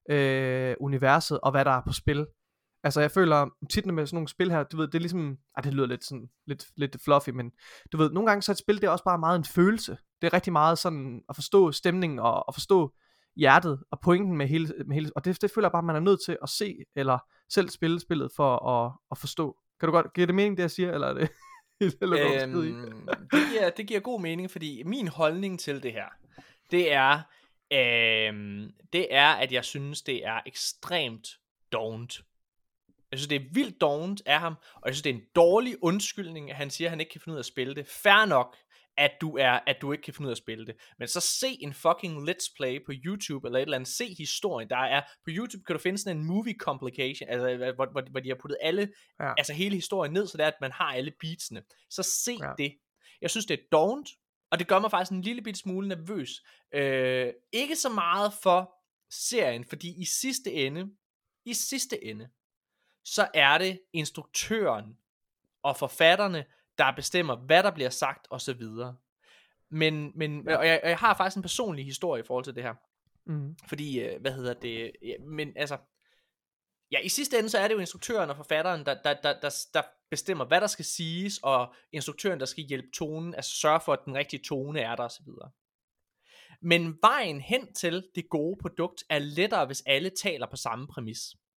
øh, universet, og hvad der er på spil. Altså jeg føler tit med sådan nogle spil her, du ved, det er ligesom, ah, det lyder lidt sådan, lidt, lidt fluffy, men du ved, nogle gange så er et spil, det er også bare meget en følelse. Det er rigtig meget sådan at forstå stemningen, og at forstå hjertet, og pointen med hele, med hele og det, det føler jeg bare, man er nødt til at se, eller selv spille spillet, for at, at forstå. Kan du godt, giver det mening, det jeg siger, eller er det, eller øhm, det, giver, det giver god mening, fordi min holdning til det her, det er, øhm, det er, at jeg synes, det er ekstremt dovent. Jeg synes, det er vildt dovent af ham, og jeg synes, det er en dårlig undskyldning, at han siger, at han ikke kan finde ud af at spille det. Fair nok, at du, er, at du ikke kan finde ud af at spille det. Men så se en fucking let's play på YouTube, eller et eller andet. Se historien. Der er, på YouTube kan du finde sådan en movie complication, altså, hvor, hvor, hvor de har puttet alle, ja. altså hele historien ned, så det er, at man har alle beatsene. Så se ja. det. Jeg synes, det er dovent, og det gør mig faktisk en lille bit smule nervøs. Øh, ikke så meget for serien, fordi i sidste ende, i sidste ende, så er det instruktøren og forfatterne, der bestemmer, hvad der bliver sagt, og så videre. Men, men og jeg, og jeg har faktisk en personlig historie i forhold til det her. Mm. Fordi, hvad hedder det, men altså, ja, i sidste ende, så er det jo instruktøren og forfatteren, der, der, der, der, der bestemmer, hvad der skal siges, og instruktøren, der skal hjælpe tonen, altså sørge for, at den rigtige tone er der, og så videre. Men vejen hen til det gode produkt, er lettere, hvis alle taler på samme præmis.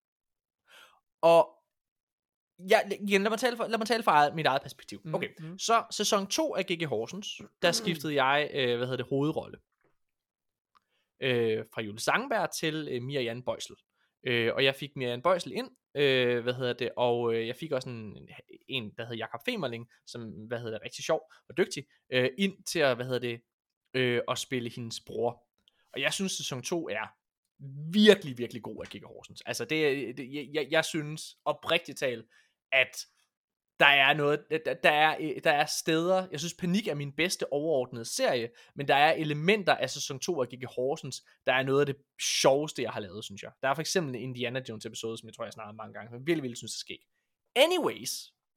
Og ja, igen, lad mig tale fra, lad mig tale fra mit eget perspektiv. Okay, mm-hmm. Så sæson to af G G Horsens, der skiftede jeg, øh, hvad hedder det, hovedrolle. Øh, fra Julie Sangberg til øh, Miriam Bøjsel. Øh, og jeg fik Miriam Bøjsel ind, øh, hvad hedder det, og øh, jeg fik også en, en der hedder Jakob Femerling, som, hvad hedder det, rigtig sjov og dygtig, øh, ind til at, hvad hedder det, øh, at spille hendes bror. Og jeg synes, sæson to er virkelig, virkelig god af G G Horsens. Altså, det, det jeg, jeg synes oprigtigt talt, at der er noget, der, der, er, der er steder, jeg synes Panik er min bedste overordnede serie, men der er elementer af sæson to af G G Horsens, der er noget af det sjoveste, jeg har lavet, synes jeg. Der er for eksempel en Indiana Jones episode, som jeg tror, jeg snakkede mange gange, men virkelig, virkelig synes, det sker. Anyways,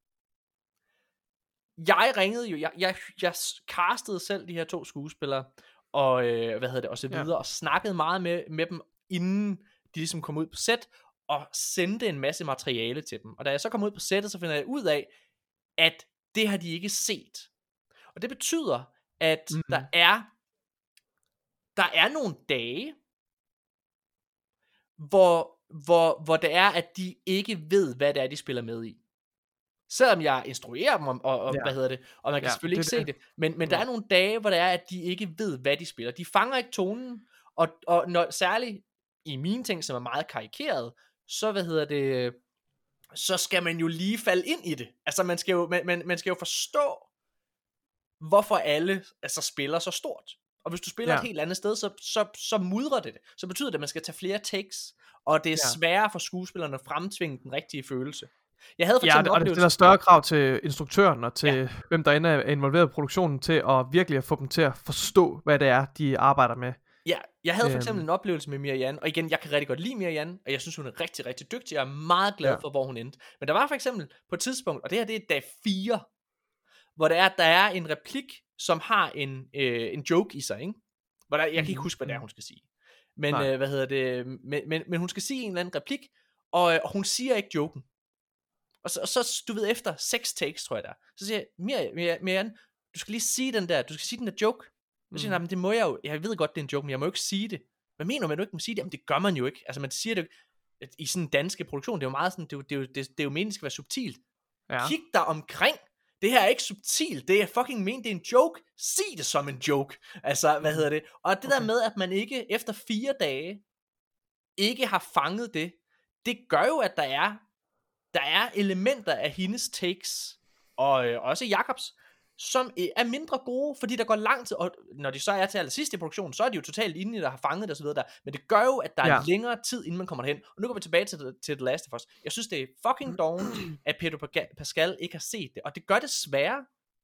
jeg ringede jo, jeg, jeg, jeg castede selv de her to skuespillere, og øh, hvad hedder det, og så videre, ja. Og snakkede meget med, med dem, inden de ligesom kom ud på set, og sendte en masse materiale til dem. Og da jeg så kom ud på sættet, så finder jeg ud af, at det har de ikke set. Og det betyder, at mm-hmm. der er der er nogle dage, hvor, hvor, hvor det er, at de ikke ved, hvad det er, de spiller med i. Selvom jeg instruerer dem om, og, og ja. hvad hedder det, og man kan ja, selvfølgelig det, ikke det. se det, men, men ja. der er nogle dage, hvor det er, at de ikke ved, hvad de spiller. De fanger ikke tonen, og, og når, særligt i mine ting, som er meget karikeret, så hvad hedder det, så skal man jo lige falde ind i det. Altså man skal jo, man, man, man skal jo forstå, hvorfor alle altså, spiller så stort. Og hvis du spiller ja. et helt andet sted, så, så, så mudrer det det. Så betyder det, at man skal tage flere takes, og det er ja. sværere for skuespillerne at fremtvinge den rigtige følelse. Jeg havde for ja, eksempel og det stiller større krav til instruktøren og til ja. hvem der er involveret i produktionen, til at virkelig at få dem til at forstå, hvad det er, de arbejder med. Ja, jeg havde for eksempel en oplevelse med Miriam, og igen, jeg kan rigtig godt lide Miriam, og jeg synes, hun er rigtig, rigtig dygtig, jeg er meget glad ja. for, hvor hun endte. Men der var for eksempel på et tidspunkt, og det her, det er dag fire, hvor der er, der er en replik, som har en, øh, en joke i sig, ikke? Hvor der, jeg kan ikke huske, hvad det er, hun skal sige. Men, øh, hvad hedder det, men, men, men hun skal sige en eller anden replik, og, og hun siger ikke joken. Og så, og så, du ved, efter seks takes, tror jeg der, så siger jeg, Miriam, Miriam, du skal lige sige den der, du skal sige den der joke. Så siger han, det må jeg jo, jeg ved godt, det er en joke, men jeg må jo ikke sige det. Hvad mener du, man du ikke må sige det? Jamen det gør man jo ikke. Altså man siger det jo ikke. I sådan en danske produktion, det er jo meget sådan, det er jo, det er jo, det er, det er jo meningen, det skal være subtilt. Ja. Kig dig omkring. Det her er ikke subtilt, det er fucking meningen, det er en joke. Sig det som en joke. Altså, hvad hedder det? Og det okay. der med, at man ikke efter fire dage, ikke har fanget det, det gør jo, at der er, der er elementer af hendes takes, og øh, også Jakobs, som er mindre gode, fordi der går lang tid, og når de så er til allersidst i produktionen, så er de jo totalt inde i, der har fanget det og så videre der, men det gør jo, at der ja. er længere tid, inden man kommer derhen, og nu går vi tilbage til, til The Last of Us. Jeg synes, det er fucking dovent, at Pedro Pascal ikke har set det, og det gør det sværere,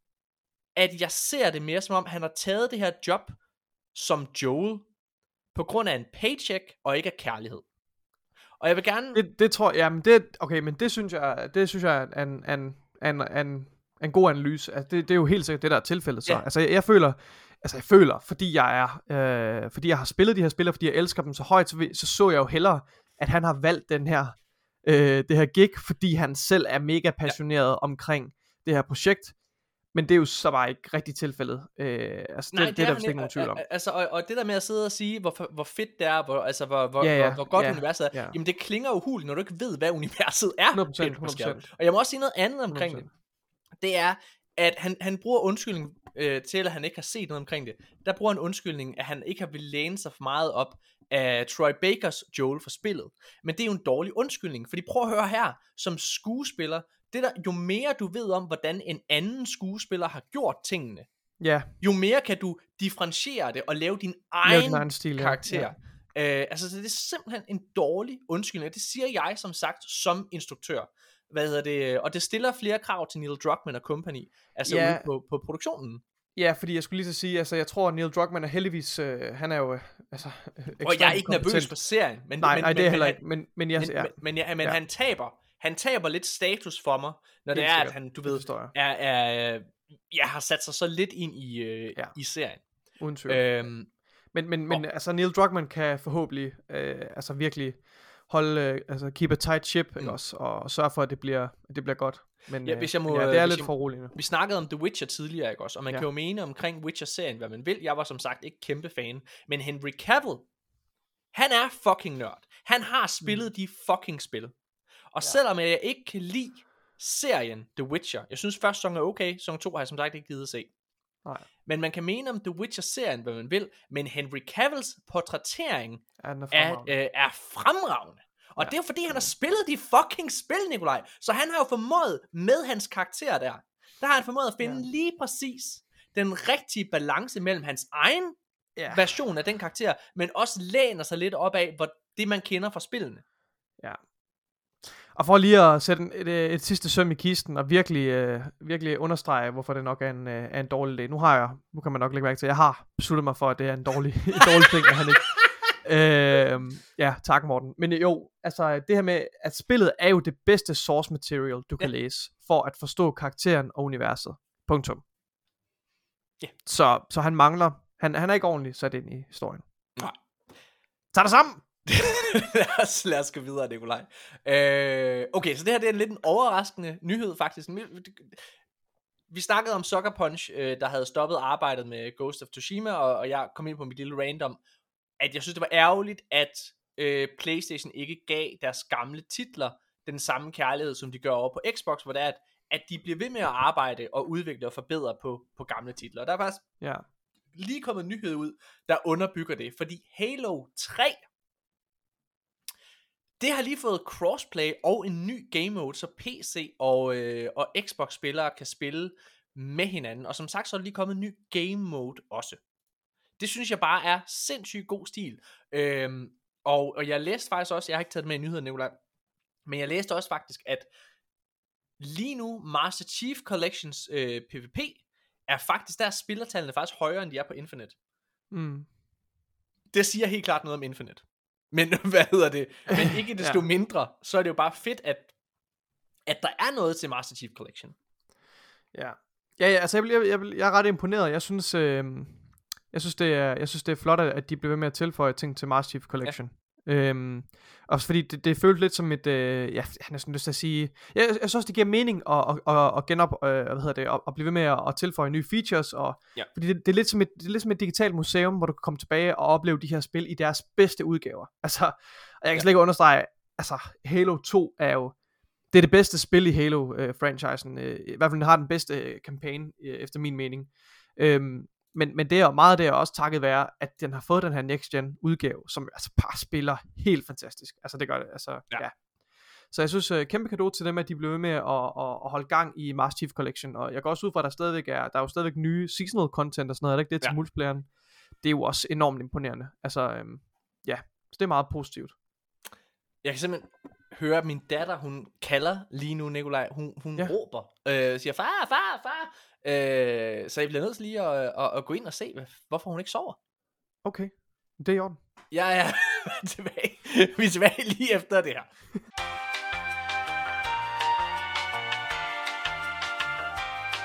at jeg ser det mere som om, han har taget det her job som Joel, på grund af en paycheck, og ikke af kærlighed. Og jeg vil gerne... Det, det tror jeg, ja, men det, okay, men det synes jeg, det synes jeg er en, en, en, en en god analyse. Altså, det, det er jo helt sikkert det, der er tilfældet så. Ja. Altså, jeg, jeg føler, altså, jeg føler, fordi jeg er, øh, fordi jeg har spillet de her spillere, fordi jeg elsker dem så højt, så, så så jeg jo hellere, at han har valgt den her, øh, det her gig, fordi han selv er mega passioneret ja. omkring det her projekt. Men det er jo så bare ikke rigtig tilfældet. Øh, altså, Nej, det, det, det er er der vist ikke nogen tvivl om. Altså, og, og det der med at sidde og sige, hvor, hvor fedt det er, hvor, altså, hvor, hvor, Ja, ja, hvor, hvor godt ja, universet er, ja. jamen det klinger jo hul, når du ikke ved, hvad universet er. hundrede procent, helt på hundrede procent. skærmen. Og jeg må også sige noget andet omkring hundrede procent. det. Det er, at han, han bruger undskyldning øh, til, at han ikke har set noget omkring det. Der bruger han undskyldning, at han ikke har vil læne sig for meget op af Troy Bakers Joel for spillet. Men det er jo en dårlig undskyldning, fordi prøv at høre her, som skuespiller, det der, jo mere du ved om, hvordan en anden skuespiller har gjort tingene, Ja. jo mere kan du differentiere det og lave din egen, Lave din egen stil, ja. karakter. Ja. Øh, altså, det er simpelthen en dårlig undskyldning. Det siger jeg, som sagt, som instruktør. Hvad hedder det? Og det stiller flere krav til Neil Druckmann og company, altså Ja. ude på, på produktionen. Ja, fordi jeg skulle lige så sige, altså jeg tror, at Neil Druckmann er heldigvis, øh, han er jo, øh, altså øh, Og jeg er ikke kompetent. nervøs for serien. Men, Nej, men, nej, det er men, heller men, ikke, men, men, jeg, Men, ja. men, men, ja, men Ja. han taber. Han taber lidt status for mig, når det Helt er, at sikkert. han, du Det ved, forstår jeg. er, er, jeg har sat sig så lidt ind i, øh, Ja. i serien. Uden tvivl. Øhm, Men, men, men og- altså Neil Druckmann kan forhåbentlig øh, altså virkelig holde, øh, altså keep a tight ship, Mm. ikke også, og, og sørge for, at det bliver, at det bliver godt. Men, Ja, øh, hvis jeg må, men ja, det er hvis lidt jeg- foruroligende. Vi snakkede om The Witcher tidligere, ikke også? Og man Ja. kan jo mene omkring Witcher-serien, hvad man vil. Jeg var som sagt ikke kæmpe fan. Men Henry Cavill, han er fucking nørd. Han har spillet mm. de fucking spil. Og ja. selvom jeg ikke kan lide serien The Witcher, jeg synes første sæson er okay, sæson to har jeg som sagt ikke givet at se. Nej. Men man kan mene om The Witcher-serien, hvad man vil, men Henry Cavills portrættering Ja, den er er, fremragende. øh, er fremragende. Og ja. det er jo fordi, han har spillet de fucking spil, Nikolaj. Så han har jo formået med hans karakter der, der har han formået at finde ja. lige præcis den rigtige balance mellem hans egen Ja. version af den karakter, men også læner sig lidt op af, hvor det man kender fra spillene. Ja. Og for lige at sætte en, et, et, et sidste søm i kisten, og virkelig, øh, virkelig understrege, hvorfor det nok er en, øh, er en dårlig idé. Nu har jeg, nu kan man nok lægge mærke til, at jeg har besluttet mig for, at det er en dårlig, en dårlig ting, at han ikke... Øh, ja, tak Morten. Men jo, altså det her med, at spillet er jo det bedste source material, du kan Ja. læse, for at forstå karakteren og universet. Punktum. Ja. Så, så han mangler, han, han er ikke ordentligt sat ind i historien. Nej. Tag dig sammen! lad, os, lad os gå videre, Nikolaj. Øh, okay, så det her det er en lidt en overraskende nyhed, faktisk. Vi snakkede om Sucker Punch, øh, der havde stoppet arbejdet med Ghost of Tsushima, og, og jeg kom ind på mit lille random, at jeg synes, det var ærgerligt, at øh, PlayStation ikke gav deres gamle titler den samme kærlighed, som de gør over på Xbox, hvor det er, at, at de bliver ved med at arbejde og udvikle og forbedre på, på gamle titler. Og der er faktisk Ja. lige kommet en nyhed ud, der underbygger det, fordi Halo tre, det har lige fået crossplay og en ny game mode, så P C og, øh, og Xbox-spillere kan spille med hinanden. Og som sagt, så er der lige kommet en ny game mode også. Det synes jeg bare er sindssygt god stil. Øhm, og, og jeg læste faktisk også, jeg har ikke taget det med i nyheden, Nicolaj, men jeg læste også faktisk, at lige nu Master Chief Collections øh, PvP er faktisk, der er spillertallene faktisk højere, end de er på Infinite. Mm. Det siger helt klart noget om Infinite. Men hvad hedder det? Men ikke desto Ja. mindre, så er det jo bare fedt, at, at der er noget til Master Chief Collection. Ja. Ja, ja, altså jeg, jeg, jeg, jeg er ret imponeret. Jeg synes, øh, jeg synes det er, jeg synes det er flot, at de bliver ved med at tilføje ting til Master Chief Collection. Ja. Øhm, også fordi det, det føles lidt som et, øh, ja, jeg har næsten lyst til at sige, jeg, jeg synes også det giver mening at, at, at, at genop, øh, hvad hedder det, at, at blive ved med at, at tilføje nye features, og Ja. fordi det, det, er lidt som et, det er lidt som et digitalt museum, hvor du kan komme tilbage og opleve de her spil i deres bedste udgaver. Altså, og jeg kan Ja. slet ikke understrege, altså Halo to er jo, det er det bedste spil i Halo-franchisen, øh, i hvert fald den har den bedste øh, campaign, øh, efter min mening. Øhm, men, men det er meget det er også takket være, at den har fået den her next gen udgave, som altså bare spiller helt fantastisk. Altså det gør det, altså ja. ja. Så jeg synes, uh, kæmpe cadeau til dem, at de blev ved med at, at, at holde gang i Master Chief Collection, og jeg går også ud fra, at der stadigvæk er, der er jo stadigvæk nye seasonal content og sådan noget, er det ikke det til Ja. multiplayeren? Det er jo også enormt imponerende. Altså, øhm, ja, så det er meget positivt. Jeg kan simpelthen høre, at min datter, hun kalder lige nu, Nikolaj, hun, hun Ja. ja. råber, øh, siger, far, far, far. Øh, så jeg bliver nødt til lige at, at, at gå ind og se, hvad- hvorfor hun ikke sover. Okay, det er i orden. Jeg er tilbage. Vi er tilbage lige efter det her.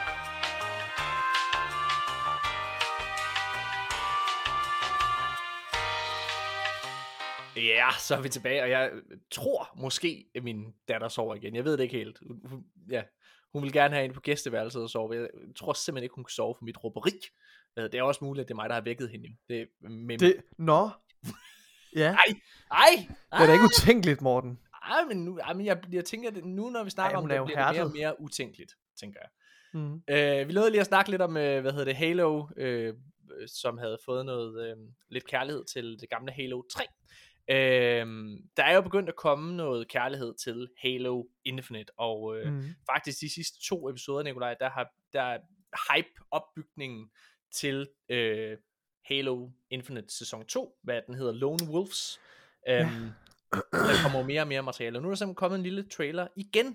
Ja, så er vi tilbage, og jeg tror måske, at min datter sover igen. Jeg ved det ikke helt. Hun, ja, hun vil gerne have en på gæsteværelset og sove. Jeg tror simpelthen ikke, hun kan sove for mit råberi. Det er også muligt, at det er mig, der har vækket hende. Det, med Det, nå. Ja. Ej, ej, ej. Det er da ikke utænkeligt, Morten. Ej, men, nu, ej, men jeg, jeg tænker, at nu når vi snakker Ej, om hun er det, jo bliver det mere hærdet. og mere utænkeligt, tænker jeg. Mm. Uh, vi nåede lige at snakke lidt om, uh, hvad hedder det, Halo, uh, som havde fået noget, uh, lidt kærlighed til det gamle Halo tre. Uh, der er jo begyndt at komme noget kærlighed til Halo Infinite, og uh, Mm. faktisk de sidste to episoder, Nikolaj, der har der er hype-opbygningen til uh, Halo Infinite sæson to, hvad den hedder, Lone Wolves. Um, Ja. Der kommer mere og mere materiale, og nu er der simpelthen kommet en lille trailer igen,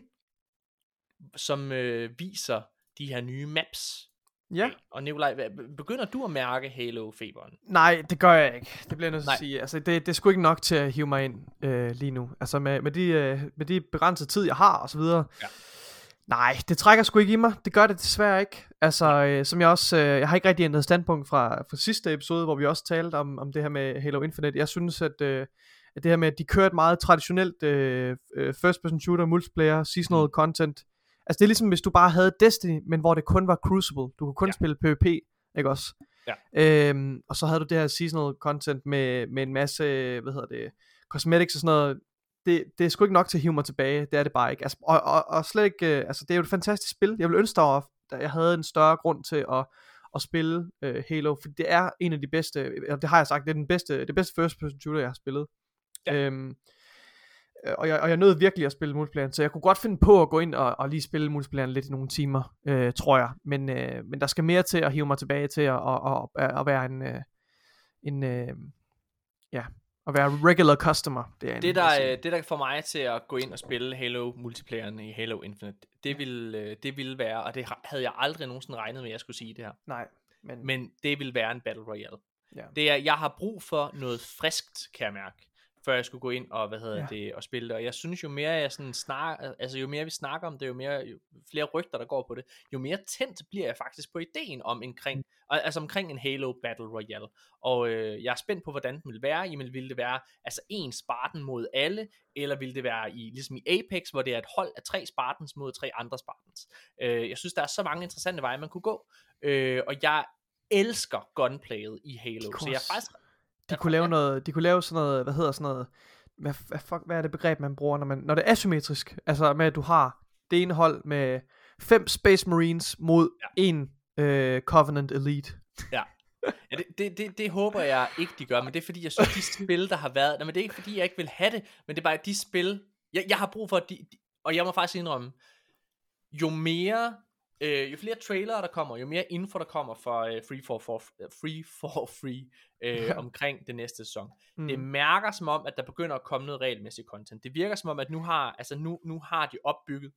som øh, viser de her nye maps. Ja. Og Nikolaj, hvad- begynder du at mærke Halo-feberen? Nej, det gør jeg ikke. Det bliver jeg nødt til Nej. at sige. Altså, det, det er sgu ikke nok til at hive mig ind øh, lige nu. Altså, med, med, de, øh, med de begrænsede tid, jeg har, og så videre. Ja. Nej, det trækker sgu ikke i mig. Det gør det desværre ikke. Altså, øh, som jeg også... Øh, jeg har ikke rigtig ændret standpunkt fra, fra sidste episode, hvor vi også talte om, om det her med Halo Infinite. Jeg synes, at, øh, at det her med, at de kører et meget traditionelt øh, øh, first-person shooter, multiplayer, seasonal Mm. content. Altså, det er ligesom, hvis du bare havde Destiny, men hvor det kun var Crucible. Du kunne kun Ja. spille PvP, ikke også? Ja. Øhm, og så havde du det her seasonal content med, med en masse, hvad hedder det, cosmetics og sådan noget. Det, det er sgu ikke nok til at hive mig tilbage. Det er det bare ikke. Altså, og, og, og slet ikke, øh, altså det er jo et fantastisk spil. Jeg vil ønske dig, at jeg havde en større grund til at, at spille øh, Halo, for det er en af de bedste, eller det har jeg sagt, det er den bedste, det bedste first person shooter, jeg har spillet. Ja. Øhm, og jeg, og jeg nød virkelig at spille multiplayer, så jeg kunne godt finde på at gå ind og, og lige spille multiplayer lidt i nogle timer, øh, tror jeg. Men, øh, men der skal mere til at hive mig tilbage til at, at, at, at være en, øh, en øh, ja, at være regular customer. Det, er en, Det der, øh, det der får mig til at gå ind og spille Halo multiplayeren i Halo Infinite, det ville, øh, det ville være, og det ha- havde jeg aldrig nogensinde regnet med, at jeg skulle sige det her, Nej, men, men det vil være en Battle Royale. ja. Det er, jeg har brug for noget friskt, kan jeg mærke, før jeg skulle gå ind og, hvad hedder Ja. det, og spille det. Og jeg synes, jo mere jeg sådan snakker, altså jo mere vi snakker om det, jo mere, jo flere rygter, der går på det, jo mere tændt bliver jeg faktisk på ideen om omkring, mm. altså omkring en Halo Battle Royale. Og øh, jeg er spændt på, hvordan den vil være. Jamen, vil det være altså en Spartan mod alle, eller vil det være i, ligesom i Apex, hvor det er et hold af tre Spartans mod tre andre Spartans. Øh, jeg synes, der er så mange interessante veje, man kunne gå. Øh, og jeg elsker gunplayet i Halo, så jeg er faktisk... De kunne lave noget, de kunne lave sådan noget, hvad hedder sådan noget, hvad, hvad, fuck, hvad er det begreb, man bruger, når, man, når det er asymmetrisk, altså med, at du har det ene hold med fem Space Marines mod Ja. en øh, Covenant Elite. Ja, ja det, det, det, det håber jeg ikke, de gør, men det er fordi, jeg synes, de spil, der har været, nej, men det er ikke fordi, jeg ikke vil have det, men det er bare, de spil, jeg, jeg har brug for, de, de, og jeg må faktisk indrømme, jo mere, øh, jo flere trailere, der kommer, jo mere info, der kommer fra øh, Free for, for, Free for Free, øh, Ja. omkring det næste sæson. Mm. Det mærker som om, at der begynder at komme noget regelmæssigt content. Det virker som om, at nu har, altså nu, nu har de opbygget,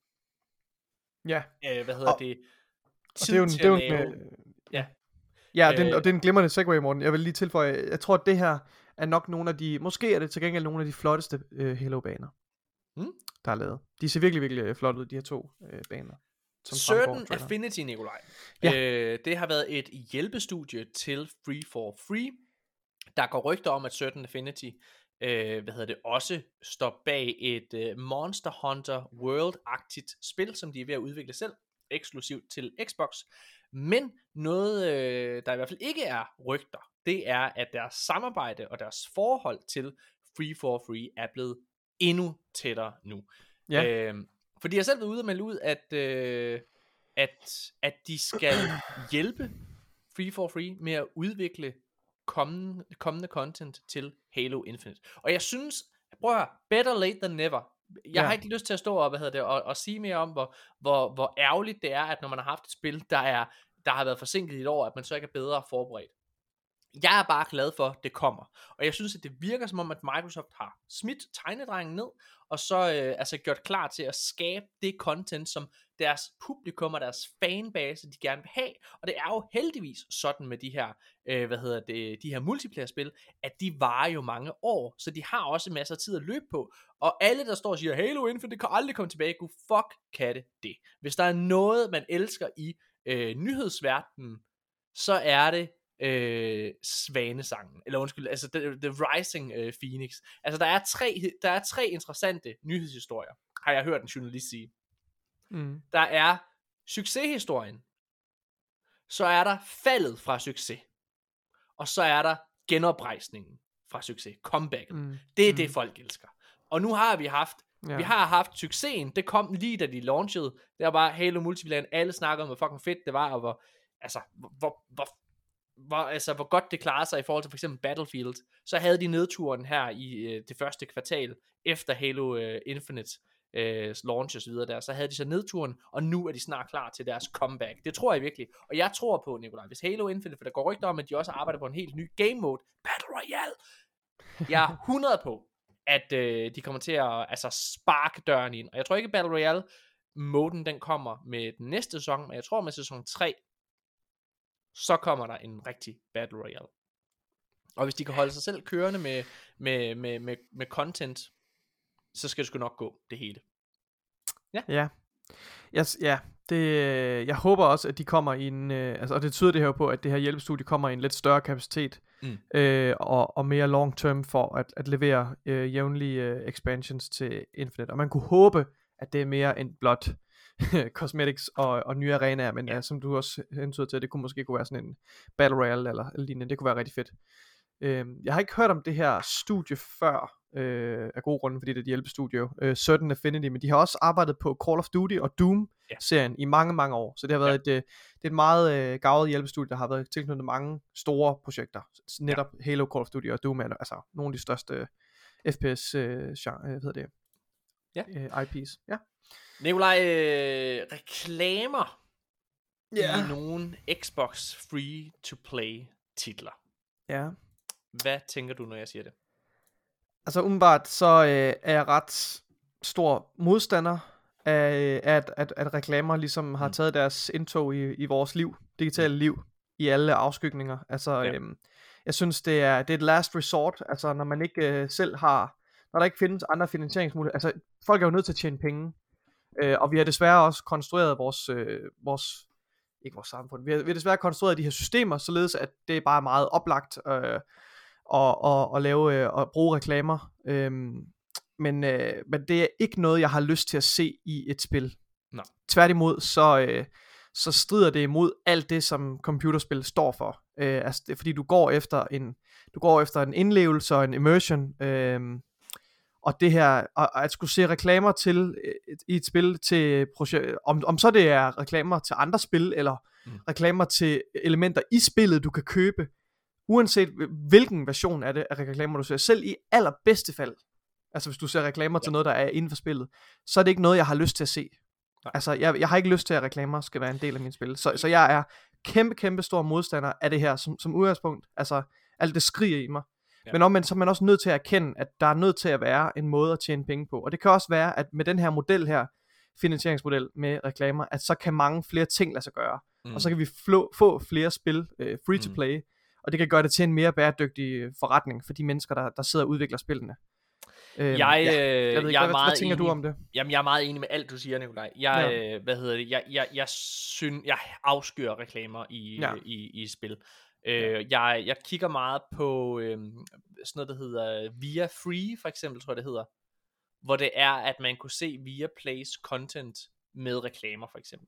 Ja, øh, hvad hedder Og- det, og det er jo en, til det er jo at en, lave- øh, ja. Ja, og, den, Øh. og det er en glimrende segway, Morten. Jeg vil lige tilføje, jeg tror, at det her er nok nogle af de, måske er det til gengæld nogle af de flotteste øh, Halo-baner, Mm. der er lavet. De ser virkelig, virkelig flotte ud, de her to øh, baner. Som fremgår Certain af traileren. Affinity, Nikolaj. Ja. Øh, det har været et hjælpestudie til Free for Free. Der går rygter om, at Certain Affinity øh, hvad hedder det, også står bag et øh, Monster Hunter World-agtigt spil, som de er ved at udvikle selv, eksklusivt til Xbox. Men noget, øh, der i hvert fald ikke er rygter, det er, at deres samarbejde og deres forhold til Free for Free er blevet endnu tættere nu. Ja. Øh, for de har selv været ude og melde ud, at, øh, at, at de skal hjælpe Free for Free med at udvikle kommende, kommende content til Halo Infinite. Og jeg synes, prøv at høre, better late than never. Jeg Ja. har ikke lyst til at stå og, hvad hedder det, og, og sige mere om, hvor, hvor, hvor ærgerligt det er, at når man har haft et spil, der, er, der har været forsinket i et år, at man så ikke er bedre forberedt. Jeg er bare glad for, at det kommer. Og jeg synes, at det virker som om, at Microsoft har smidt tegnedrengen ned, og så øh, altså gjort klar til at skabe det content, som deres publikum og deres fanbase, de gerne vil have. Og det er jo heldigvis sådan med de her, øh, hvad hedder det, de her multiplayer-spil, at de varer jo mange år, så de har også masser af tid at løbe på. Og alle, der står og siger, Halo Infinite, det kan aldrig komme tilbage, gud fuck kan det det. Hvis der er noget, man elsker i øh, nyhedsverdenen, så er det øh, Svanesangen, eller undskyld, altså The, the Rising øh, Phoenix. Altså der er, tre, der er tre interessante nyhedshistorier, har jeg hørt en journalist sige. Mm. Der er succeshistorien, så er der faldet fra succes, og så er der genoprejsningen fra succes, comebacket. Mm. Det er mm. det, folk elsker. Og nu har vi haft, ja. vi har haft succesen, det kom lige da de launchede, det var bare Halo Multiplayer, alle snakkede om, hvor fucking fedt det var, og hvor, altså, hvor, hvor, hvor, altså, hvor godt det klarer sig i forhold til for eksempel Battlefield. Så havde de nedturen her i øh, det første kvartal, efter Halo øh, Infinite øh, launch og så videre der, så havde de så nedturen, og nu er de snart klar til deres comeback. Det tror jeg virkelig. Og jeg tror på, Nikolaj, hvis Halo Infinite, for der går rygter om, at de også arbejder på en helt ny game mode, Battle Royale. Jeg er hundrede på, at øh, de kommer til at altså, sparke døren ind. Og jeg tror ikke, Battle Royale moden den kommer med den næste sæson, men jeg tror med sæson tre, så kommer der en rigtig Battle Royale. Og hvis de kan holde sig selv kørende med, med, med, med, med content, så skal det sgu nok gå, det hele. Ja. Ja. Yes, ja. Det, jeg håber også, at de kommer i en, øh, altså, og det tyder det her på, at det her hjælpestudie kommer i en lidt større kapacitet, mm. øh, og, og mere long term for at, at levere øh, jævnlige øh, expansions til Infinite. Og man kunne håbe, at det er mere end blot cosmetics og, og nye arenaer, men ja. Ja, som du også hentyder til, det kunne måske kunne være sådan en Battle Royale eller, eller lignende. Det kunne være rigtig fedt. Øh, jeg har ikke hørt om det her studie før, øh, af gode grunde, fordi det er et hjælpestudie, øh, Certain Affinity, men de har også arbejdet på Call of Duty og Doom-serien ja. i mange, mange år. Så det har været ja. et, øh, det er et meget øh, gavet hjælpestudie, der har været tilknyttet mange store projekter. Netop ja. Halo, Call of Duty og Doom er altså nogle af de største F P S øh, genre, hvad hedder det? Ja. Øh, I P's. Ja. Nikolaj, øh, reklamer yeah. i nogle Xbox free-to-play titler. Ja. Hvad tænker du, når jeg siger det? Altså umiddelbart, så øh, er jeg ret stor modstander af, at, at, at reklamer ligesom har mm. taget deres indtog i, i vores liv, digitale liv, i alle afskygninger. Altså, ja. øhm, jeg synes, det er, det er et last resort, altså når man ikke øh, selv har, når der ikke findes andre finansieringsmuligheder. Altså, folk er jo nødt til at tjene penge, øh, og vi har desværre også konstrueret vores, øh, vores ikke vores samfund, vi har, vi har desværre konstrueret de her systemer, således at det er bare meget oplagt, øh, Og, og, og lave øh, og bruge reklamer, øhm, men, øh, men det er ikke noget jeg har lyst til at se i et spil. Nej. Tværtimod så, øh, så strider det imod alt det som computerspil står for, øh, altså det er fordi du går efter en du går efter en indlevelse og en immersion, øh, og det her og at skulle se reklamer til et, i et spil til projekt, om, om så det er reklamer til andre spil eller mm. reklamer til elementer i spillet du kan købe. Uanset hvilken version af det af reklamer du ser, selv i allerbedste fald, altså hvis du ser reklamer ja. til noget der er inden for spillet, så er det ikke noget jeg har lyst til at se. Nej. Altså jeg, jeg har ikke lyst til at reklamer skal være en del af min spil, så, så jeg er kæmpe kæmpe stor modstander af det her som, som udgangspunkt. Altså alt det skriger i mig, ja. Men omvendt så er man også nødt til at erkende at der er nødt til at være en måde at tjene penge på, og det kan også være at med den her model her, finansieringsmodel med reklamer, at så kan mange flere ting lade sig gøre, mm. og så kan vi flå, få flere spil øh, free to play. Mm. Og det kan gøre det til en mere bæredygtig forretning for de mennesker, der, der sidder og udvikler spillene. Øhm, jeg, ja. jeg, ved ikke, jeg hvad, er meget hvad tænker enig, du om det? Jamen, jeg er meget enig med alt, du siger, Nikolaj. Jeg, ja. øh, hvad hedder det? Jeg, jeg, jeg, synes, jeg afskyr reklamer i, ja. i, i spil. Øh, jeg, jeg kigger meget på øh, sådan noget, der hedder Via Free, for eksempel, tror jeg, det hedder. Hvor det er, at man kunne se Via Plays content med reklamer, for eksempel.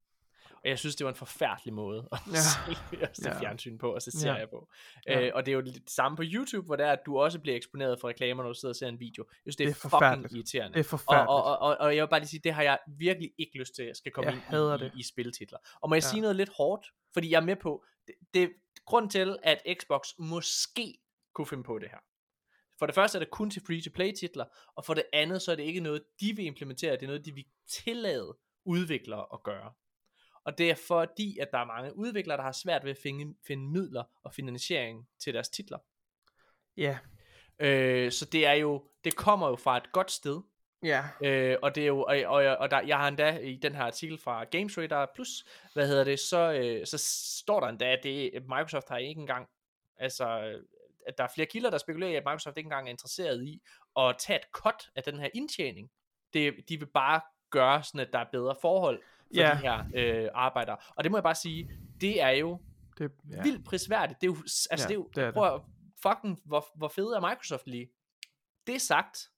Og jeg synes, det var en forfærdelig måde at ja. se, at se ja. fjernsyn på, og se serier ja. på. Ja. Øh, og det er jo det samme på YouTube, hvor det er, at du også bliver eksponeret for reklamer, når du sidder og ser en video. Jeg synes, det er, det er fucking irriterende. Det er forfærdeligt. Og, og, og, og jeg vil bare lige sige, det har jeg virkelig ikke lyst til, at skal komme jeg ind i, i, i spiltitler. Og må jeg ja. sige noget lidt hårdt, fordi jeg er med på, det, det er grund til, at Xbox måske kunne finde på det her. For det første er det kun til free-to-play titler, og for det andet, så er det ikke noget, de vil implementere, det er noget, de vil tillade udviklere at gøre. Og det er fordi, at der er mange udviklere, der har svært ved at finde, finde midler og finansiering til deres titler. Ja. Yeah. Øh, så det er jo, det kommer jo fra et godt sted. Ja. Yeah. Øh, og det er jo, og, og, og der, jeg har endda i den her artikel fra Games Radar Plus, hvad hedder det, så, øh, så står der endda, at det, Microsoft har ikke engang, altså, at der er flere kilder, der spekulerer i, at Microsoft ikke engang er interesseret i at tage et cut af den her indtjening. Det, de vil bare gøre sådan, at der er bedre forhold for yeah. de her øh, arbejdere. Og det må jeg bare sige, det er jo Det, ja. Vildt prisværdigt. Det er jo, altså Ja, det er jo, det er prøv at, fucking, hvor, hvor fede er Microsoft lige. Det er sagt,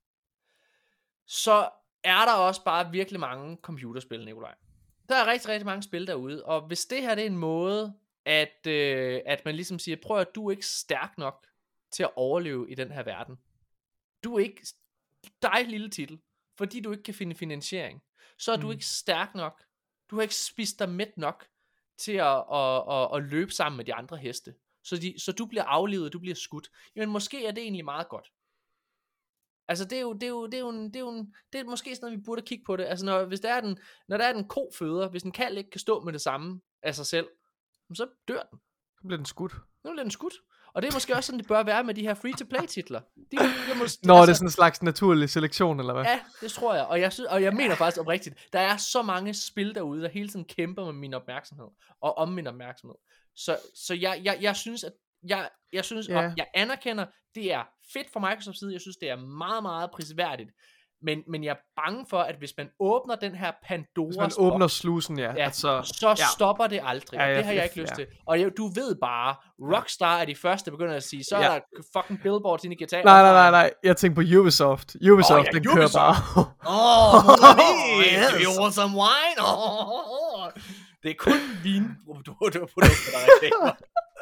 så er der også bare virkelig mange computerspil, Nikolaj. Der er rigtig, rigtig mange spil derude, og hvis det her det er en måde, at, øh, at man ligesom siger, prøv at du er ikke stærk nok til at overleve i den her verden. Du er ikke, dig lille titel, fordi du ikke kan finde finansiering, så er mm. du ikke stærk nok. Du har ikke spist dig mæt nok til at, at, at, at løbe sammen med de andre heste. Så, de, så du bliver aflevet, du bliver skudt. Jamen måske er det egentlig meget godt. Altså det er jo, det er jo, det er jo, en, det er jo en, det er måske sådan noget, vi burde kigge på det. Altså når, hvis der er den, når der er den ko føder, hvis en kalv ikke kan stå med det samme af sig selv, så dør den. Så bliver den skudt. Nu bliver den skudt. Og det er måske også sådan, det bør være med de her free-to-play titler. De, de måske, Nå, altså, det er sådan en slags naturlig selektion, eller hvad? Ja, det tror jeg. Og jeg, synes, og jeg mener faktisk oprigtigt, der er så mange spil derude, der hele tiden kæmper med min opmærksomhed. Og om min opmærksomhed. Så, så jeg, jeg, jeg synes, at jeg, jeg synes, Ja. og jeg anerkender, det er fedt fra Microsofts side. Jeg synes, det er meget, meget prisværdigt. Men, men jeg er bange for, at hvis man åbner den her Pandoras Hvis man åbner slusen, ja. ja, altså, så ja. stopper det aldrig. Ja, ja, det har jeg ja, ikke lyst ja. til. Og jeg, du ved bare, Rockstar er de første, der begynder at sige, så Ja. er der fucking billboards inde i G T A. Nej, nej, nej, nej. Jeg tænker på Ubisoft. Ubisoft, Åh, ja, den Ubisoft. kører bare. Åh, oh, Oh, yes. do you want some wine? Oh, det er kun vin, du har produkter, der er reklamer.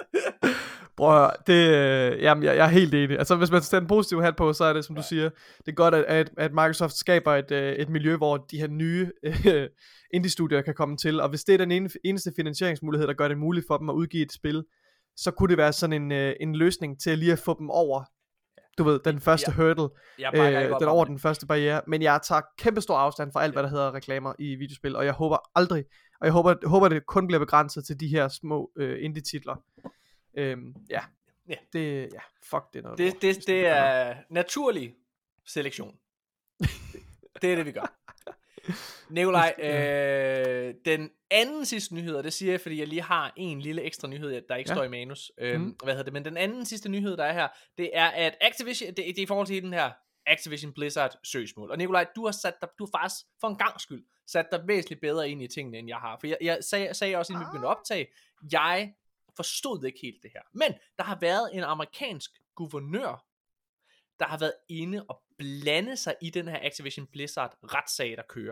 Prøv at høre, det, øh, jamen, jeg, jeg er helt enig. Altså, hvis man sætter en positiv hat på, så er det, som ja. du siger, det er godt, at, at, at Microsoft skaber et, øh, et miljø, hvor de her nye øh, indie-studier kan komme til, og hvis det er den ene, eneste finansieringsmulighed, der gør det muligt for dem at udgive et spil, så kunne det være sådan en, øh, en løsning til at lige at få dem over, du ved, den første ja. hurdle, Jeg øh, den over den første barriere, men jeg tager kæmpe stor afstand fra alt, hvad der hedder reklamer i videospil, og jeg håber aldrig, og jeg håber, håber det kun bliver begrænset til de her små øh, indie-titler. Øhm, ja. Ja. Det, ja, fuck det er noget. Det, lort. det, det er naturlig selektion. det, det er det, vi gør. Nikolaj, øh, den anden sidste nyhed, og det siger jeg, fordi jeg lige har en lille ekstra nyhed, der ikke ja. står i manus. Øh, mm. Hvad hedder det? Men den anden sidste nyhed, der er her, det er, at Activision, det, det er i forhold til den her Activision Blizzard søgsmål. Og Nikolaj, du har sat dig, du har faktisk for en gang skyld sat dig væsentligt bedre ind i tingene, end jeg har. For jeg, jeg sagde, sagde også, inden vi begyndte at optage, jeg forstod ikke helt det her. Men der har været en amerikansk guvernør, der har været inde og blande sig i den her Activision Blizzard retssag, der kører.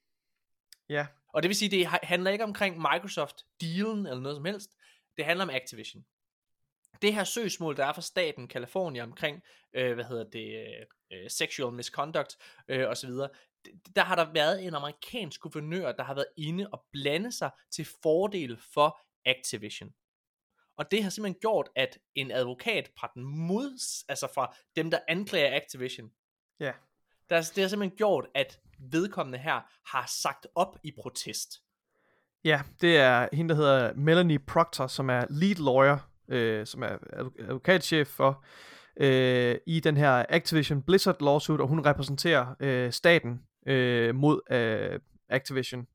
Ja. Og det vil sige, det handler ikke omkring Microsoft-dealen eller noget som helst. Det handler om Activision. Det her søgsmål, der er fra staten California omkring, øh, hvad hedder det, øh, sexual misconduct øh, osv., der har der været en amerikansk guvernør, der har været inde og blande sig til fordel for Activision. Og det har simpelthen gjort, at en advokat fra den mod, altså fra dem, der anklager Activision, ja. der, det har simpelthen gjort, at vedkommende her har sagt op i protest. Ja, det er hende, der hedder Melanie Proctor, som er lead lawyer, øh, som er advokatchef for, øh, i den her Activision Blizzard lawsuit, og hun repræsenterer øh, staten øh, mod øh, Activision.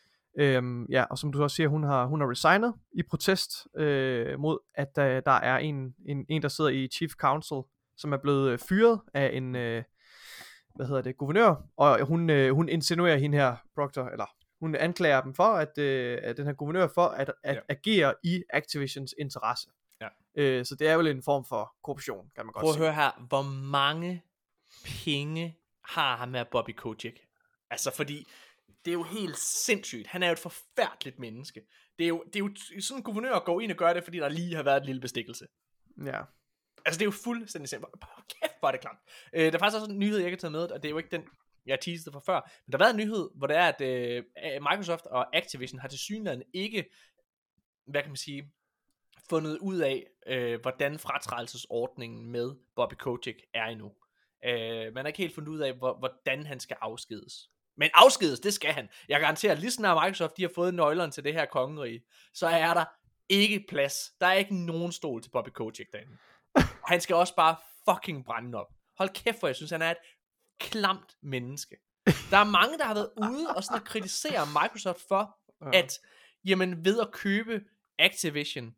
Øhm, ja, og som du også siger, hun har, hun har resignet i protest øh, mod, at der, der er en, en, en, der sidder i Chief Counsel, som er blevet øh, fyret af en, øh, hvad hedder det, guvernør, og hun, øh, hun insinuerer hende her, Proctor, eller hun anklager dem for, at, øh, at den her guvernør for at, at ja. agere i Activisions interesse. Ja. Øh, så det er vel en form for korruption, kan man godt sige. Prøv at høre her, hvor mange penge har ham med Bobby Kotick? Altså fordi det er jo helt sindssygt. Han er jo et forfærdeligt menneske. Det er jo, det er jo sådan en guvernør at gå ind og gøre det, fordi der lige har været et lille bestikkelse. Ja. Altså det er jo fuldstændig simpelt. Kæft, hvor er det klamt. Øh, der er faktisk også en nyhed, jeg kan tage med, og det er jo ikke den, jeg teasede for før. Men der har været en nyhed, hvor det er, at øh, Microsoft og Activision har tilsyneladende ikke, hvad kan man sige, fundet ud af, øh, hvordan fratrædelsesordningen med Bobby Kotick er endnu. Øh, man har ikke helt fundet ud af, hvor, hvordan han skal afskedes. Men afskedes, det skal han. Jeg garanterer, lige snart Microsoft de har fået nøglerne til det her kongerige, så er der ikke plads. Der er ikke nogen stol til Bobby Kotick derinde. Han skal også bare fucking brænde op. Hold kæft, for jeg synes, han er et klamt menneske. Der er mange, der har været ude og sådan at kritisere Microsoft for, at jamen, ved at købe Activision,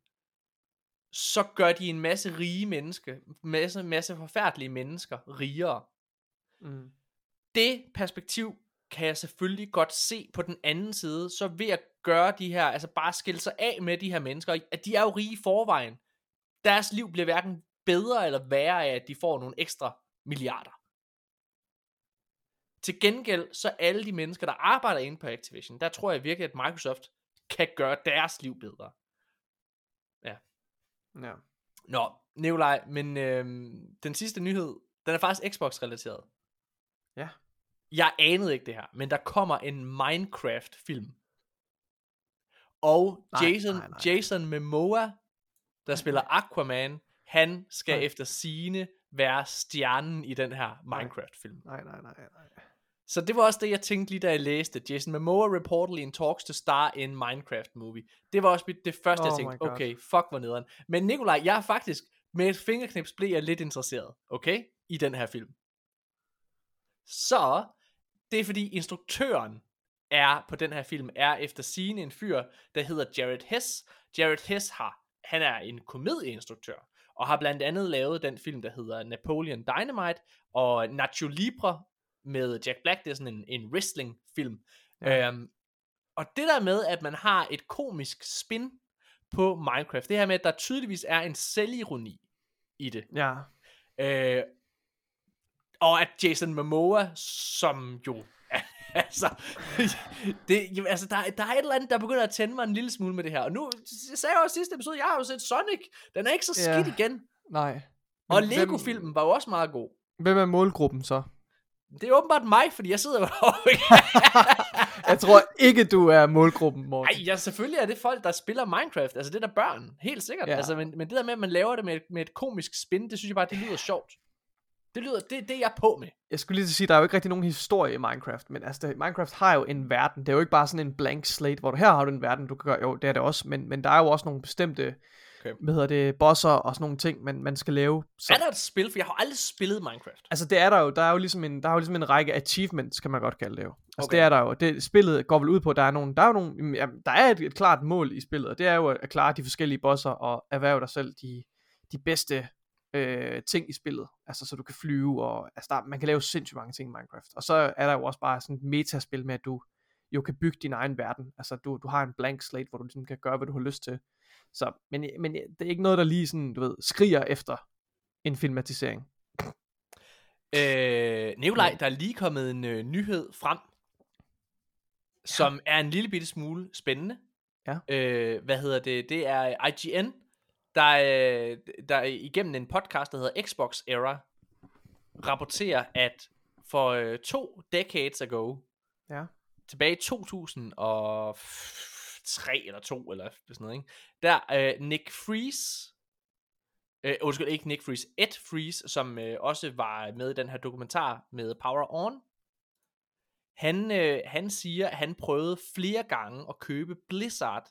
så gør de en masse rige mennesker, masse, masse forfærdelige mennesker rigere. Mm. Det perspektiv kan jeg selvfølgelig godt se på den anden side, så ved at gøre de her, altså bare skille sig af med de her mennesker, at de er jo rige i forvejen. Deres liv bliver hverken bedre eller værre af, at de får nogle ekstra milliarder. Til gengæld, så alle de mennesker, der arbejder inde på Activision, der tror jeg virkelig, at Microsoft kan gøre deres liv bedre. Ja. Ja. Nå, Nikolaj, men øhm, den sidste nyhed, den er faktisk Xbox-relateret. Ja. Jeg anede ikke det her, men der kommer en Minecraft-film. Og Nej, Jason, nej, nej. Jason Momoa, der spiller Aquaman, han skal Nej. efter sigende være stjernen i den her Minecraft-film. Nej, nej, nej, nej. Så det var også det, jeg tænkte lige, da jeg læste. Jason Momoa reportedly in talks to star in Minecraft movie. Det var også mit, det første, Oh jeg my tænkte, God. okay, fuck hvor nederen. Men Nikolaj, jeg er faktisk, med et fingerknips blev jeg lidt interesseret, okay, i den her film. Så, det er fordi instruktøren er på den her film, er efter sigende en fyr, der hedder Jared Hess. Jared Hess har, han er en komedieinstruktør, og har blandt andet lavet den film, der hedder Napoleon Dynamite, og Nacho Libre med Jack Black, det er sådan en, en wrestling film. Ja. Øhm, og det der med, at man har et komisk spin på Minecraft, det her med, at der tydeligvis er en selvironi i det. Ja. Øh, og at Jason Momoa, som jo altså, det, altså der, der er et eller andet, der begynder at tænde mig en lille smule med det her. Og nu, jeg sagde jo i sidste episode, jeg har jo set Sonic. Den er ikke så skidt Ja. igen. Nej. Og Men Lego-filmen var jo også meget god. Hvem er målgruppen så? Det er åbenbart mig, fordi jeg sidder jo derovre. Jeg tror ikke, du er målgruppen, Morten. Nej, ja, selvfølgelig er det folk, der spiller Minecraft. Altså det er der børn, helt sikkert. Ja. Altså, men, men det der med, at man laver det med, et- med et komisk spin, det synes jeg bare, det lyder sjovt. Det lyder, det, det er jeg på med. Jeg skulle lige til at sige, der er jo ikke rigtig nogen historie i Minecraft, men altså, det, Minecraft har jo en verden. Det er jo ikke bare sådan en blank slate, hvor du her har du en verden, du kan gøre, jo, det er det også, men, men der er jo også nogle bestemte, Okay. hvad hedder det, bosser og sådan nogle ting, man, man skal lave. Så, Er der et spil? For jeg har aldrig spillet Minecraft. altså det er der jo, der er jo ligesom en, der er jo ligesom en række achievements, kan man godt kalde det jo. Altså Okay. det er der jo, det, spillet går vel ud på, der er nogle, der er jo nogle, ja, der er et, et klart mål i spillet, og det er jo at klare de forskellige bosser og erhverve dig selv de, de bedste øh, ting i spillet, altså så du kan flyve, og altså der, man kan lave sindssygt mange ting i Minecraft, og så er der jo også bare sådan et metaspil med, at du jo kan bygge din egen verden, altså du, du har en blank slate, hvor du ligesom kan gøre, hvad du har lyst til, så, men, men det er ikke noget, der lige sådan, du ved, skriger efter en filmatisering. Øh, Nikolaj, der er lige kommet en øh, nyhed frem, som er en lille bitte smule spændende. Ja. Øh, hvad hedder det? Det er I G N, der, øh, der igennem en podcast, der hedder Xbox Era, rapporterer, at for øh, to decades ago, Ja. tilbage i to tusind og tre eller to eller sådan noget, ikke? Der øh, Nick Freeze, øh, undskyld, ikke Nick Freeze, Ed Freeze, som øh, også var med i den her dokumentar med Power On, han, øh, han siger, at han prøvede flere gange at købe Blizzard,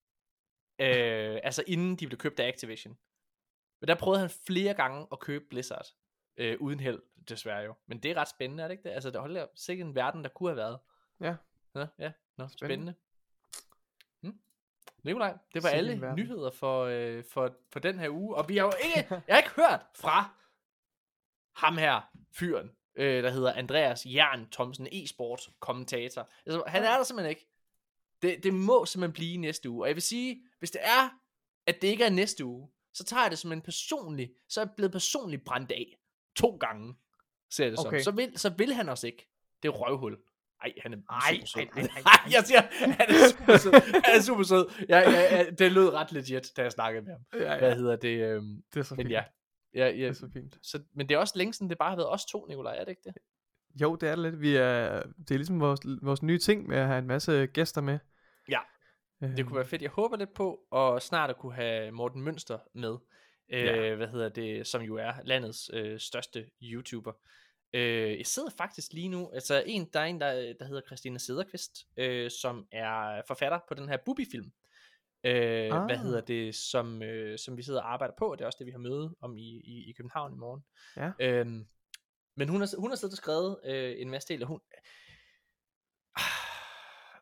øh, altså inden de blev købt af Activision. Men der prøvede han flere gange at købe Blizzard, øh, uden held, desværre jo. Men det er ret spændende, er det ikke det? Altså, der holder sikkert en verden, der kunne have været. Ja. Ja, ja. Nå, spændende. Spændende. Hmm. Nikolaj, det var Sikke en alle verden. nyheder for, øh, for, for den her uge. Og vi har jo ikke, jeg har ikke hørt fra ham her, fyren, øh, der hedder Andreas Jern Thomsen, e-sport kommentator. Altså, han er der simpelthen ikke. Det, det må simpelthen blive næste uge. Og jeg vil sige, hvis det er, at det ikke er næste uge, så tager jeg det som en personlig, så er jeg blevet personligt brændt af. To gange, ser jeg det Okay. som. Så vil, så vil han også ikke. Det er røvhul. Ej, han er Ej, super sød. ej, ej, ej. Ej, jeg siger, han er super sød. Han er super sød. Ja, ja, ja, det lød ret legit, da jeg snakkede med ham. Ja, Hvad hedder det? Øhm, Det er så men fint. ja. Ja, ja. Det er så fint. Så, men det er også længe siden, det bare har været os to, Nikolaj, er det ikke det? Jo, det er det lidt. Vi er, det er ligesom vores, vores nye ting med at have en masse gæster med. Ja. Øh, Det kunne være fedt. Jeg håber lidt på, og snart at kunne have Morten Mønster med. Øh, Ja. Hvad hedder det, som jo er landets øh, største YouTuber. Øh, jeg sidder faktisk lige nu, altså en, der er en, der, der hedder Christina Sederqvist, øh, som er forfatter på den her Bubi-film. Øh, Ah. Hvad hedder det, som, øh, som vi sidder og arbejder på. Det er også det, vi har møde om i, i, i København i morgen. Ja. Øhm, men hun har, hun har siddet og skrevet øh, en masse del, og hun...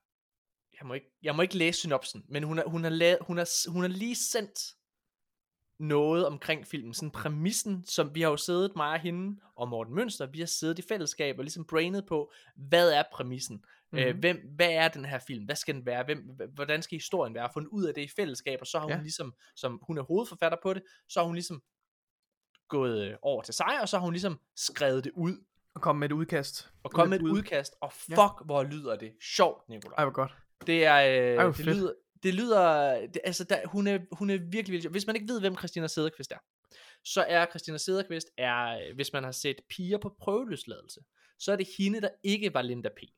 Jeg må ikke, jeg må ikke læse synopsen, men hun har, hun har, lavet, hun har, hun har lige sendt noget omkring filmen, sådan præmissen, som vi har jo siddet, mig og hende og Morten Mønster, vi har siddet i fællesskab og ligesom brainet på, hvad er præmissen, mm-hmm. øh, hvem, hvad er den her film, hvad skal den være, hvem, hvordan skal historien være, fundet ud af det i fællesskab, og så har hun ja. ligesom, som hun er hovedforfatter på det, så har hun ligesom gået over til sig, og så har hun ligesom skrevet det ud. Og kommet med et udkast. Og kommet med et ud. udkast, og fuck, ja. hvor lyder det sjovt, Nikolaj. Ej, hvor godt. Det er, øh, Ej, det fedt. lyder, det lyder, det, altså der, hun, er, hun er virkelig, virkelig, hvis man ikke ved, hvem Christina Sederqvist er, så er Christina Sederqvist, er, hvis man har set Piger på prøveløsladelse, så er det hende, der ikke var Linda P.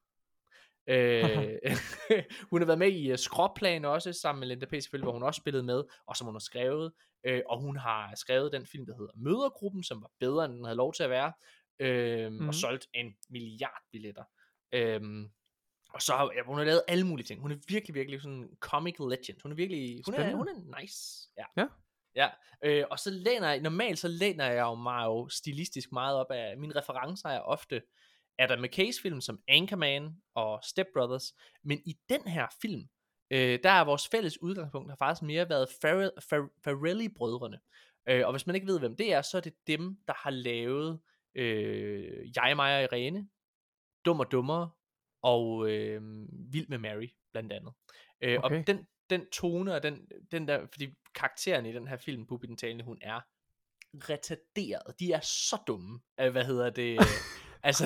øh, hun har været med i uh, Skråplan også, sammen med Linda P selvfølgelig, hvor hun også spillede med, og som hun har skrevet, øh, og hun har skrevet den film, der hedder Mødergruppen, som var bedre, end den havde lov til at være, øh, mm. og solgt en milliard billetter. Øh, Og så har ja, hun har lavet alle mulige ting. Hun er virkelig, virkelig sådan en comic legend. Hun er virkelig, hun er, hun er nice. Ja. Ja. Ja. Øh, og så læner jeg, normalt så læner jeg jo mig jo stilistisk meget op af, mine referencer er ofte Adam McKays film som Anchorman og Step Brothers. Men i den her film, øh, der er vores fælles udgangspunkt har faktisk mere været Farrell, Far, Farrelly-brødrene. Øh, og hvis man ikke ved, hvem det er, så er det dem, der har lavet øh, Jeg, mig og Irene, Dum og Dummere, og øh, Vild med Mary blandt andet. øh, okay. Og den, den tone og den, den der, fordi karakteren i den her film, Bubi den talende hund, er retarderet. De er så dumme. øh, hvad hedder det? altså,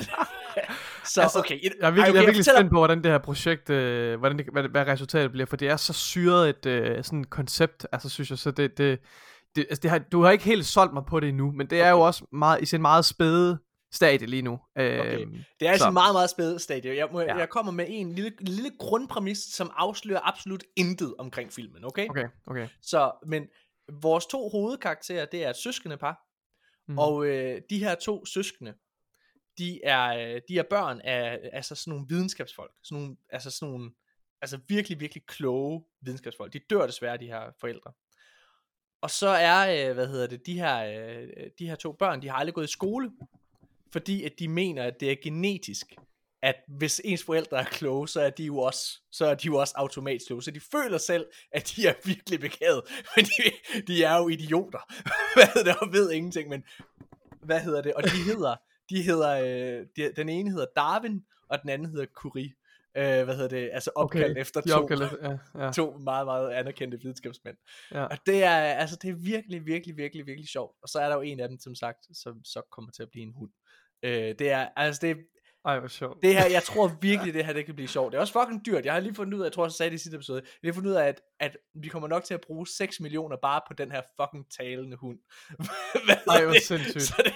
så altså, okay, jeg er virkelig, okay, jeg er virkelig spændt på hvordan det her projekt, øh, hvordan det, hvad, hvad resultatet bliver, for det er så syret et øh, sådan koncept, altså synes jeg, så det, det, det, altså, det har, du har ikke helt solgt mig på det endnu, men det er okay. jo også meget i sin meget spæde stadie lige nu. Okay. Øhm, det er altså en meget, meget spæde stadie. Jeg, må, ja. jeg kommer med en lille, lille grundpræmis, som afslører absolut intet omkring filmen, okay? Okay, okay. Så, men vores to hovedkarakterer, det er et søskendepar, mm. og øh, de her to søskende, de er, de er børn af altså sådan nogle videnskabsfolk, sådan nogle, altså sådan nogle, altså virkelig, virkelig kloge videnskabsfolk. De dør desværre, de her forældre. Og så er, øh, hvad hedder det, de her, øh, de her to børn, de har aldrig gået i skole, fordi at de mener, at det er genetisk, at hvis ens forældre er kloge, så er de jo også, så er de jo også automatisk kloge. Så de føler selv, at de er virkelig begavet, men de, de er jo idioter. Hvad hedder det, og ved ingenting, men hvad hedder det? Og de hedder, de hedder, øh, de, den ene hedder Darwin, og den anden hedder Curie. Øh, hvad hedder det? Altså opkaldt okay, efter to, opkaldt, ja, ja. to meget, meget anerkendte videnskabsmænd. Ja. Og det er, altså, det er virkelig, virkelig, virkelig, virkelig sjovt. Og så er der jo en af dem, som sagt, som så kommer til at blive en hund. Øh, det er, altså det Ej, hvor sjovt. Det her, jeg tror virkelig, det her, det kan blive sjovt. Det er også fucking dyrt. Jeg har lige fundet ud af, jeg tror også, jeg sagde det i sidste episode, jeg har fundet ud af, at, at vi kommer nok til at bruge seks millioner bare på den her fucking talende hund. Ej, hvor sindssygt. Så det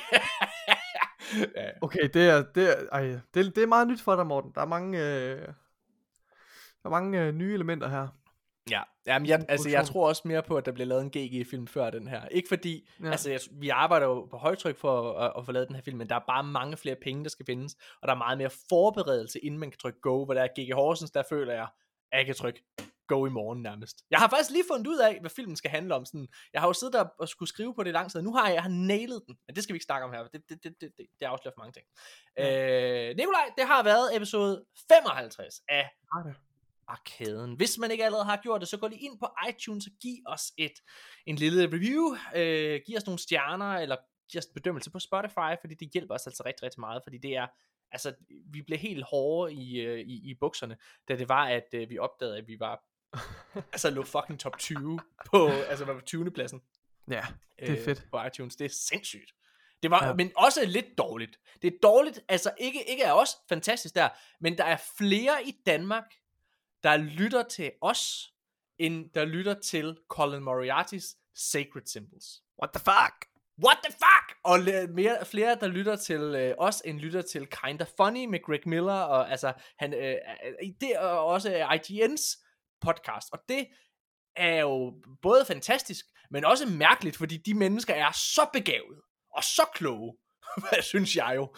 ja. Okay, det er, det, er, ej, det, det er meget nyt for dig, Morten. Der er mange, øh, der er mange øh, nye elementer her. Ja, jamen jeg, altså jeg tror også mere på, at der bliver lavet en G G-film før den her. Ikke fordi, ja. altså jeg, vi arbejder jo på højtryk for at, at få lavet den her film, men der er bare mange flere penge, der skal findes, og der er meget mere forberedelse, inden man kan trykke go, hvor der er G G Horsens, der føler jeg, at jeg kan trykke go i morgen nærmest. Jeg har faktisk lige fundet ud af, hvad filmen skal handle om. Sådan, jeg har jo siddet der og skulle skrive på det i lang tid, nu har jeg, jeg har nailet den, men det skal vi ikke snakke om her, det, det, det, det, det afslører for mange ting. Ja. Øh, Nikolaj, det har været episode femoghalvtreds af okay. Arkaden. Hvis man ikke allerede har gjort det, så gå lige ind på iTunes og giv os et en lille review, øh, giv os nogle stjerner, eller giv os en bedømmelse på Spotify, fordi det hjælper os altså rigtig, rigtig meget, fordi det er, altså, vi blev helt hårde i, øh, i, i bukserne, da det var, at øh, vi opdagede, at vi var, altså lå fucking top tyve på, altså var på tyvende pladsen. Ja, det er øh, fedt. På iTunes, det er sindssygt. Det var, ja. Men også lidt dårligt. Det er dårligt, altså ikke, ikke er også fantastisk der, men der er flere i Danmark, der lytter til os, end der lytter til Colin Moriarty's Sacred Symbols. What the fuck? What the fuck? Og mere, flere, der lytter til øh, os, end lytter til Kinda Funny med Greg Miller, og altså, han, øh, det er også I G N's podcast, og det er jo både fantastisk, men også mærkeligt, fordi de mennesker er så begavede, og så kloge, hvad synes jeg jo.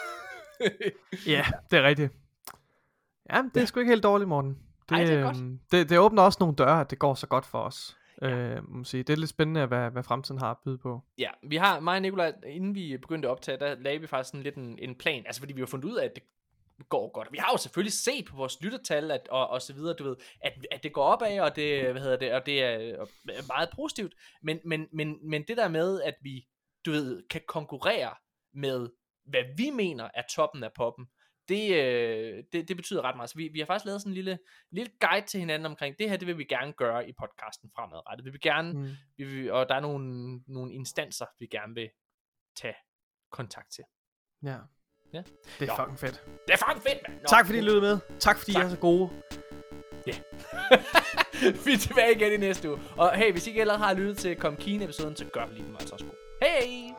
Ja, det er rigtigt. Ja, det er ja. sgu ikke helt dårligt, Morten. Det, Ej, det er godt. Det, det åbner også nogle døre, at det går så godt for os. Ja. Øh, må sige. Det er lidt spændende, hvad, hvad fremtiden har at byde på. Ja, vi har, mig og Nikolaj, inden vi begyndte at optage, der lagde vi faktisk sådan lidt en, en plan, altså fordi vi har fundet ud af, at det går godt. Vi har jo selvfølgelig set på vores lyttertal at, og, og så videre, du ved, at, at det går opad, og det, hvad hedder det, og det er meget positivt, men, men, men, men det der med, at vi, du ved, kan konkurrere med, hvad vi mener er toppen af poppen, det, øh, det, det betyder ret meget. Så vi, vi har faktisk lavet sådan en lille, lille guide til hinanden omkring, det her, det vil vi gerne gøre i podcasten fremadrettet. Vi vil gerne, mm. vi vil, og der er nogle, nogle instanser, vi gerne vil tage kontakt til. Ja. Ja. Det er Nå. fucking fedt. Det er fucking fedt, mand. Nå. Tak fordi I lyttede med. Tak fordi tak. I er så gode. Ja. Vi er tilbage igen i næste uge. Og hey, hvis I ikke ellers har lyttet til Kom Kine episoden, så gør vi lige meget så god. Hey!